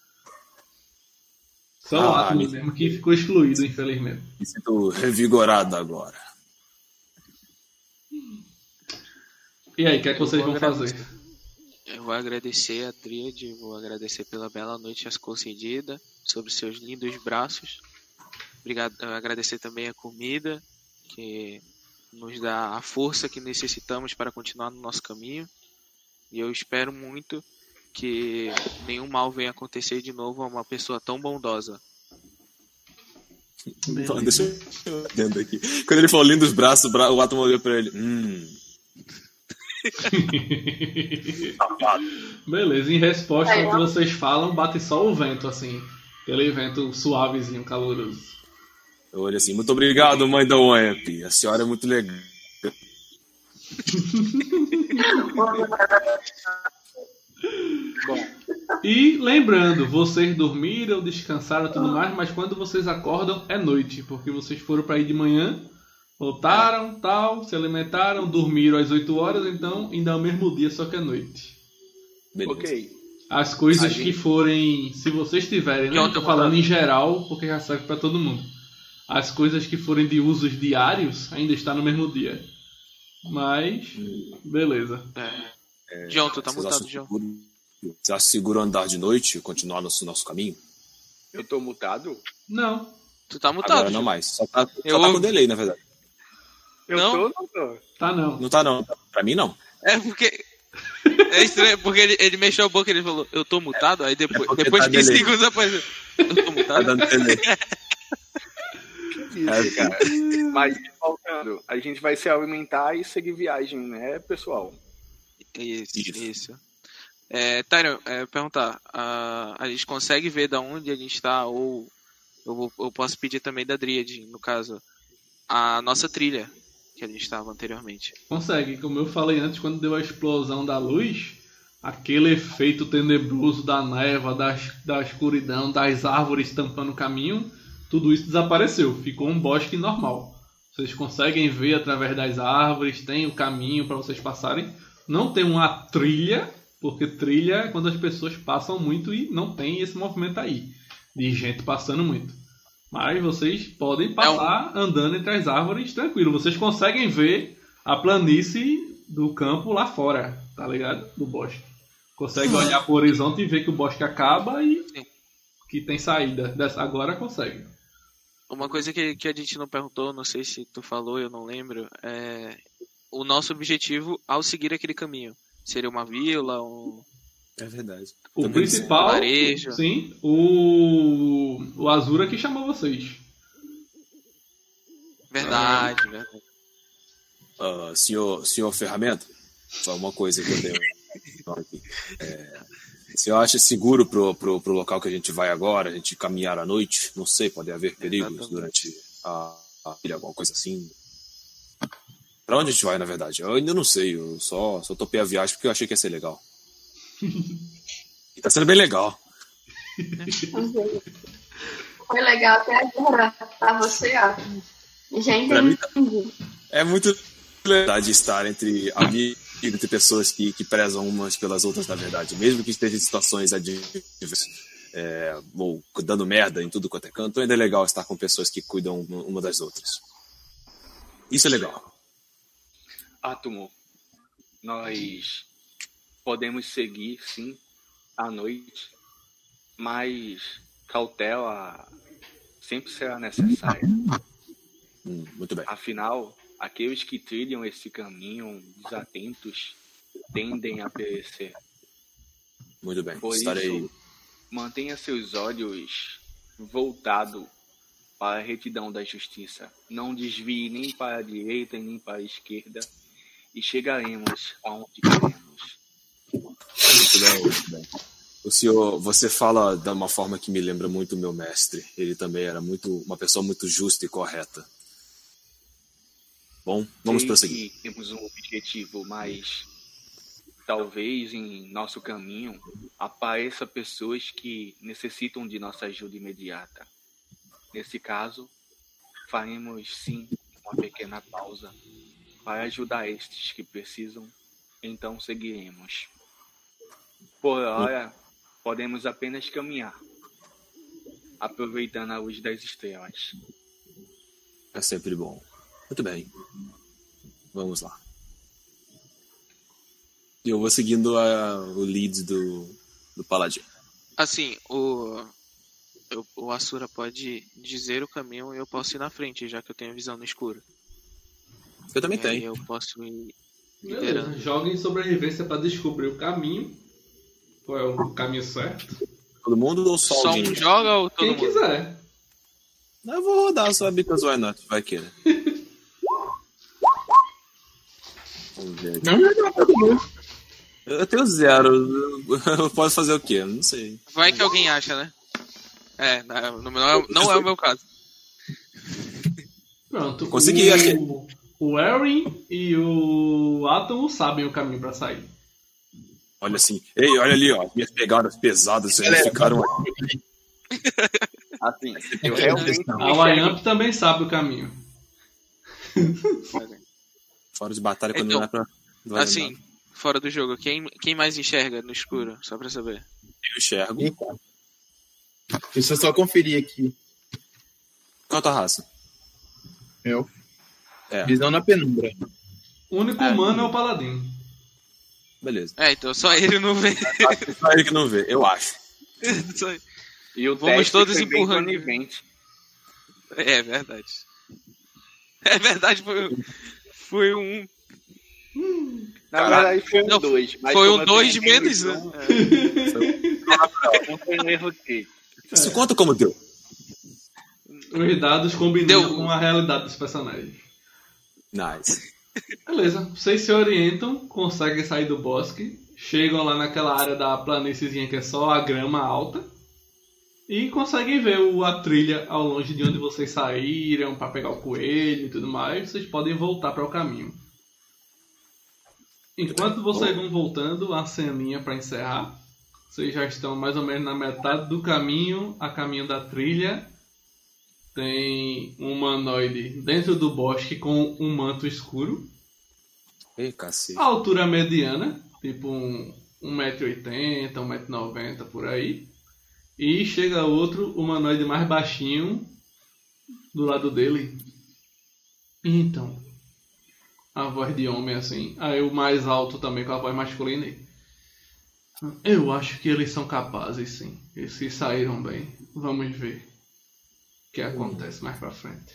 Só o Atlas mesmo que ficou excluído, infelizmente. Me sinto revigorado agora. E aí, o que é que vocês vão fazer? Eu vou agradecer a Tríade, vou agradecer pela bela noite as concedida, sobre seus lindos braços. Obrigado, agradecer também a comida, que nos dá a força que necessitamos para continuar no nosso caminho. E eu espero muito que nenhum mal venha acontecer de novo a uma pessoa tão bondosa. Então, deixa eu dentro aqui. Quando ele falou lindo dos braços, o Átomo olhou pra ele. Beleza, em resposta ao que vocês falam, bate só o vento, assim. Aquele vento suavezinho, caloroso. Eu olho assim, muito obrigado, mãe da Wamp. A senhora é muito legal. Bom, E lembrando, vocês dormiram, descansaram e tudo mais, mas quando vocês acordam é noite, porque vocês foram para ir de manhã, voltaram, tal, se alimentaram, dormiram às 8 horas, então ainda é o mesmo dia, só que é noite. Beleza. ok. As coisas que forem, se vocês tiverem, né? Eu tô falando em geral, porque já serve para todo mundo. As coisas que forem de usos diários ainda está no mesmo dia. Mas, beleza. John, tu tá Vocês mutado, acham John. seguro- Você acha seguro andar de noite e continuar no nosso caminho? Eu tô mutado? Não. Tu tá mutado, Agora não John. mais. Só tá Eu- com delay, na verdade. Eu Não? tô ou não tô? Tá não. Não tá, não. Pra mim, não. É porque... É estranho, porque ele mexeu a boca e ele falou, eu tô mutado? Aí depois, porque depois tá de 15 delay. segundos apareceu, eu tô Tá mutado? dando delay. Isso, cara. Mas, voltando, a gente vai se alimentar e seguir viagem, né, pessoal? Isso. Tyron, perguntar, a gente consegue ver da onde a gente tá, ou eu posso pedir também da Dríade, no caso, a nossa trilha que a gente estava anteriormente. Consegue. Como eu falei antes, quando deu a explosão da luz, aquele efeito tenebroso da névoa, da escuridão, das árvores tampando o caminho, tudo isso desapareceu. Ficou um bosque normal. Vocês conseguem ver através das árvores, tem o caminho para vocês passarem. Não tem uma trilha, porque trilha é quando as pessoas passam muito e não tem esse movimento aí, de gente passando muito. Mas vocês podem passar andando entre as árvores tranquilo. Vocês conseguem ver a planície do campo lá fora, tá ligado? Do bosque. Consegue olhar pro horizonte e ver que o bosque acaba e que tem saída. Agora consegue. Uma coisa que a gente não perguntou, não sei se tu falou, eu não lembro, é o nosso objetivo ao seguir aquele caminho. Seria uma vila, É verdade. O Também principal, varejo. sim, o Azura que chamou vocês. Verdade. Senhor Ferramenta, só uma coisa que eu tenho aqui. Se eu acho seguro pro local que a gente vai agora, a gente caminhar à noite, não sei, pode haver perigos durante a alguma coisa assim. Pra onde a gente vai, na verdade? Eu ainda não sei, eu só topei a viagem porque eu achei que ia ser legal. E tá sendo bem legal. Foi legal até agora, pra você, ó. Já entendi. É muito legal de estar entre amigos, entre pessoas que prezam umas pelas outras, na verdade. Mesmo que esteja em situações adversas, ou dando merda em tudo quanto é canto, ainda é legal estar com pessoas que cuidam uma das outras. Isso é legal. Átomo, nós podemos seguir, sim, à noite, mas cautela sempre será necessária. Muito bem. Afinal, aqueles que trilham esse caminho desatentos tendem a perecer. Muito bem. Por Estarei. isso, mantenha seus olhos voltados para a retidão da justiça. Não desvie nem para a direita nem para a esquerda e chegaremos aonde queremos. Muito bem, muito bem. O senhor, você fala de uma forma que me lembra muito o meu mestre. Ele também era uma pessoa muito justa e correta. Bom, vamos prosseguir. Temos um objetivo, mas talvez em nosso caminho apareça pessoas que necessitam de nossa ajuda imediata. Nesse caso, faremos sim uma pequena pausa para ajudar estes que precisam, então seguiremos. Por hora, podemos apenas caminhar, aproveitando a luz das estrelas. É sempre bom. Muito bem. Vamos lá. E eu vou seguindo o lead do Paladino. Assim, o Asura pode dizer o caminho e eu posso ir na frente, já que eu tenho visão no escuro. Eu também tenho. Eu posso ir Beleza. liderando. Joguem sobrevivência pra descobrir o caminho. Qual é o caminho certo? Todo mundo ou só Só alguém? um joga ou todo Quem mundo? quiser. Eu vou rodar só because why not? Vai que, né? Vamos ver aqui. Não, todo mundo. Eu tenho 0. Eu posso fazer o quê? Não sei. Vai que alguém acha, né? Não é o meu caso. Pronto. Consegui, achei. O Erin e o Atom sabem o caminho pra sair. Olha assim. Ei, olha ali, ó. Minhas pegadas pesadas ficaram aqui. Assim, eu realmente A Wayamp também sabe o caminho. Fora de batalha quando Então, não é pra. Assim, fora do jogo, quem mais enxerga no escuro? Só pra saber. Eu enxergo. Então, deixa eu só conferir aqui. Qual a tua raça? Eu. É. Visão na penumbra. O único humano é o Paladino. Beleza. Então só ele não vê. Só ele que não vê, eu acho. Só- E o Vamos teste todos foi bem empurrando. conivente. É verdade. É verdade, foi um. Na verdade foi um Não, 2. Foi um 2 de menos, né? Não foi um erro dele. Isso conta como deu. Os dados combinando Deu. com a realidade dos personagens. Nice. Beleza, vocês se orientam, conseguem sair do bosque, chegam lá naquela área da planíciezinha que é só a grama alta e conseguem ver a trilha ao longe de onde vocês saíram para pegar o coelho e tudo mais. Vocês podem voltar para o caminho. Enquanto vocês vão voltando, a ceninha para encerrar. Vocês já estão mais ou menos na metade do caminho, a caminho da trilha. Tem um humanoide dentro do bosque com um manto escuro. Ei, cacete. A altura mediana, tipo 1,80m, 1,90m por aí. E chega outro humanoide mais baixinho, do lado dele. Então, a voz de homem assim, aí o mais alto também com a voz masculina. Eu acho que eles são capazes, sim. Eles se saíram bem. Vamos ver o que acontece mais pra frente.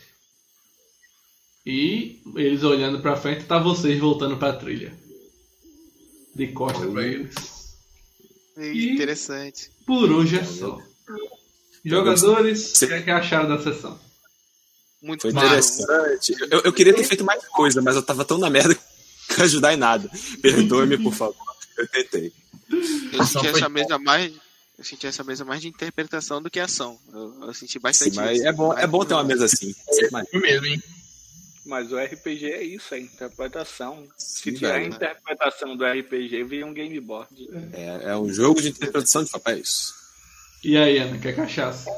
E eles olhando pra frente, tá vocês voltando pra trilha. De costas pra eles. E Interessante. por hoje é só. Jogadores, o que acharam da sessão? Muito Foi bom. interessante. Eu queria ter feito mais coisa, mas eu tava tão na merda que não ia ajudar em nada. Perdoe-me, por favor. Eu tentei. Eu senti essa mesa mais de interpretação do que ação. Eu senti bastante. Sim, mas é bom ter uma mesa assim. Foi mesmo, hein? Mas o RPG é isso, é interpretação. Sim, Se tiver a velho. interpretação do RPG, vira um game board. É um jogo de interpretação de papéis. E aí, Ana, quer cachaça?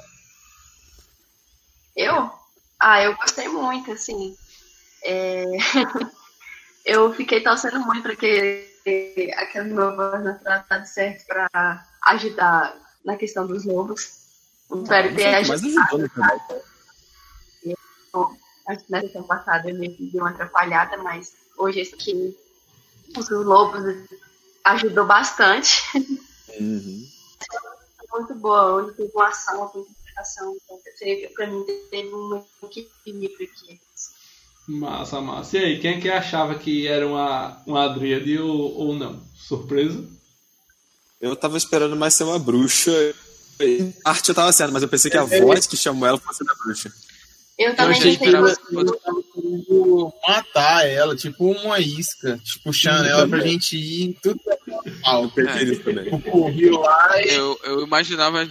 Eu? Eu gostei muito, assim. Eu fiquei torcendo muito para que aquele novo natural tá certo para ajudar na questão dos lobos. Espero ter Mas ajudado. ajudou no canal. Acho que na sessão passada eu meio que dei uma atrapalhada, mas hoje esse aqui, os lobos, ajudou bastante. Uhum. Muito boa, onde teve uma ação, uma interpretação. Então, pra mim, teve um equilíbrio aqui. Massa, massa. E aí, quem é que achava que era uma Dríade ou não? Surpresa? Eu tava esperando mais ser uma bruxa. A arte eu tava certo, mas eu pensei que a voz que chamou ela fosse da bruxa. Eu também achei pensei que era- isso. Matar ela, tipo uma isca, tipo, puxando ela pra gente ir em tudo. Eu pensei nisso também. O rio lá e Eu imaginava.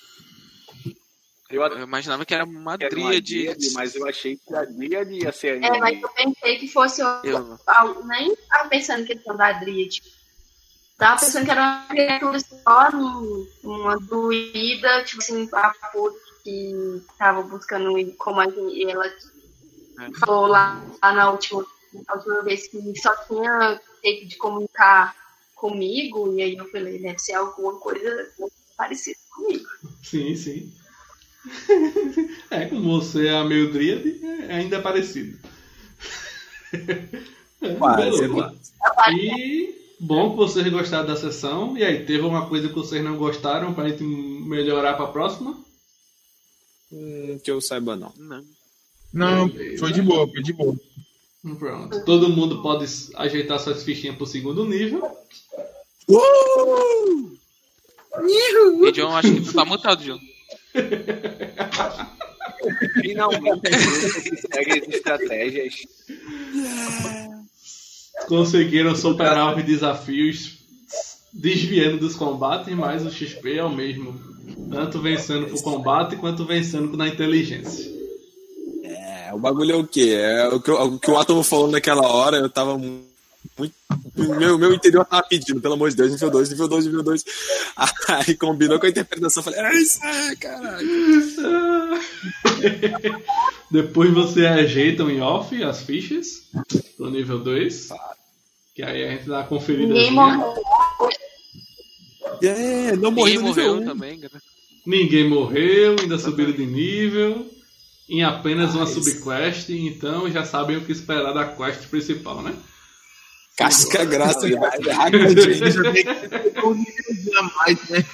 Eu Eu imaginava que era uma era uma dríade. dríade, mas eu achei que a dríade ia ser Mas eu pensei que fosse Eu- nem tava pensando em questão da Dríade. Tava pensando que era uma criatura só, uma druida, tipo assim, a puta que tava buscando como ela falou lá na última vez que só tinha jeito de comunicar comigo, e aí eu falei, deve ser alguma coisa parecida comigo. Sim, sim. Como você é a meio Dríade, ainda é parecido. Quase. Beleza. E bom que vocês gostaram da sessão. E aí, teve alguma coisa que vocês não gostaram pra gente melhorar pra próxima? Que eu saiba, não. Não. Não, foi de boa, foi de boa. Pronto. Todo mundo pode ajeitar suas fichinhas pro segundo nível. E John, acho que tu tá mutado, John. finalmente um grupo que segue as estratégias. Conseguiram superar os desafios desviando dos combates, mas o XP é o mesmo. Tanto vencendo pro combate quanto vencendo na inteligência. O bagulho é o quê? É o que o Átomo falou naquela hora, eu tava muito. Meu interior tava pedindo, pelo amor de Deus, nível 2, nível 2, nível 2. Aí combinou com a interpretação, eu falei, é isso aí, caralho. Depois você ajeitam em off as fichas pro nível 2. Que aí a gente dá uma conferida. Ninguém morreu. Não morreu Ninguém no nível morreu 1. também, cara. Ninguém morreu, ainda subiram de nível. Em apenas uma subquest, então já sabem o que esperar da quest principal, né? Casca graça, já vai Já tem que ter um nível a mais, né?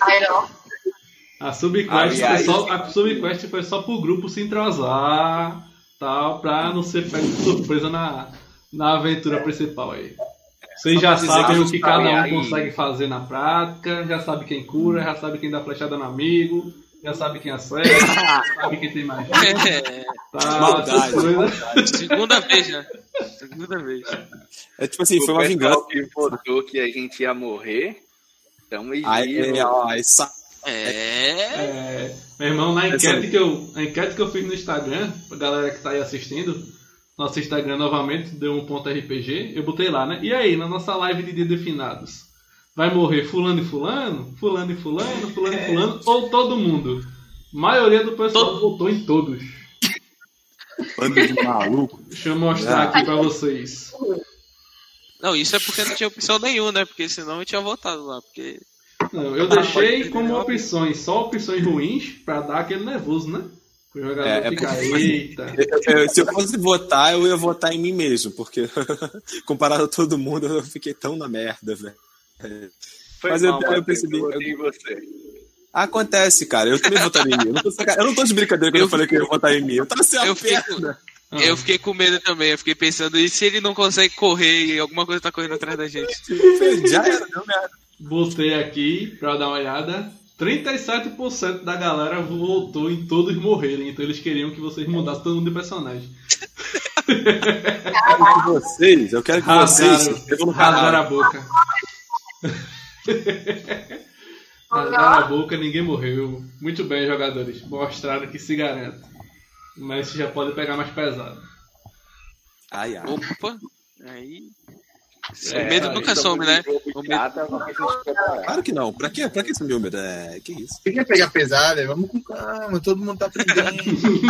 A subquest foi só pro grupo se entrosar, tal, pra não ser pego de surpresa na aventura principal aí. Vocês já sabem o que cada um consegue fazer na prática, já sabe quem cura, já sabe quem dá flechada no amigo, já sabe quem acerta, sabe quem tem magia. Tá, Maldade. Segunda vez, né? Segunda vez. É tipo assim, foi uma O vingança. pessoal que votou que a gente ia morrer, então Aí, Meu irmão, a enquete que eu fiz no Instagram, pra galera que tá aí assistindo, nosso Instagram novamente, deu um ponto RPG, eu botei lá, né? E aí, na nossa live de Dia de Finados, vai morrer fulano e fulano, fulano e fulano, fulano e fulano, ou todo mundo? A maioria do pessoal votou em todos. Bando de maluco. Deixa eu mostrar aqui pra vocês. Não, isso é porque não tinha opção nenhuma, né? Porque senão eu tinha votado lá. Porque Não, eu deixei como opções, só opções ruins, pra dar aquele nervoso, né? O jogador fica, eita. Se eu fosse votar, eu ia votar em mim mesmo, porque comparado a todo mundo, eu fiquei tão na merda, velho. Mas eu percebi. Eu votei em você. Acontece, cara. Eu também votaria em mim. Eu não tô de brincadeira quando eu falei que eu ia votar em mim. Eu tava sem a perna. Eu fiquei com medo também. Eu fiquei pensando, e se ele não consegue correr e alguma coisa tá correndo atrás da gente? Já era, deu merda. Botei aqui pra dar uma olhada. 37% da galera votou em todos morrerem. Então eles queriam que vocês mudassem todo mundo de personagem. Eu quero que vocês rasgaram a boca. Rasgaram a boca, ninguém morreu. Muito bem, jogadores. Mostraram que se garante. Mas você já pode pegar mais pesado. Ai. Opa, aí. O medo nunca some, né? O medo... Claro que não. Pra que assumir o medo? Que isso? Você quer pegar pesado? Vamos com calma, todo mundo tá aprendendo.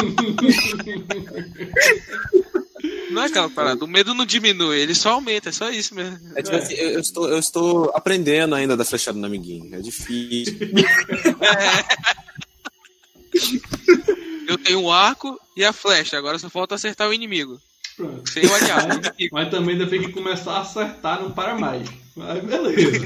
Não é aquela parada, o medo não diminui, ele só aumenta, é só isso mesmo. Tipo assim, eu estou aprendendo ainda da flechada no amiguinho, é difícil. Eu tenho um arco e a flecha, agora só falta acertar o inimigo. Pronto. Sem o aliado. Mas também ainda tem que começar a acertar, não para mais. Mas beleza.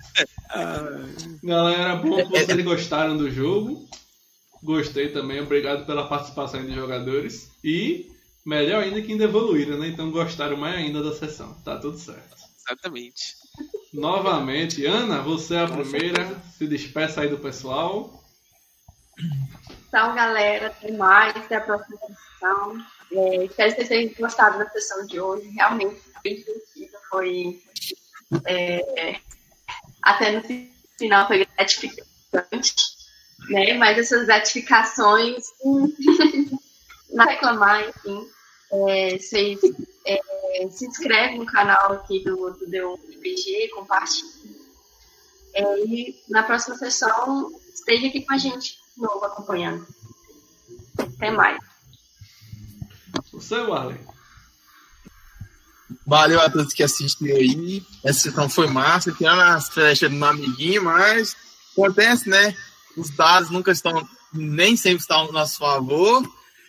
Galera, bom que vocês gostaram do jogo. Gostei também, obrigado pela participação dos jogadores. E melhor ainda que ainda evoluíram, né? Então gostaram mais ainda da sessão. Tá tudo certo. Exatamente. Novamente, Ana, você é a primeira. Se despeça aí do pessoal. Então, galera, até mais, até a próxima sessão. Espero que vocês tenham gostado da sessão de hoje. Realmente foi divertido, foi até no final foi gratificante, né? Mas essas gratificações não reclamar, enfim. Vocês se inscrevem no canal aqui do Deu RPG, compartilhem. E na próxima sessão esteja aqui com a gente de novo acompanhando. Até mais. Você, Warley. Valeu a todos que assistiram aí. Essa sessão foi massa, tirando as flechas do meu amiguinho, mas acontece, né? Os dados nem sempre estão ao nosso favor.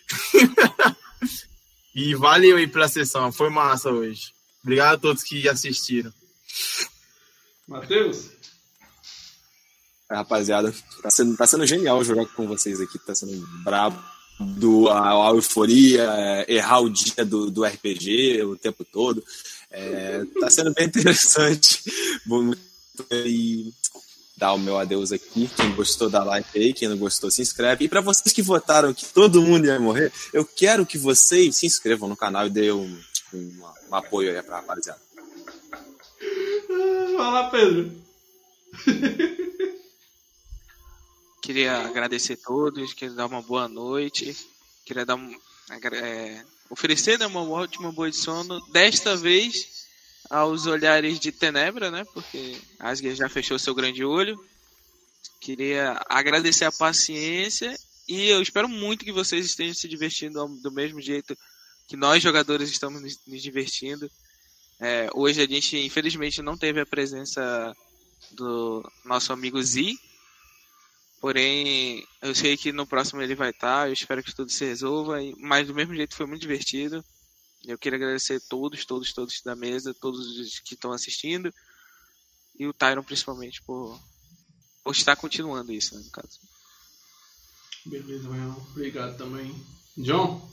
E valeu aí pela sessão, foi massa hoje. Obrigado a todos que assistiram. Matheus? Rapaziada, tá sendo genial jogar com vocês aqui, tá sendo brabo. A euforia, errar o dia do RPG o tempo todo. Tá sendo bem interessante. Vou dar o meu adeus aqui. Quem gostou da live aí, quem não gostou se inscreve. E para vocês que votaram que todo mundo ia morrer, eu quero que vocês se inscrevam no canal e dêem um apoio aí pra rapaziada. Fala, Pedro. Queria agradecer a todos, queria dar uma boa noite, queria dar oferecer uma ótima boa de sono, desta vez aos olhares de Tenebra, né? Porque Asger já fechou seu grande olho. Queria agradecer a paciência e eu espero muito que vocês estejam se divertindo do mesmo jeito que nós jogadores estamos nos divertindo. Hoje a gente infelizmente não teve a presença do nosso amigo Z. Porém, eu sei que no próximo ele vai estar, eu espero que tudo se resolva, mas do mesmo jeito foi muito divertido. Eu queria agradecer todos da mesa, todos os que estão assistindo, e o Tyron principalmente por estar continuando isso, né, no caso. Beleza, obrigado também. John?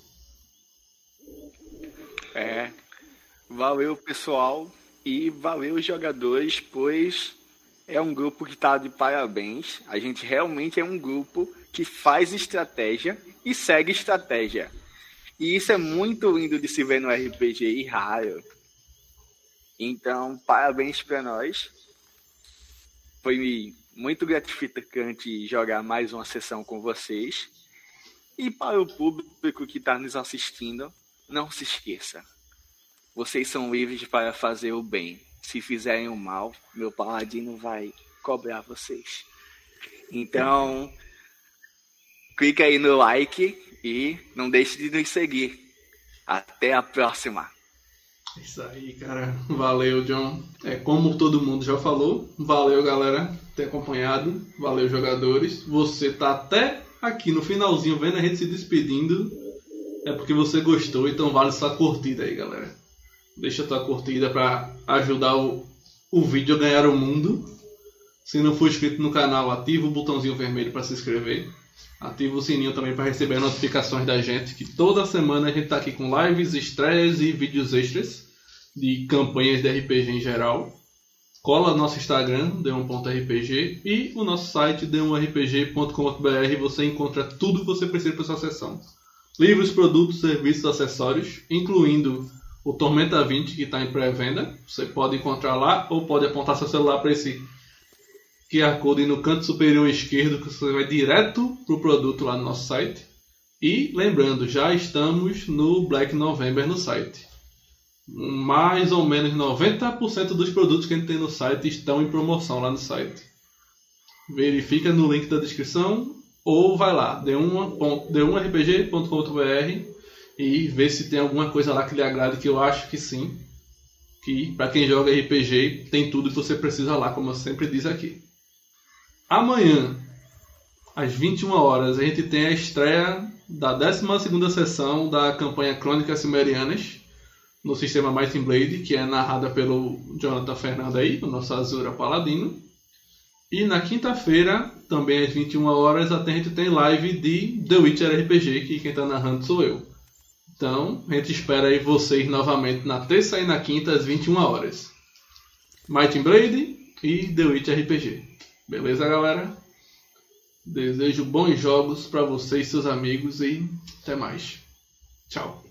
Valeu, pessoal, e valeu, jogadores, pois... é um grupo que está de parabéns. A gente realmente é um grupo que faz estratégia e segue estratégia. E isso é muito lindo de se ver no RPG e raro. Então, parabéns para nós. Foi muito gratificante jogar mais uma sessão com vocês. E para o público que está nos assistindo, não se esqueça. Vocês são livres para fazer o bem. Se fizerem o mal, meu paladino vai cobrar vocês. Então, clica aí no like e não deixe de nos seguir. Até a próxima. Isso aí, cara. Valeu, John. Como todo mundo já falou, valeu, galera, ter acompanhado. Valeu, jogadores. Você tá até aqui no finalzinho, vendo a gente se despedindo, é porque você gostou, então vale sua curtida aí, galera. Deixa tua curtida para ajudar o vídeo a ganhar o mundo. Se não for inscrito no canal, ativa o botãozinho vermelho para se inscrever. Ativa o sininho também para receber notificações da gente, que toda semana a gente tá aqui com lives, estreias e vídeos extras de campanhas de RPG em geral. Cola no nosso Instagram, d1.rpg, e o nosso site, d1rpg.com.br. Você encontra tudo que você precisa para sua sessão. Livros, produtos, serviços, acessórios, incluindo o Tormenta 20, que está em pré-venda. Você pode encontrar lá, ou pode apontar seu celular para esse QR Code no canto superior esquerdo, que você vai direto para o produto lá no nosso site. E lembrando, já estamos no Black November no site. Mais ou menos 90% dos produtos que a gente tem no site estão em promoção lá no site. Verifica no link da descrição ou vai lá, d1rpg.com.br, e vê se tem alguma coisa lá que lhe agrade, que eu acho que sim. Que para quem joga RPG tem tudo que você precisa lá, como eu sempre diz aqui. Amanhã, às 21 horas, a gente tem a estreia da 12ª sessão da campanha Crônicas Cimerianas no sistema Might and Blade, que é narrada pelo Jonathan Fernando aí, o nosso Azura Paladino. E na quinta-feira, também às 21 horas, a gente tem live de The Witcher RPG, que quem está narrando sou eu. Então, a gente espera aí vocês novamente na terça e na quinta, às 21 horas. Might and Blade e The Witcher RPG. Beleza, galera? Desejo bons jogos para vocês, seus amigos, e até mais. Tchau.